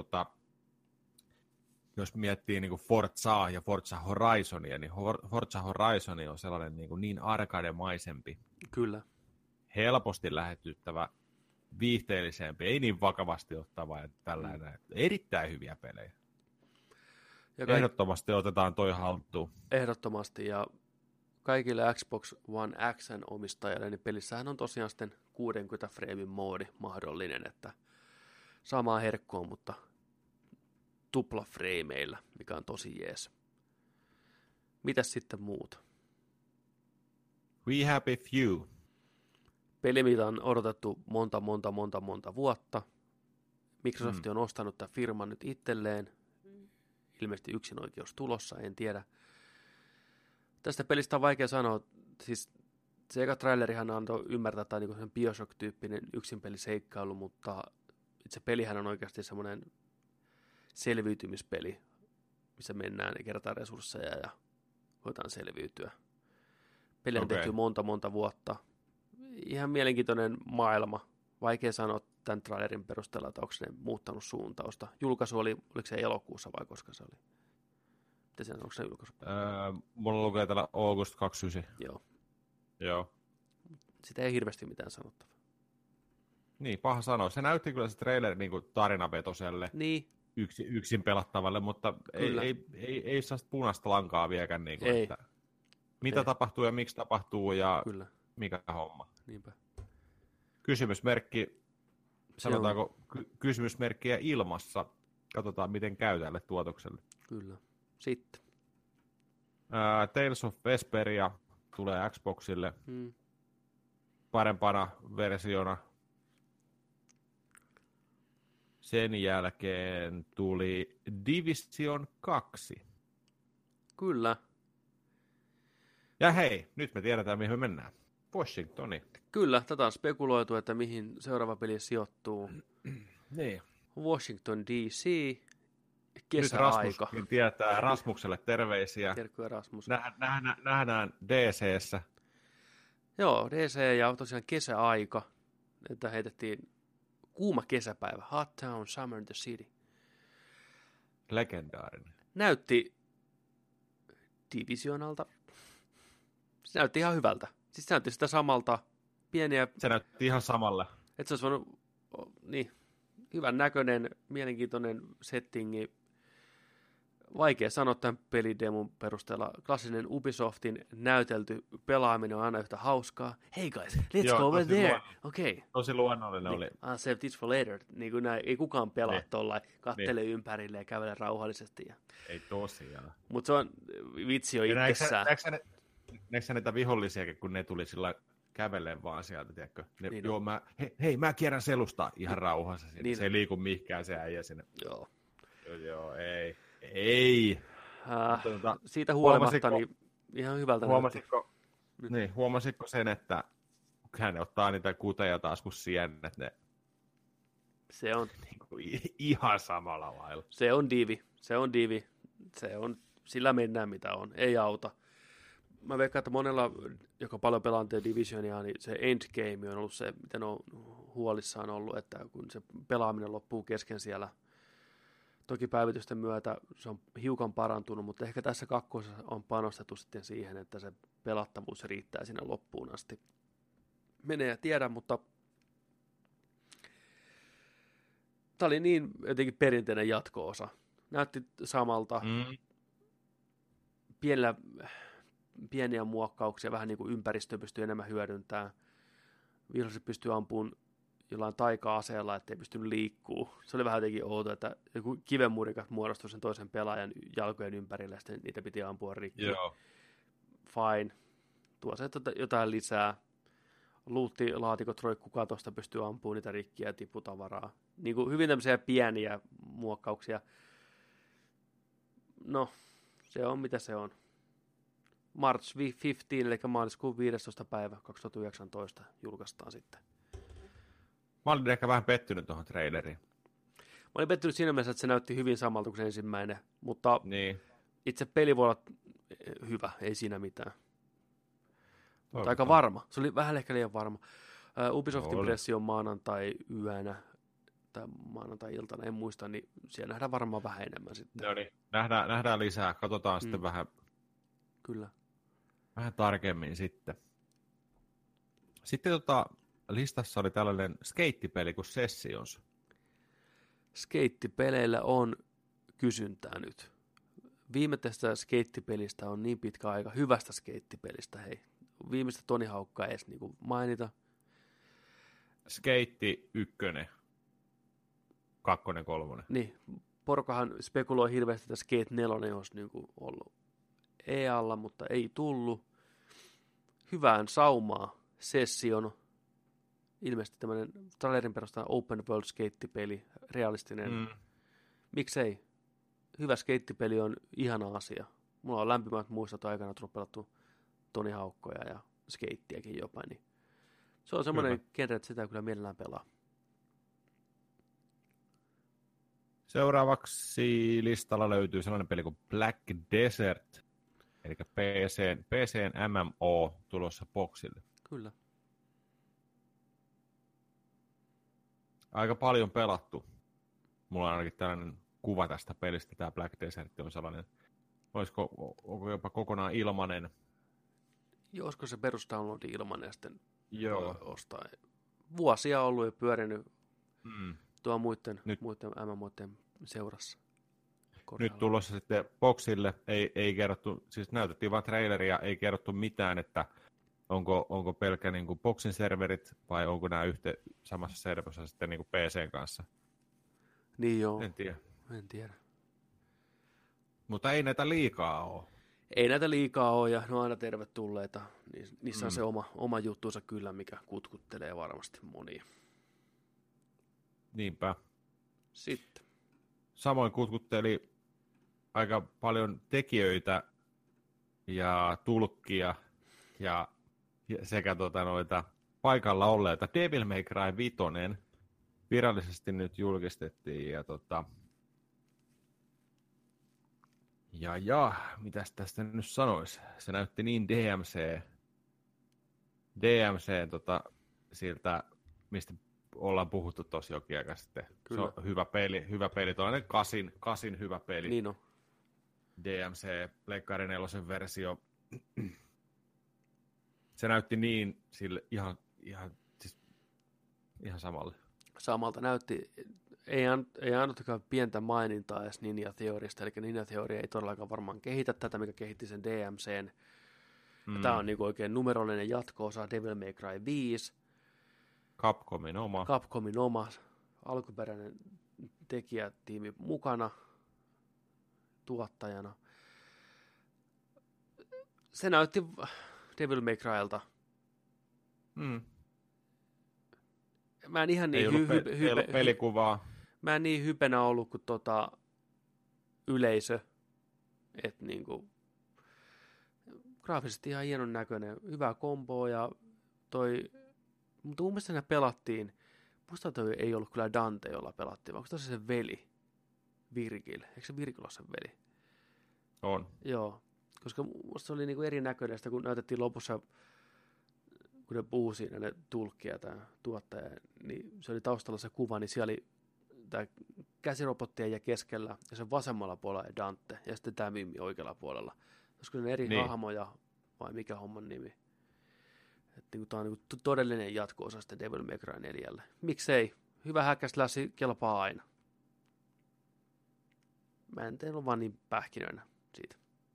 jos miettii niinku Forzaa ja Forza Horizonia, niin Forza Horizon on sellainen niin arcade-maisempi. Kyllä. Helposti lähetyttävä, viihteellisempi, ei niin vakavasti ottava ja tällainen. Erittäin hyviä pelejä. Ja ehdottomasti otetaan toi haltuun. Ehdottomasti, ja kaikille Xbox One X:n omistajille, niin pelissähän on tosiaan sitten 60 framein moodi mahdollinen, että samaa herkkua, mutta tupla frameilla, mikä on tosi jees. Mitäs sitten muuta? We Happy Few. Peli, mitä on odotettu monta vuotta. Microsoft on ostanut tämän firman nyt itselleen. Ilmeisesti yksinoikeus tulossa, en tiedä. Tästä pelistä on vaikea sanoa. Siis se eka trailerihan antoi ymmärtää, että tämä on niin Bioshock-tyyppinen yksinpeliseikkailu, mutta itse pelihän on oikeasti semmoinen selviytymispeli, missä mennään ja kerätään resursseja ja voidaan selviytyä. Peli on tehty monta vuotta. Ihan mielenkiintoinen maailma. Vaikea sanoa tämän trailerin perusteella, että onko ne muuttanut suuntausta. Julkaisu oli, oliko se elokuussa vai koska se oli? Miten se on, onko se julkaisu? Mulla lukee täällä August 29. Joo. Sitä ei hirveästi mitään sanottavaa. Niin, paha sanoa. Se näytti kyllä se trailer niin kuin tarinavetoiselle. Niin. yksin pelattavalle, mutta ei saa punaista lankaa vieläkään. Niin kuin, että mitä tapahtuu ja miksi tapahtuu ja mikä homma. Niinpä. Kysymysmerkki, sanotaanko kysymysmerkkiä ilmassa. Katsotaan, miten käy tälle tuotokselle. Kyllä. Sitten. Tales of Vesperia tulee Xboxille parempana versiona. Sen jälkeen tuli Division 2. Kyllä. Ja hei, nyt me tiedetään, mihin me mennään. Washingtoni. Kyllä, tätä on spekuloitu, että mihin seuraava peli sijoittuu. Niin. Washington DC, kesäaika. Nyt Rasmus tietää. Rasmukselle terveisiä. Terkkuja Rasmus. Nähdään DC:ssä. Joo, DC ja tosiaan kesäaika, että heitettiin kuuma kesäpäivä. Hot Town, Summer in the City. Legendaarinen. Näytti Divisionalta. Se näytti ihan hyvältä. Siis se näytti sitä samalta. Pieniä... Se näytti ihan samalle. Että se olisi voinut, niin, hyvän näköinen, mielenkiintoinen settingi. Vaikea sanoa tämän pelidemon perusteella. Klassinen Ubisoftin näytelty pelaaminen on aina yhtä hauskaa. Hey guys, let's go over there. Okay. Tosi luonnollinen oli. I'll save this for later. Niin kuin näin, ei kukaan pelaa tollain, kattele ympärille ja kävele rauhallisesti. Ja... Ei tosiaan. Mutta se on, vitsi on itsessään. Näetkö niitä vihollisiakin, kun ne tuli sillä käveleen vaan sieltä, tiedätkö? Ne, niin joo, mä kierrän selusta ihan rauhassa. Niin se ei liiku mihinkään se äijä sinne. Joo. Joo, ei. Siitä huolimatta, niin ihan hyvältä huomasitko sen, että hän ottaa niitä kuteja taas kuin sienet, ne se on ihan samalla lailla. Se on divi. Sillä mennään mitä on, ei auta. Mä veikkaan, että monella, joka paljon pelaa Divisionia, niin se endgame on ollut se, miten on huolissaan ollut, että kun se pelaaminen loppuu kesken siellä. Toki päivitysten myötä se on hiukan parantunut, mutta ehkä tässä kakkosessa on panostettu sitten siihen, että se pelattavuus riittää sinne loppuun asti. Menee ja tiedä, mutta tämä oli niin jotenkin perinteinen jatko-osa. Näytti samalta. Pieniä muokkauksia, vähän niin kuin ympäristö pystyy enemmän hyödyntämään. Viholliset pystyy ampumaan jollain taika-aseella, ettei pystynyt liikkuu. Se oli vähän jotenkin outo, että joku kivenmurikat muodostui sen toisen pelaajan jalkojen ympärille, ja sitten niitä piti ampua rikki. Joo. Fine. Tuo se jotain lisää. Luuttilaatikot roikkuu katosta, pystyy ampumaan niitä rikkiä ja tiputavaraa. Niin kuin hyvin tämmöisiä pieniä muokkauksia. No, se on mitä se on. March 15, eli maaliskuun 15. päivä 2019 julkaistaan sitten. Mä olin ehkä vähän pettynyt tuohon traileriin. Mä olin pettynyt siinä mielessä, että se näytti hyvin samalta kuin se ensimmäinen, mutta itse peli voi olla hyvä, ei siinä mitään. Mutta aika varma. Se oli vähän ehkä liian varma. Ubisoftin pressi on maanantai-yönä tai maanantai-iltana, en muista, niin siellä nähdään varmaan vähän enemmän sitten. No niin, nähdään lisää. Katsotaan sitten vähän. Kyllä. Vähän tarkemmin sitten. Sitten listassa oli tällainen skeittipeli kuin Sessions. Skeittipeleillä on kysyntää nyt. Viimeisestä skeittipelistä on niin pitkä aika. Hyvästä skeittipelistä, hei. Viimeistä Tony Hawkkaa edes niin mainita. Skeitti 1, 2, 3. Niin, porukkahan spekuloi hirveästi, että Skate 4 olisi niin ollut EAlla, mutta ei tullut. Hyvään saumaa. Session, ilmeisesti tämmöinen trailerin perusteella open world skeittipeli, realistinen. Miksei? Hyvä skeittipeli on ihana asia. Mulla on lämpimät muistot aikana tullut pelattu Tony Hawkkoja ja skeittiäkin jopa. Niin se on semmoinen genre, että sitä kyllä mielellään pelaa. Seuraavaksi listalla löytyy sellainen peli kuin Black Desert, eli PC:n MMO tulossa boxille. Kyllä. Aika paljon pelattu. Mulla on ainakin tällainen kuva tästä pelistä. Tämä Black Desert on sellainen, onko jopa kokonaan ilmanen? Olisiko se perusdownloadi ilmanen ja sitten ostaa. Vuosia ollut ja pyörinyt tuo muiden MMOiden seurassa. Nyt tulossa sitten boxille ei kerrottu, siis näytettiin vain traileria, ei kerrottu mitään, että onko pelkkä niin kuin boxin serverit vai onko nämä samassa serverissa sitten niin kuin PCn kanssa. Niin joo. En tiedä. Mutta ei näitä liikaa ole. Ei näitä liikaa ole ja ne on aina tervetulleita. Niissä on se oma juttuunsa kyllä, mikä kutkuttelee varmasti monia. Niinpä. Sitten. Samoin kutkutteli aika paljon tekijöitä ja tulkkia ja sekä noita paikalla olleita. Devil May Cry 5 virallisesti nyt julkistettiin ja mitäs tästä nyt sanois? Se näytti niin DMC siltä, mistä ollaan puhuttu tossa jokin aika sitten. Kyllä. Se on hyvä peli, tuollainen kasin hyvä peli. Niin on. DMC, Pleikkari 4 versio. Se näytti niin sille ihan samalle. Samalta näytti. Ei annettukaan pientä mainintaa edes Ninja Theorysta, eli Ninja Theory ei todellakaan varmaan kehitä tätä, mikä kehitti sen DMCn. Tämä on niinku oikein numerollinen jatko-osa Devil May Cry 5. Capcomin oma alkuperäinen tekijätiimi mukana tuottajana. Se näytti Devil May Crylta. Mä en ihan niin pelikuvaa. Mä en niin hypenä ollut kuin yleisö, että niinku graafisesti ihan hienon näköinen, hyvä kombo ja mutta mun mielestä pelattiin, musta toi ei ollut kyllä Dante, jolla pelattiin, vaan onko toi se veli, Virgil, eikö se Virgil ole sen veli? On. Joo, koska musta se oli niinku erinäköinen, sitä kun näytettiin lopussa, kun ne puhuu siinä, ne tulkki ja tämä tuottaja, niin se oli taustalla se kuva, niin siellä oli tämä käsirobottien ja keskellä, ja sen vasemmalla puolella Dante, ja sitten tämä Mimmi oikealla puolella. Olisiko ne eri hahmoja, vai mikä homman nimi? Että tämä on niinku todellinen jatko-osa sitten Devil May Cry 4. Miksei? Hyvä häkkäsläsi kelpaa aina. Mä en teillä ole vaan niin pähkinöinä siitä.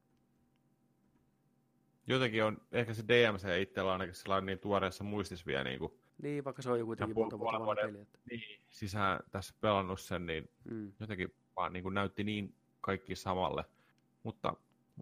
Jotenkin on, ehkä se DMC itsellä on ainakin sellainen niin tuoreessa muistis vielä niin, vaikka se on jo kuitenkin monta vuotta peli. Niin, sisään tässä pelannut sen, niin jotenkin vaan niin kuin näytti niin kaikki samalle. Mutta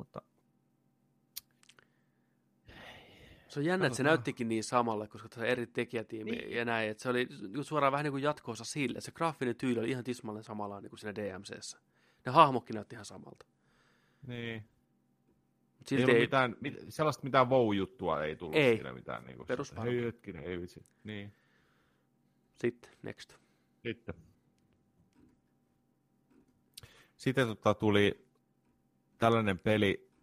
se on jännä, että se näyttikin niin samalle, koska se on eri tekijätiimi ja näin. Että se oli suoraan vähän niin kuin jatko-osa sille. Se graafinen tyyli oli ihan tismalleen samalla niin kuin siinä DMC:ssä. Ne hahmotkin näytti ihan samalta. Niin. Silti ei sellaista mitään wow-juttua ei tullut siinä mitään. Niin perusvarma. Hetkinen, ei vitsi. Niin. Sitten, next. Sitten tuli tällainen peli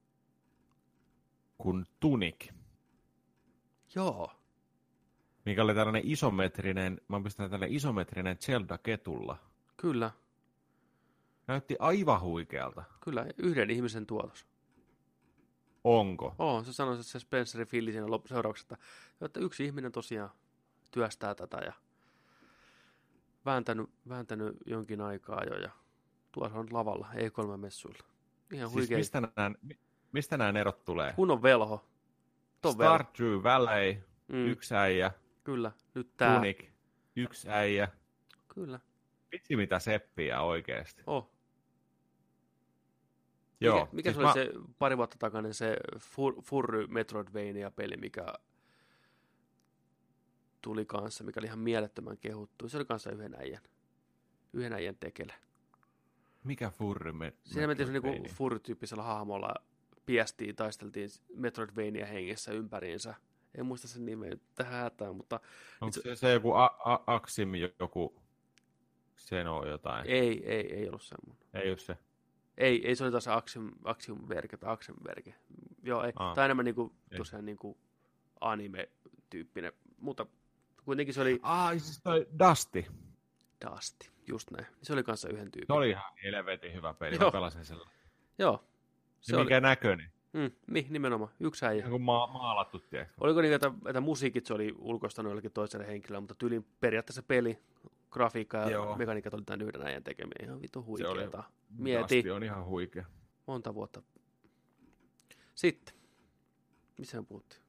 kuin Tunic. Joo. Mikä oli tällainen isometrinen, mä pistän tällainen isometrinen Zelda-ketulla. Kyllä. Näytti aivan huikealta. Kyllä, yhden ihmisen tuotos. Onko? Se sanoi, että se Spencerin Philly siinä seurauksessa, että yksi ihminen tosiaan työstää tätä ja vääntänyt jonkin aikaa jo ja tuossa on lavalla, E3-messuilla. Ihan siis mistä nämä erot tulee? Kunnon velho. Stardew Valley, yksi äijä. Kyllä, nyt tää. Tunic, yksi äijä. Kyllä. Vitsi mitä seppiä oikeesti. Joo, mikä siis se oli se pari vuotta takainen se Furry Metroidvania-peli, mikä tuli kanssa, mikä oli ihan mielettömän kehuttu. Se oli kanssa yhden äijän tekele. Mikä Furry Metroidvania? Siinä mentiin niinku Furry-tyyppisellä hahmolla piestiin, taisteltiin Metroidvania-hengessä ympäriinsä. En muista sen nimeä tähän hätään, mutta... Onko se joku Axim, joku Xeno jotain? Ei ollut semmoinen. Ei ole se. Ei se oli taas Axiom-verke tai Axem-verke. Joo, ei. Tämä on enemmän niinku, tosiaan niinku anime-tyyppinen, mutta kuitenkin se oli... Siis toi Dusty. Dusty, just näin. Se oli kanssa yhden tyypin. Se oli ihan helvetin hyvä peli, mä pelasin sillä. Joo. Se mikä oli... näköinen. Nimenomaan, yksi äijä. Ihan kuin maalattu, tiedätkö? Oliko niin, että musiikit se oli ulkoistanut jollekin toiselle henkilölle, mutta tyylin periaatteessa peli grafiikka ja Joo. mekaniikat oli tämän yhden äijän tekemiä. Ihan vittu huikeeta. Mieti. Dusty on ihan huikea. Monta vuotta. Sitten. Missä me puhuttiin?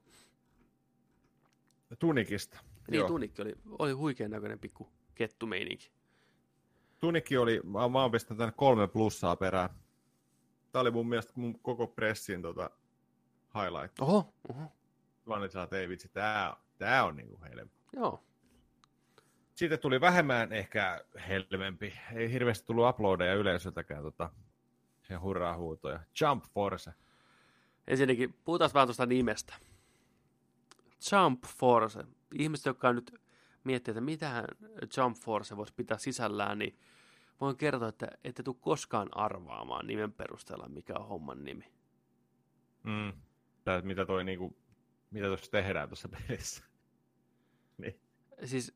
Tunikista. Niin, Joo. Tunikki oli huikean näköinen pikku kettumeininki. Tunikki oli, mä oon pistänyt tänne 3 plussaa perään. Tää oli mun mielestä mun koko pressin highlight. Oho. Vanessa, että ei vitsi, tää on niinku helppo. Joo. Sitten tuli vähemmän ehkä helvempi. Ei hirveästi tullut uploadeja yleisöltäkään ja hurraa huutoja. Jump Force. Ensinnäkin puhutaan vähän tuosta nimestä. Jump Force. Ihmiset, jotka nyt miettii, että mitähän Jump Force voisi pitää sisällään, niin voin kertoa, että ette tule koskaan arvaamaan nimen perusteella, mikä on homman nimi. Mitä tuossa tehdään tuossa pelissä. Niin. Siis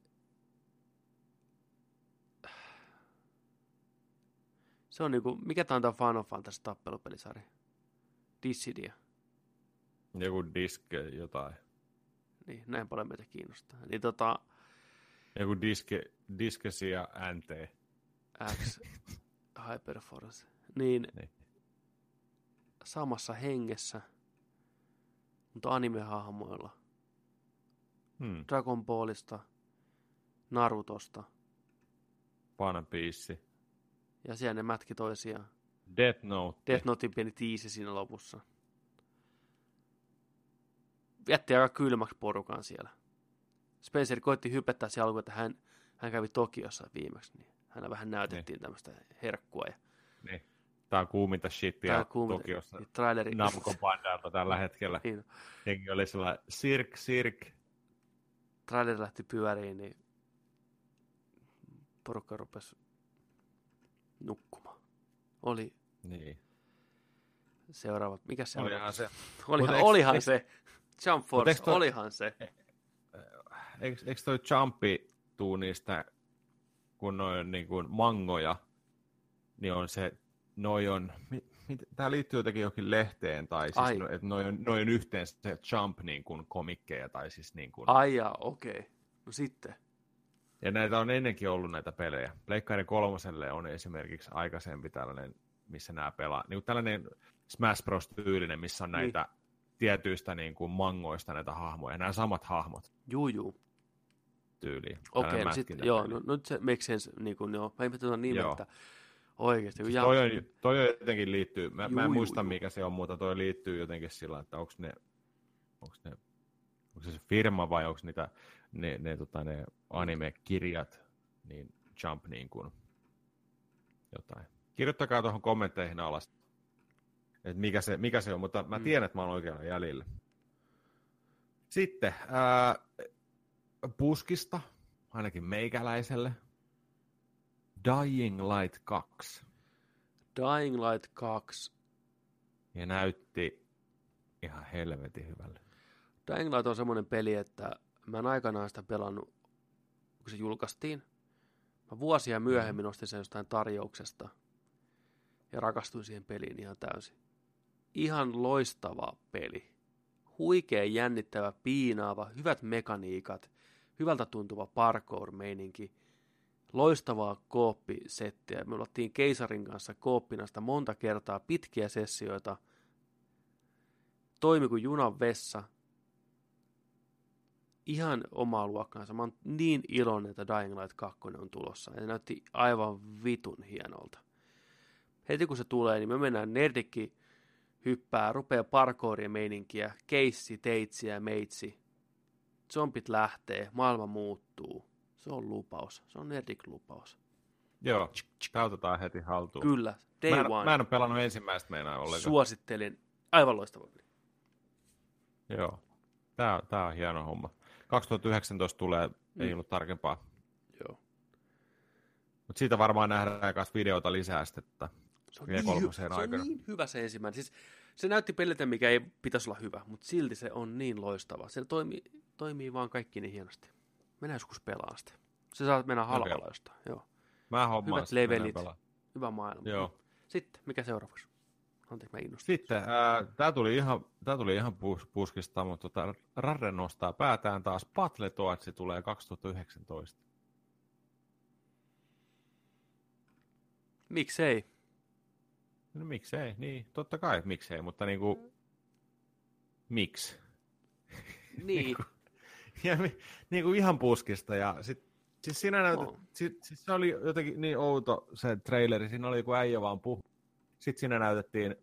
se on niinku, mikä tää on tää Final Fantasy tappelupelisarja? Dissidia. Joku jotain. Niin, näin paljon meitä kiinnostaa. Niin Joku Diskesia NT. X Hyperforce. Niin. Samassa hengessä, mutta anime-hahmoilla. Dragon Ballista, Narutosta. One Piece. Ja siellä ne mätki toisiaan. Death Note. Death Notein pieni tiisi siinä lopussa. Jätti aika kylmäksi porukan siellä. Spencer koitti hypettää se alkuun, että hän kävi Tokiossa viimeksi. Niin hänellä vähän näytettiin tämmöistä herkkua. Niin. Tää on kuuminta shittiä Tokiossa. Traileri. Namco Bandalta tällä hetkellä. Niin. Henki oli sellainen sirk. Traileri lähti pyöriin, niin porukka rupesi nukkumaan. Oli niin. Seuraavat. Mikä se olihan se? Olihan se. Jump Force, olihan se. Eikö toi Jumpi tuu niistä, kun noi on niin kuin mangoja, niin on se, tää liittyy jotenkin johonkin lehteen, tai siis, että noi on yhteen se Jump niin kuin komikkeja, tai siis niin kuin. Okei. No sitten. Ja näitä on ennenkin ollut näitä pelejä. Pleikkari 3 on esimerkiksi aikaisempi tällainen, missä nämä pelaa. Niin kuin tällainen Smash Bros-tyylinen, missä on näitä tietyistä niin kuin mangoista näitä hahmoja. Nämä samat hahmot. Juu. Tyyliin. Okei, no sitten, joo, no nyt se makes sense, niin kuin, joo. Mä ihmettelin nimettä oikeasti. Siis toi jotenkin liittyy, mä en muista mikä se on, mutta toi liittyy jotenkin sillä, että onko se firma vai onko niitä ne anime-kirjat, niin Jump niin kuin jotain. Kirjoittakaa tuohon kommentteihin alas, että mikä se on, mutta mä tiedän, että mä oon oikealla jäljellä. Sitten puskista, ainakin meikäläiselle, Dying Light 2. Dying Light 2. Ja näytti ihan helvetin hyvälle. Dying Light on semmoinen peli, että mä en aikanaan sitä pelannut, kun se julkaistiin. Mä vuosia myöhemmin ostin sen jostain tarjouksesta ja rakastuin siihen peliin ihan täysin. Ihan loistava peli. Huikea, jännittävä, piinaava, hyvät mekaniikat, hyvältä tuntuva parkour-meininki, loistavaa kooppisettiä. Me oltiin Keisarin kanssa kooppina sitä monta kertaa, pitkiä sessioita. Toimi kuin junan vessa. Ihan omaa luokkaansa. Mä oon niin iloinen, että Dying Light 2 on tulossa. Ja näytti aivan vitun hienolta. Heti kun se tulee, niin me mennään nerdikki hyppää, rupeaa parkourien meininkiä, keissi, teitsi ja meitsi. Zombit lähtee, maailma muuttuu. Se on lupaus. Se on nerdik-lupaus. Joo, otetaan heti haltuun. Kyllä, day one. Mä en ole pelannut ensimmäistä meinaa ollenkaan. Suosittelin. Aivan loistava peli. Joo, tää on hieno homma. 2019 tulee, ei ollut tarkempaa. Joo. Mutta siitä varmaan nähdään myös videota lisää sitten. Se on niin hyvä se ensimmäinen. Siis se näytti peliltä, mikä ei pitäisi olla hyvä, mutta silti se on niin loistava. Se toimii vaan kaikki niin hienosti. Mennään joskus pelaa sitä. Se saa mennä halvalla jostain. Joo. Mä hommaan. Hyvät levelit, hyvä maailma. Joo. Sitten, mikä seuraavaksi? Anteeksi, mä innostun. Sitten, tää tuli ihan puskista, mutta Rarre nostaa päätään taas. Battletoads tulee 2019. Miksei? No miksei, niin, totta kai miksei, mutta niinku, miksi? Niin. Ja niinku ihan puskista, ja siis siinä siis se oli jotenkin niin outo se traileri, siinä oli joku äijä vaan puhu. Sitten siinä näytettiin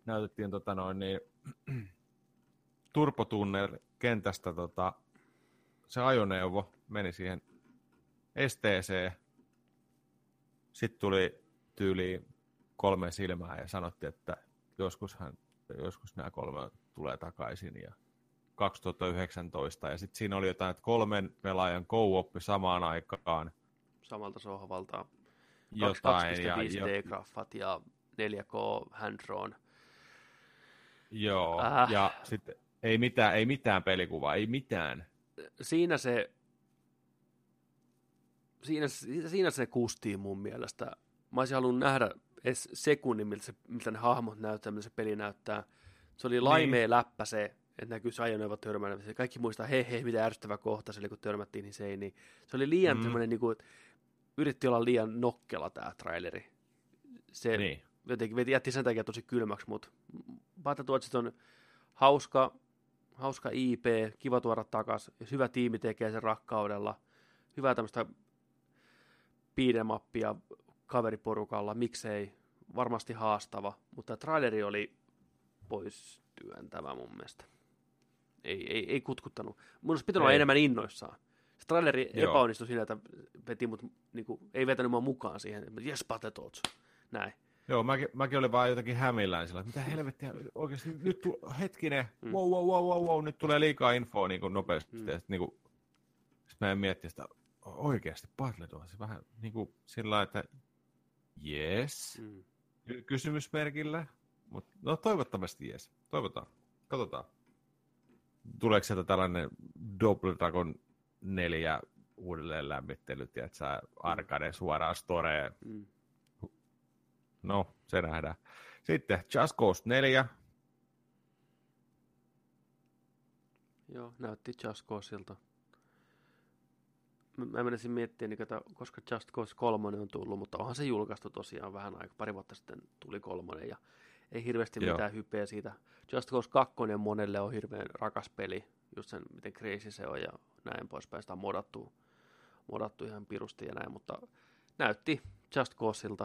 turbotunner kentästä se ajoneuvo meni siihen esteeseen. Sitten tuli tyyliin 3 silmää ja sanottiin, että joskus nämä 3 tulee takaisin ja 2019. Ja sitten siinä oli jotain, että 3 pelaajan co-oppi samaan aikaan. Samalta sohvalta. Jotain. 2.5 D-graffat ja 4K hand-drawn. Joo, ja sitten ei mitään pelikuvaa, ei mitään. Siinä se kustii mun mielestä. Mä olisin halunnut nähdä edes sekunnin, miltä ne hahmot näyttää, miltä se peli näyttää. Se oli laimea läppä se, että näkyy se ajoneuvo törmäällä. Kaikki muistaa, hei, mitä ärsyttävä kohta se oli, kun törmättiin niin seiniin. Se oli liian semmoinen, niin kuin, yritti olla liian nokkela tämä traileri. Se jotenkin jätti sen takia tosi kylmäksi, mutta Battletoads on hauska IP, kiva tuoda takas, jos hyvä tiimi tekee sen rakkaudella, hyvää tämmöistä beat'em-upia kaveriporukalla, miksei, varmasti haastava, mutta traileri oli pois työntävä mun mielestä. Ei kutkuttanut. Mun olisi pitänyt olla enemmän innoissaan. Se traileri epäonnistui siinä, että veti mut, niinku, ei vetänyt mua mukaan siihen, että jes, Battletoads, näin. Joo, mäkin olin vaan jotenkin hämillään sillä, että mitä helvettiä, oikeasti nyt hetkinen, wow, nyt tulee liikaa infoa niin kuin nopeasti. Ja sitten niin mä en miettiä sitä oikeasti Battletoads, vähän niin kuin sillä lailla, että jes, kysymysmerkillä, mutta no toivottavasti jes, toivotaan, katsotaan. Tuleeko sieltä tällainen Double Dragon 4 uudelleen lämmittely, että sä arcade suoraan storeen. No, se nähdään. Sitten Just Cause 4. Joo, näytti Just Causeilta. Mä menisin miettimään, koska Just Cause 3 on tullut, mutta onhan se julkaistu tosiaan vähän aikaa. Pari vuotta sitten tuli 3 ja ei hirveästi mitään hypeä siitä. Just Cause 2 monelle on hirveän rakas peli, just sen miten crazy se on ja näin poispäin. Sitä on modattu ihan pirusti ja näin, mutta näytti Just Causeilta.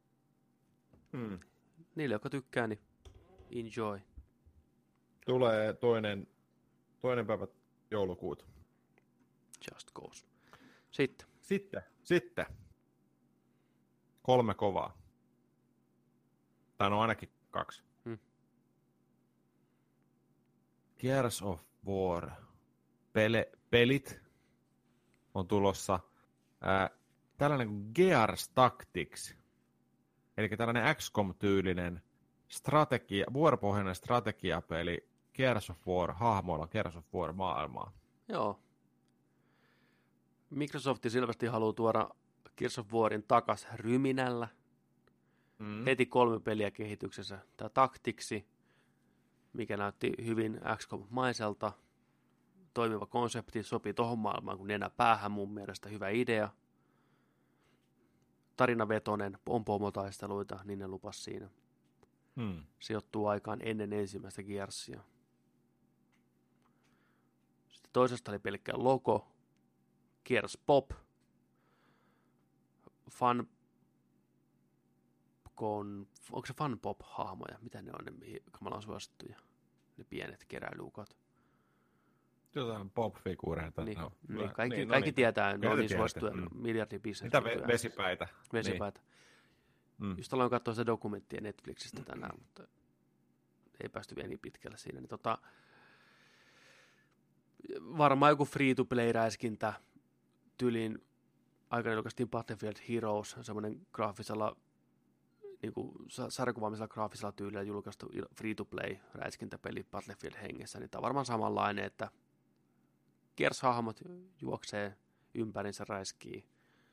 Niille, jotka tykkää, niin enjoy. Tulee toinen päivä joulukuuta. Just Cause. Sitten. 3 kovaa. Tai no ainakin 2. Gears of War. Pelit on tulossa. Tällainen kuin Gears Tactics. Eli tällainen XCOM-tyylinen vuoropohjainen strategiapeli Gears of War hahmoilla Gears of War maailmaa. Joo. Microsoft selvästi haluaa tuoda Gears of Warin takas ryminällä. Heti 3 peliä kehityksessä. Tämä Tactiksi, mikä näytti hyvin XCOM-maiselta. Toimiva konsepti, sopii tohon maailmaan kuin nenä päähän mun mielestä. Hyvä idea. Tarinavetoinen, on pomotaisteluita, niin ne lupas siinä. Sijoittuu aikaan ennen ensimmäistä Gearsia. Sitten toisesta oli pelkkä logo, Gears Pop, onko se Fun Pop-hahmoja? Mitä ne on, ne kamalan suosittuja? Ne pienet keräilyukat. Jotain pop-figuureita. Niin, kaikki tietää, ne on niin suosittuja miljardin bisnes. Mitä vesipäitä? Vesipäitä. Just aloin katsoa sitä dokumenttia Netflixistä tänään, mutta ei päästy vielä niin pitkälle siinä. Niin varmaan joku free-to-play-räiskintä tyylin aikana julkaistiin Battlefield Heroes, semmoinen graafisella, niin kuin sarjakuvaamisella graafisella tyylillä julkaistu free-to-play-räiskintäpeli Battlefield hengessä, niin tämä on varmaan samanlainen, että Gears-hahmot juoksee ympärinsä räiskii.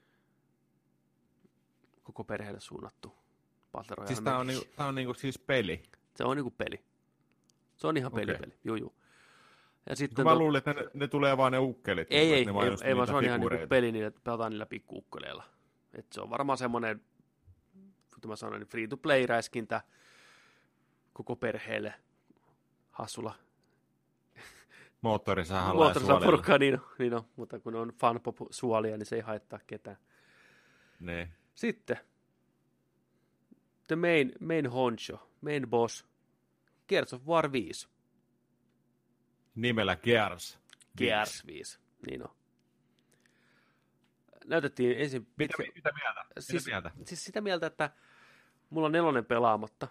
Koko perheelle suunnattu Battle Royale. Siis tämä on niinku siis peli? Se on niinku peli. Se on ihan peli. Juu. Ja sitten mä luulin, että ne tulee vaan ne ukkelit. Ei vaan se on ihan niinku peli, niille pelataan niillä pikku-ukkeleilla. Et se on varmaan semmoinen kuten mä sanoin, niin free-to-play-räiskintä koko perheelle hassulla Moottorisahalla ja porukkaa, niin on, mutta kun on fanpop-suolia, niin se ei haittaa ketään. Niin. Sitten, the main honcho, main boss, Gears of War 5. Nimellä Gears. Gears 5, niin on. Näytettiin ensin... Mitä mieltä? Siis sitä mieltä, että mulla on 4 pelaamatta.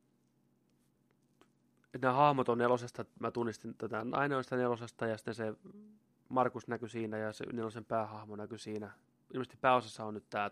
Nämä hahmot on 4, mä tunnistin tätä nainen on sitä 4, ja sitten se Markus näkyi siinä, ja se 4 päähahmo näkyi siinä. Ilmeisesti pääosassa on nyt tämä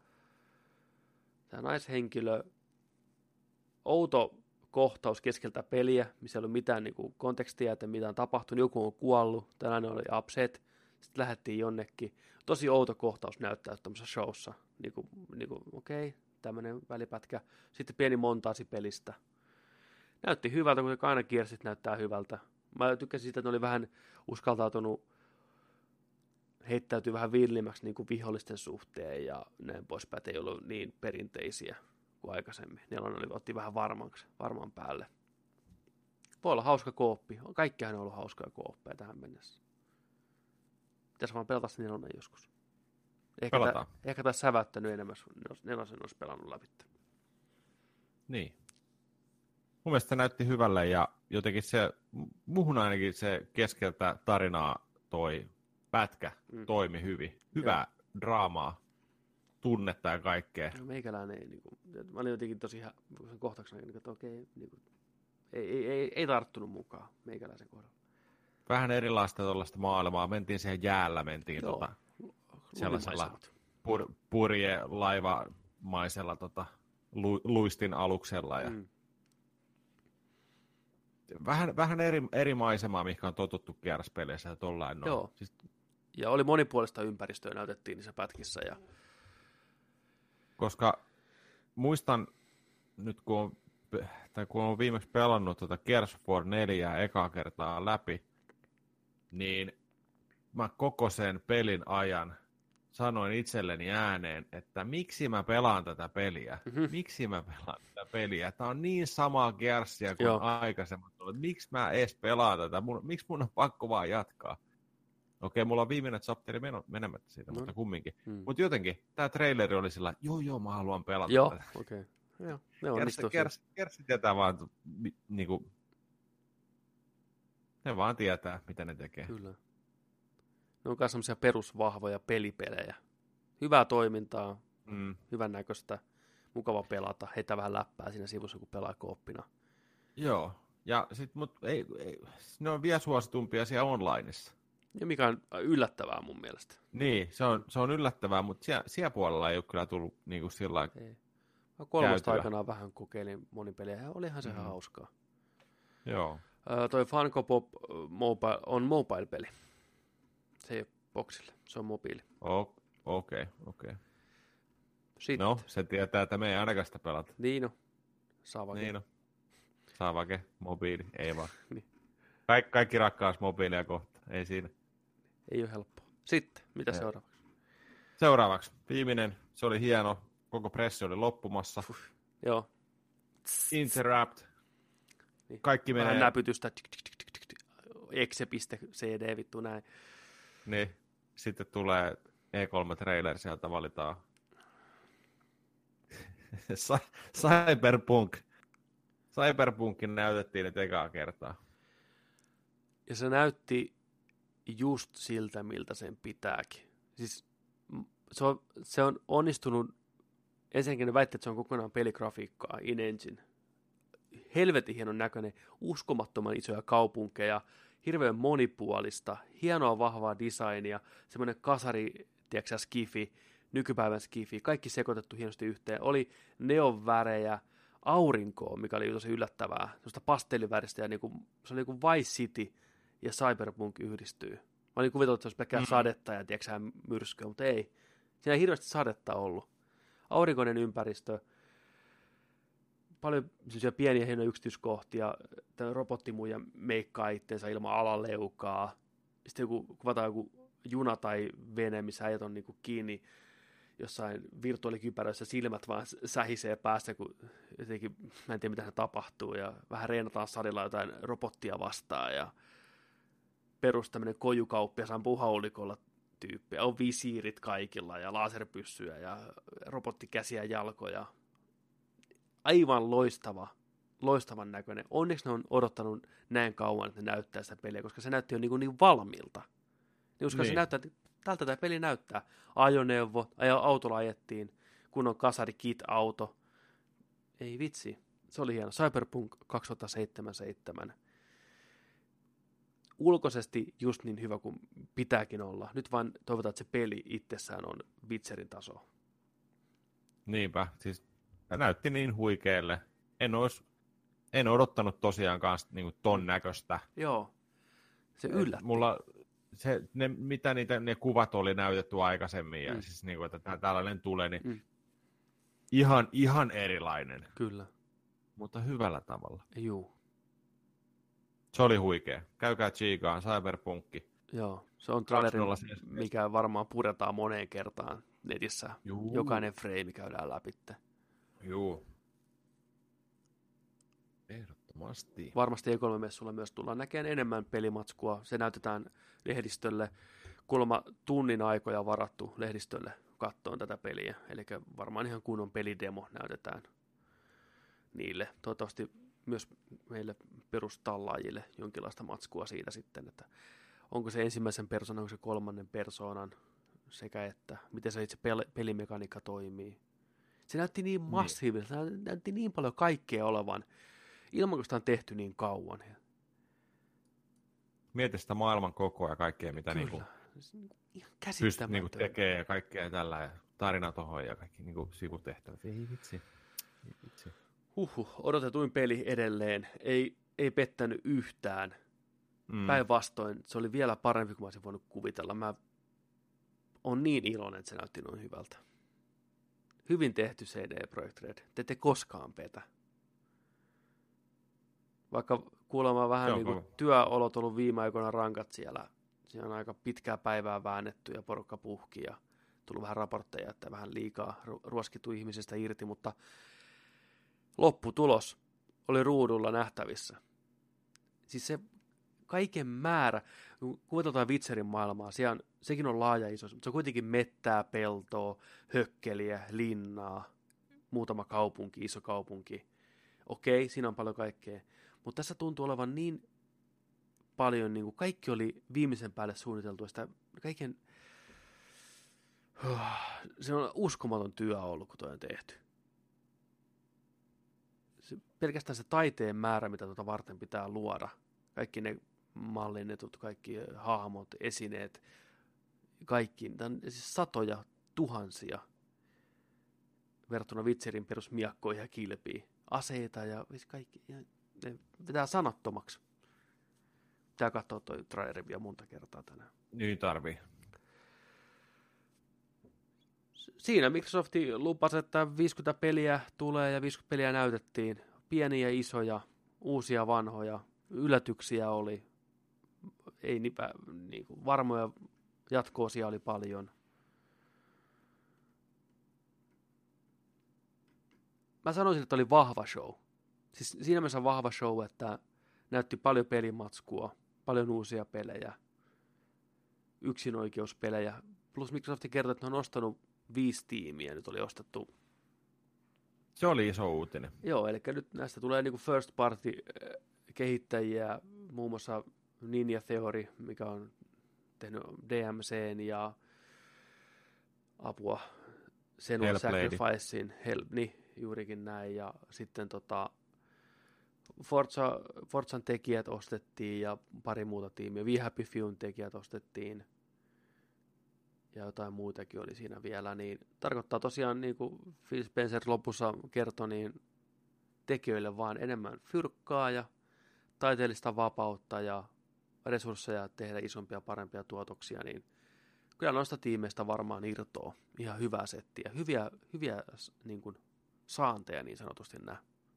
naishenkilö. Outo kohtaus keskeltä peliä, missä ei ollut mitään niin kuin kontekstia, että mitä on tapahtunut. Joku on kuollut, tämä nainen oli upset. Sitten lähdettiin jonnekin. Tosi outo kohtaus näyttää tämmöisessä showssa. Okei, tämmöinen välipätkä. Sitten pieni montaasi pelistä. Näytti hyvältä, kun aina Gearsit näyttää hyvältä. Mä tykkäsin siitä, että ne oli vähän uskaltautunut heittäytyy vähän villimmäksi niin kuin vihollisten suhteen ja näin poispäin, ei ollut niin perinteisiä kuin aikaisemmin. Otti vähän varman päälle. Voi olla hauska kooppi. Kaikkihan on ollut hauskoja kooppeja tähän mennessä. Pitäisi vaan pelata se 4 joskus. Ehkä taas säväyttänyt enemmän, jos 4 olisi pelannut läpi. Niin. Mun mielestä se näytti hyvälle ja jotenkin se, muhun ainakin se keskeltä tarinaa toi pätkä toimi hyvin. Hyvää draamaa, tunnetta ja kaikkea. No, meikäläinen ei, niin kuin, mä olin jotenkin tosi sen kohtauksena, että okei, niin kuin, ei tarttunut mukaan meikäläisen kohdalla. Vähän erilaista tuollaista maailmaa. Mentiin siihen jäällä, sellaisella purjelaivamaisella luistin aluksella. Ja vähän eri maisemaa, mikä on totuttu Gears-peleissä ja tollain. Joo. Siis... Ja oli monipuolista ympäristöä näytettiin niissä pätkissä. Ja... Koska muistan nyt, kun on viimeksi pelannut Gears of War 4 ekaa kertaa läpi, niin mä koko sen pelin ajan sanoin itselleni ääneen, että miksi mä pelaan tätä peliä? Miksi mä pelaan tätä peliä? Tää on niin samaa Gearsia kuin aikaisemmat. Miksi mä edes pelaan tätä? Miksi mun on pakko vaan jatkaa? Okei, mulla on viimeinen chapteri menemättä siitä, mutta kumminkin. Mutta jotenkin, tää traileri oli sillä, joo, mä haluan pelata tätä. Okei. Kersi tietää vaan, niinku, ne vaan tietää, mitä ne tekee. Kyllä. Ne on myös sellaisia perusvahvoja pelipelejä. Hyvää toimintaa, hyvän näköistä, mukava pelata, heitä vähän läppää siinä sivussa, kun pelaa kooppina. Joo, ja sit, ne on vielä suositumpia siellä onlineissa. Ja mikä on yllättävää mun mielestä. Niin, se on yllättävää, mutta siellä puolella ei ole kyllä tullut niin kuin sillä lailla käytyä. 3 aikanaan vähän kokeilin monipeliä ja olihan se ihan hauskaa. Joo. Toi Funko Pop on mobile-peli. Se ei ole boxille, se on mobiili. Okei. Sitten. No, se tietää, että me ei ainakaan sitä pelata. Niin on. Savake. Niin on. Savake, mobiili, ei vaan. Niin. Kaikki rakkaus mobiilia kohta, ei siinä. Ei ole helppoa. Sitten, mitä seuraavaksi? Seuraavaksi, viimeinen, se oli hieno, koko pressi oli loppumassa. Joo. Interrupt. Niin. Kaikki menee. Vähän näpytystä. Exe.cd vittu näin. Niin, sitten tulee E3-trailer, sieltä valitaan Cyberpunk. Cyberpunkin näytettiin nyt ekaa kertaa. Ja se näytti just siltä, miltä sen pitääkin. Siis se on onnistunut, ensinnäkin ne väitti, että se on kokonaan peligrafiikkaa, in-engine. Helvetin hienon näköinen, uskomattoman isoja kaupunkeja, hirveän monipuolista, hienoa vahvaa designia, semmoinen kasari, tiedätkö skifi, nykypäivän skifi, kaikki sekoitettu hienosti yhteen. Oli neonvärejä, aurinkoa, mikä oli tosi yllättävää, sellaista pastelliväristä, ja se oli niin kuin Vice City ja Cyberpunk yhdistyy. Mä olin kuvitellut, että se olisi pelkkää sadetta ja tiedätkö myrskyä, mutta ei. Siinä ei hirveästi sadetta ollut. Aurinkoinen ympäristö, paljon pieniä hienoja yksityiskohtia, robottimuija meikkaa itteensä ilman alaleukaa, sitten kuvataan joku juna tai vene, missä äijät on niinku kiinni jossain virtuaalikypäröissä silmät vaan sähisee päässä, kun jotenkin, mä en tiedä mitä se tapahtuu, ja vähän reenataan salilla jotain robottia vastaan, ja perus tämmöinen kojukauppias ampuu haulikolla tyyppejä, on visiirit kaikilla, ja laserpyssyjä, ja robottikäsiä jalkoja. Aivan loistavan näköinen. Onneksi ne on odottanut näin kauan, että ne näyttää sitä peliä, koska se näytti jo niin valmiilta. Koska se näyttää, että tältä tämä peli näyttää. Ajoneuvo, autolla ajettiin, kun on kasari kit-auto. Ei vitsi, se oli hieno. Cyberpunk 2077. Ulkoisesti just niin hyvä kuin pitääkin olla. Nyt vaan toivotaan, että se peli itsessään on Witcherin taso. Niinpä, siis näytti niin huikealle. En odottanut tosiaankaan niin ton näköistä. Joo, se yllätti. Mulla mitä ne kuvat oli näytetty aikaisemmin, ja siis niin kuin, että tällainen tulee, niin ihan erilainen. Kyllä. Mutta hyvällä tavalla. Juu. Se oli huikea. Käykää tsiikaan, Cyberpunkki. Joo, se on traileri, mikä varmaan puretaan moneen kertaan netissä. Juu. Jokainen frame käydään läpi. Juu. Ehdottomasti. Varmasti E3-messulla myös tullaan näkemään enemmän pelimatskua. Se näytetään lehdistölle. Kuulemma tunnin aikoja varattu lehdistölle kattoon tätä peliä. Eli varmaan ihan kunnon pelidemo näytetään niille. Toivottavasti myös meille perustallaajille jonkinlaista matskua siitä sitten, että onko se ensimmäisen persoonan, onko se kolmannen persoonan sekä että miten se itse pelimekaniikka toimii. Se näytti niin massiivisesti, se näytti niin paljon kaikkea olevan, ilman kun sitä on tehty niin kauan. Mieti sitä maailman kokoa ja kaikkea, mitä niinku pystyt niinku tekemään ja kaikkea tällä ja tarina tohon ja kaikki niinku sivutehtävät. Ei vitsi. Odotetuin peli edelleen. Ei pettänyt yhtään. Päinvastoin se oli vielä parempi kuin mä olisin voinut kuvitella. Mä oon niin iloinen, että se näytti noin hyvältä. Hyvin tehty CD Projekt Red. Te ette koskaan petä. Vaikka kuulemma vähän niin kuin työolot ollut viime aikoina rankat siellä. Siinä on aika pitkää päivää väännetty ja porukka puhki ja tullut vähän raportteja, että vähän liikaa ruoskittu ihmisestä irti, mutta lopputulos oli ruudulla nähtävissä. Siis se kaiken määrä, kun kuvitellaan Witcherin maailmaa, sekin on laaja iso, mutta se on kuitenkin mettää, peltoa, hökkeliä, linnaa, muutama kaupunki, iso kaupunki. Okei, siinä on paljon kaikkea, mutta tässä tuntuu olevan niin paljon, niin kuin kaikki oli viimeisen päälle suunniteltu, sitä kaiken, se on uskomaton työ ollut, kun toi on tehty. Pelkästään se taiteen määrä, mitä tuota varten pitää luoda. Kaikki ne mallinnetut, kaikki hahmot, esineet, kaikki. Tämä on siis satoja, tuhansia verrattuna Witcherin perusmiakkoihin ja kilpiin. Aseita ja kaikki. Ja ne vetää sanattomaksi. Pitää katsoa toi traileri vielä monta kertaa tänään. Niin tarvii. Siinä Microsoft lupasi, että 50 peliä tulee ja 50 peliä näytettiin. Pieniä, isoja, uusia, vanhoja. Yllätyksiä oli. Ei niin varmoja jatko-osia oli paljon. Mä sanoisin, että oli vahva show. Siis siinä mielessä vahva show, että näytti paljon pelimatskua, paljon uusia pelejä, yksinoikeuspelejä. Plus Microsoft kertoi, että ne on ostanut 5 tiimiä, nyt oli ostettu. Se oli iso uutinen. Joo, eli nyt näistä tulee niinku first party kehittäjiä, muun muassa Ninja Theory, mikä on tehnyt DMCn ja apua Senua Sacrificein, niin juurikin näin, ja sitten Forzan tekijät ostettiin ja pari muuta tiimiä, We Happy Fewn tekijät ostettiin ja jotain muitakin oli siinä vielä, niin tarkoittaa tosiaan, niin kuin Phil Spencer lopussa kertoi, niin tekijöille vaan enemmän fyrkkaa ja taiteellista vapautta ja resursseja tehdä isompia, parempia tuotoksia, niin kyllä noista tiimeistä varmaan irtoaa ihan hyvää settiä, hyviä niin kuin saanteja niin sanotusti nämä.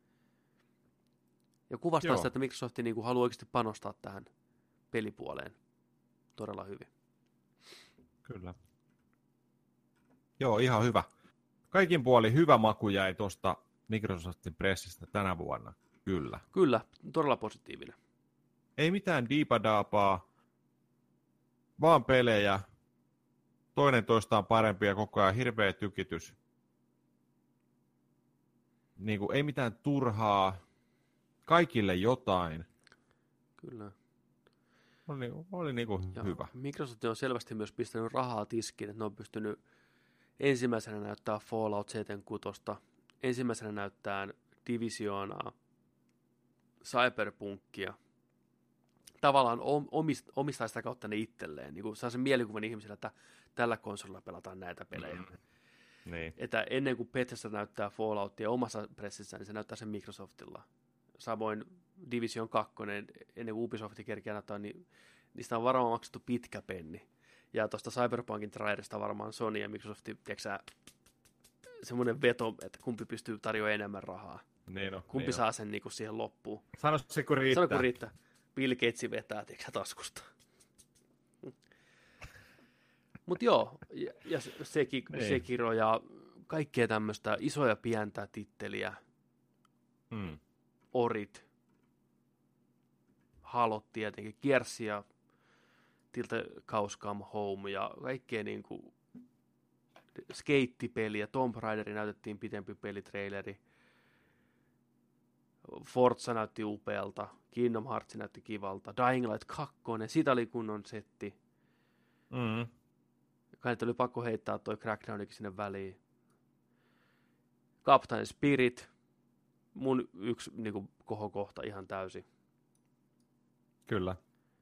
Ja kuvastaa sitä, että Microsoft niin kuin haluaa oikeasti panostaa tähän pelipuoleen todella hyvin. Kyllä. Joo, ihan hyvä. Kaikin puoli hyvä maku jäi tuosta Microsoftin pressistä tänä vuonna. Kyllä. Kyllä, todella positiivinen. Ei mitään diipadaapaa, vaan pelejä. Toinen toistaan parempi ja koko ajan hirveä tykitys. Niin kuin, ei mitään turhaa. Kaikille jotain. Kyllä. Oli niin kuin hyvä. Microsoft on selvästi myös pistänyt rahaa tiskiin, että ne on pystynyt ensimmäisenä näyttää Fallout 76, ensimmäisenä näyttää Divisionaa, Cyberpunkia. Tavallaan omistaa sitä kautta ne itselleen. Niin saa sen mielikuvan ihmisillä, että tällä konsolilla pelataan näitä pelejä. Niin. Että ennen kuin Bethesda näyttää Falloutia omassa pressissä, niin se näyttää sen Microsoftilla. Samoin Division 2, ennen kuin Ubisoft kerkeä näyttää, niin niistä on varmaan maksettu pitkä penni. Ja tuosta Cyberpunkin trailerista varmaan Sony ja Microsoft, tiedätkö semmoinen veto, että kumpi pystyy tarjoamaan enemmän rahaa. Niin on, kumpi saa sen niinku siihen loppuun. Sano se, kun riittää. Sano, kun riittää. Bill Gates vetää, tiedätkö, taskusta. Mutta joo, ja Sekiro ja kaikkea tämmöistä isoja pientä titteliä. Orit. Halot tietenkin. Gears ja Tilted Chaos Come Home ja kaikkea niinku skeittipeliä. Tomb Raideri näytettiin pitempi pelitraileri. Forza näytti upealta. Kingdom Hearts näytti kivalta. Dying Light 2, siitä oli kunnon setti. Kai oli pakko heittää toi Crackdownikin sinne väliin. Captain Spirit, mun yksi niinku kohokohta ihan Kyllä.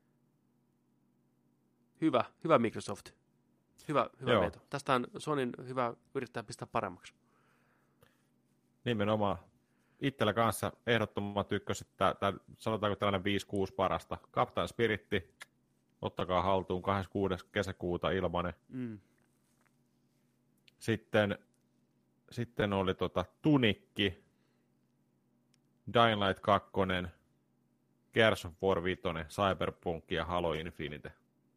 Hyvä Microsoft. Hyvä veto. Tästä on Sonyn hyvä yrittää pistää paremmaksi. Nimenomaan. Itsellä kanssa ehdottomat ykköset, tai sanotaanko tällainen 5-6 parasta. Captain Spiritti, ottakaa haltuun 26. kesäkuuta ilmanen. Sitten oli Tunikki, Dying Light 2, Gears of War 5, Cyberpunk ja Halo Infinite.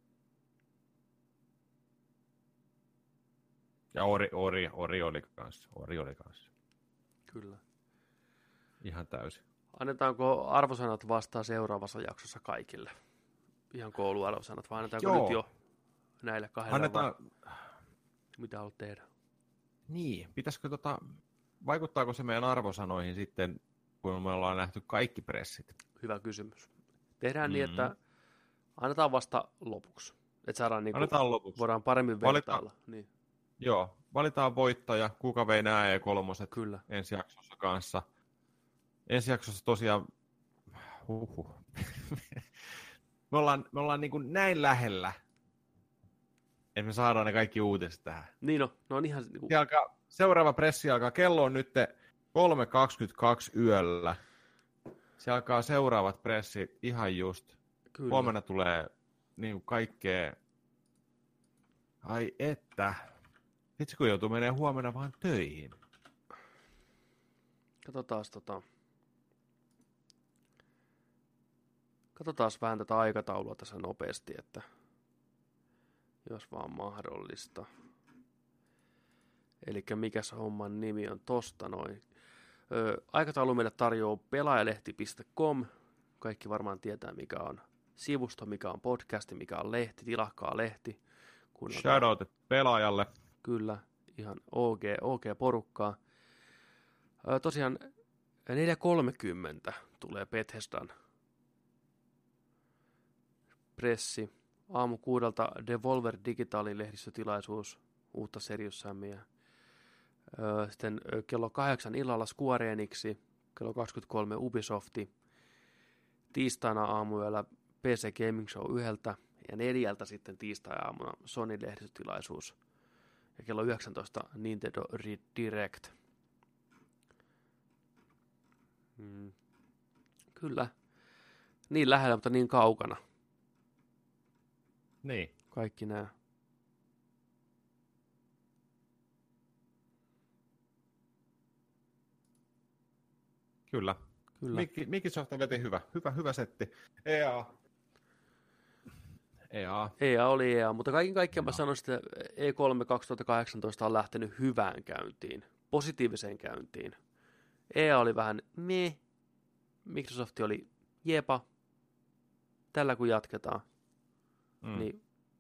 Ja Ori oli kanssa. Kyllä. Ihan täysin. Annetaanko arvosanat vastaan seuraavassa jaksossa kaikille? Ihan kouluarvosanat, vai annetaanko nyt jo näille kahdelle? Annetaan. Mitä haluat tehdä? Niin, pitäisikö vaikuttaako se meidän arvosanoihin sitten, kun me ollaan nähty kaikki pressit? Hyvä kysymys. Tehdään niin, että annetaan vasta lopuksi. Että saadaan annetaan lopuksi. Voidaan paremmin vertailla. Niin. Joo, valitaan voittaja, kuka vei nämä E3 Kyllä. Ensi jaksossa kanssa. Ensi jaksossa tosiaan, me ollaan niin kuin näin lähellä, että me saadaan ne kaikki uutiset tähän. Niin on ihan... Niin kuin... Seuraava pressi alkaa, kello on nyt 3.22 yöllä. Se alkaa seuraavat pressit ihan just. Kyllä. Huomenna tulee niin kuin kaikkea. Ai että. Itse kun joutuu menee huomenna vaan töihin. Katsotaan vähän tätä aikataulua tässä nopeasti, että jos vaan mahdollista. Eli mikäs homman nimi on tosta noin. Aikataulu meille tarjoaa pelaajalehti.com. Kaikki varmaan tietää, mikä on sivusto, mikä on podcasti, mikä on lehti. Tilahkaa lehti. Shoutoutet pelaajalle. Kyllä, ihan OG porukkaa. Tosiaan 4.30 tulee Bethesdan pressi. Aamu 6 Devolver Digitalin lehdistötilaisuus, uutta Serious Samia. Sitten kello 8 illalla Square Enixi, kello 23 Ubisofti. Tiistaina aamuyöllä PC Gaming Show 1 ja 4 sitten tiistai-aamuna Sony lehdistötilaisuus. Ja kello 19 Nintendo Direct. Kyllä. Niin lähellä, mutta niin kaukana. Niin. Kaikki nämä. Kyllä. EA. Oli EA, mutta kaiken kaikkiaan mä sanoisin, että E3 2018 on lähtenyt hyvään käyntiin, positiiviseen käyntiin. EA oli vähän meh, Microsoft oli jepa, tällä kun jatketaan, niin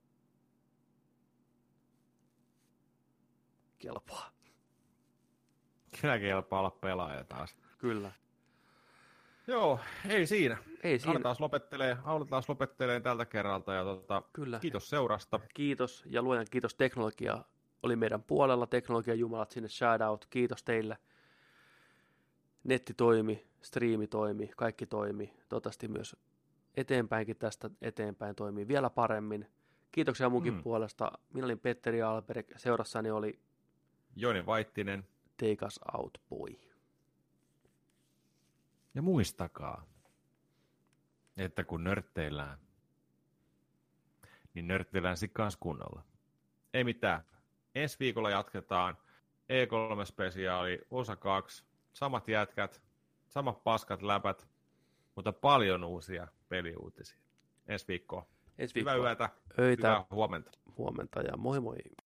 kelpaa. Kyllä kelpaa olla pelaaja taas. Kyllä. Joo, ei siinä. Ei siinä. Aletaan lopettelee tältä kerralta ja Kyllä. Kiitos seurasta. Kiitos ja luojan kiitos, teknologia oli meidän puolella, teknologian jumalat sinne, shout out, kiitos teille. Netti toimi, striimi toimi, kaikki toimi, toivottavasti myös eteenpäinkin tästä eteenpäin toimii vielä paremmin. Kiitoksia munkin puolesta. Minä olin Petteri Alberg, seurassani oli Joni Vaittinen. Take us out, boy. Ja muistakaa, että kun nörtteillään, niin nörtteillään sitten kanssa kunnolla. Ei mitään. Ensi viikolla jatketaan E3-spesiaali osa 2. Samat jätkät, samat paskat läpät, mutta paljon uusia peliuutisia. Ensi viikkoa. Hyvää yötä. Hyvää huomenta. Huomenta ja moi moi.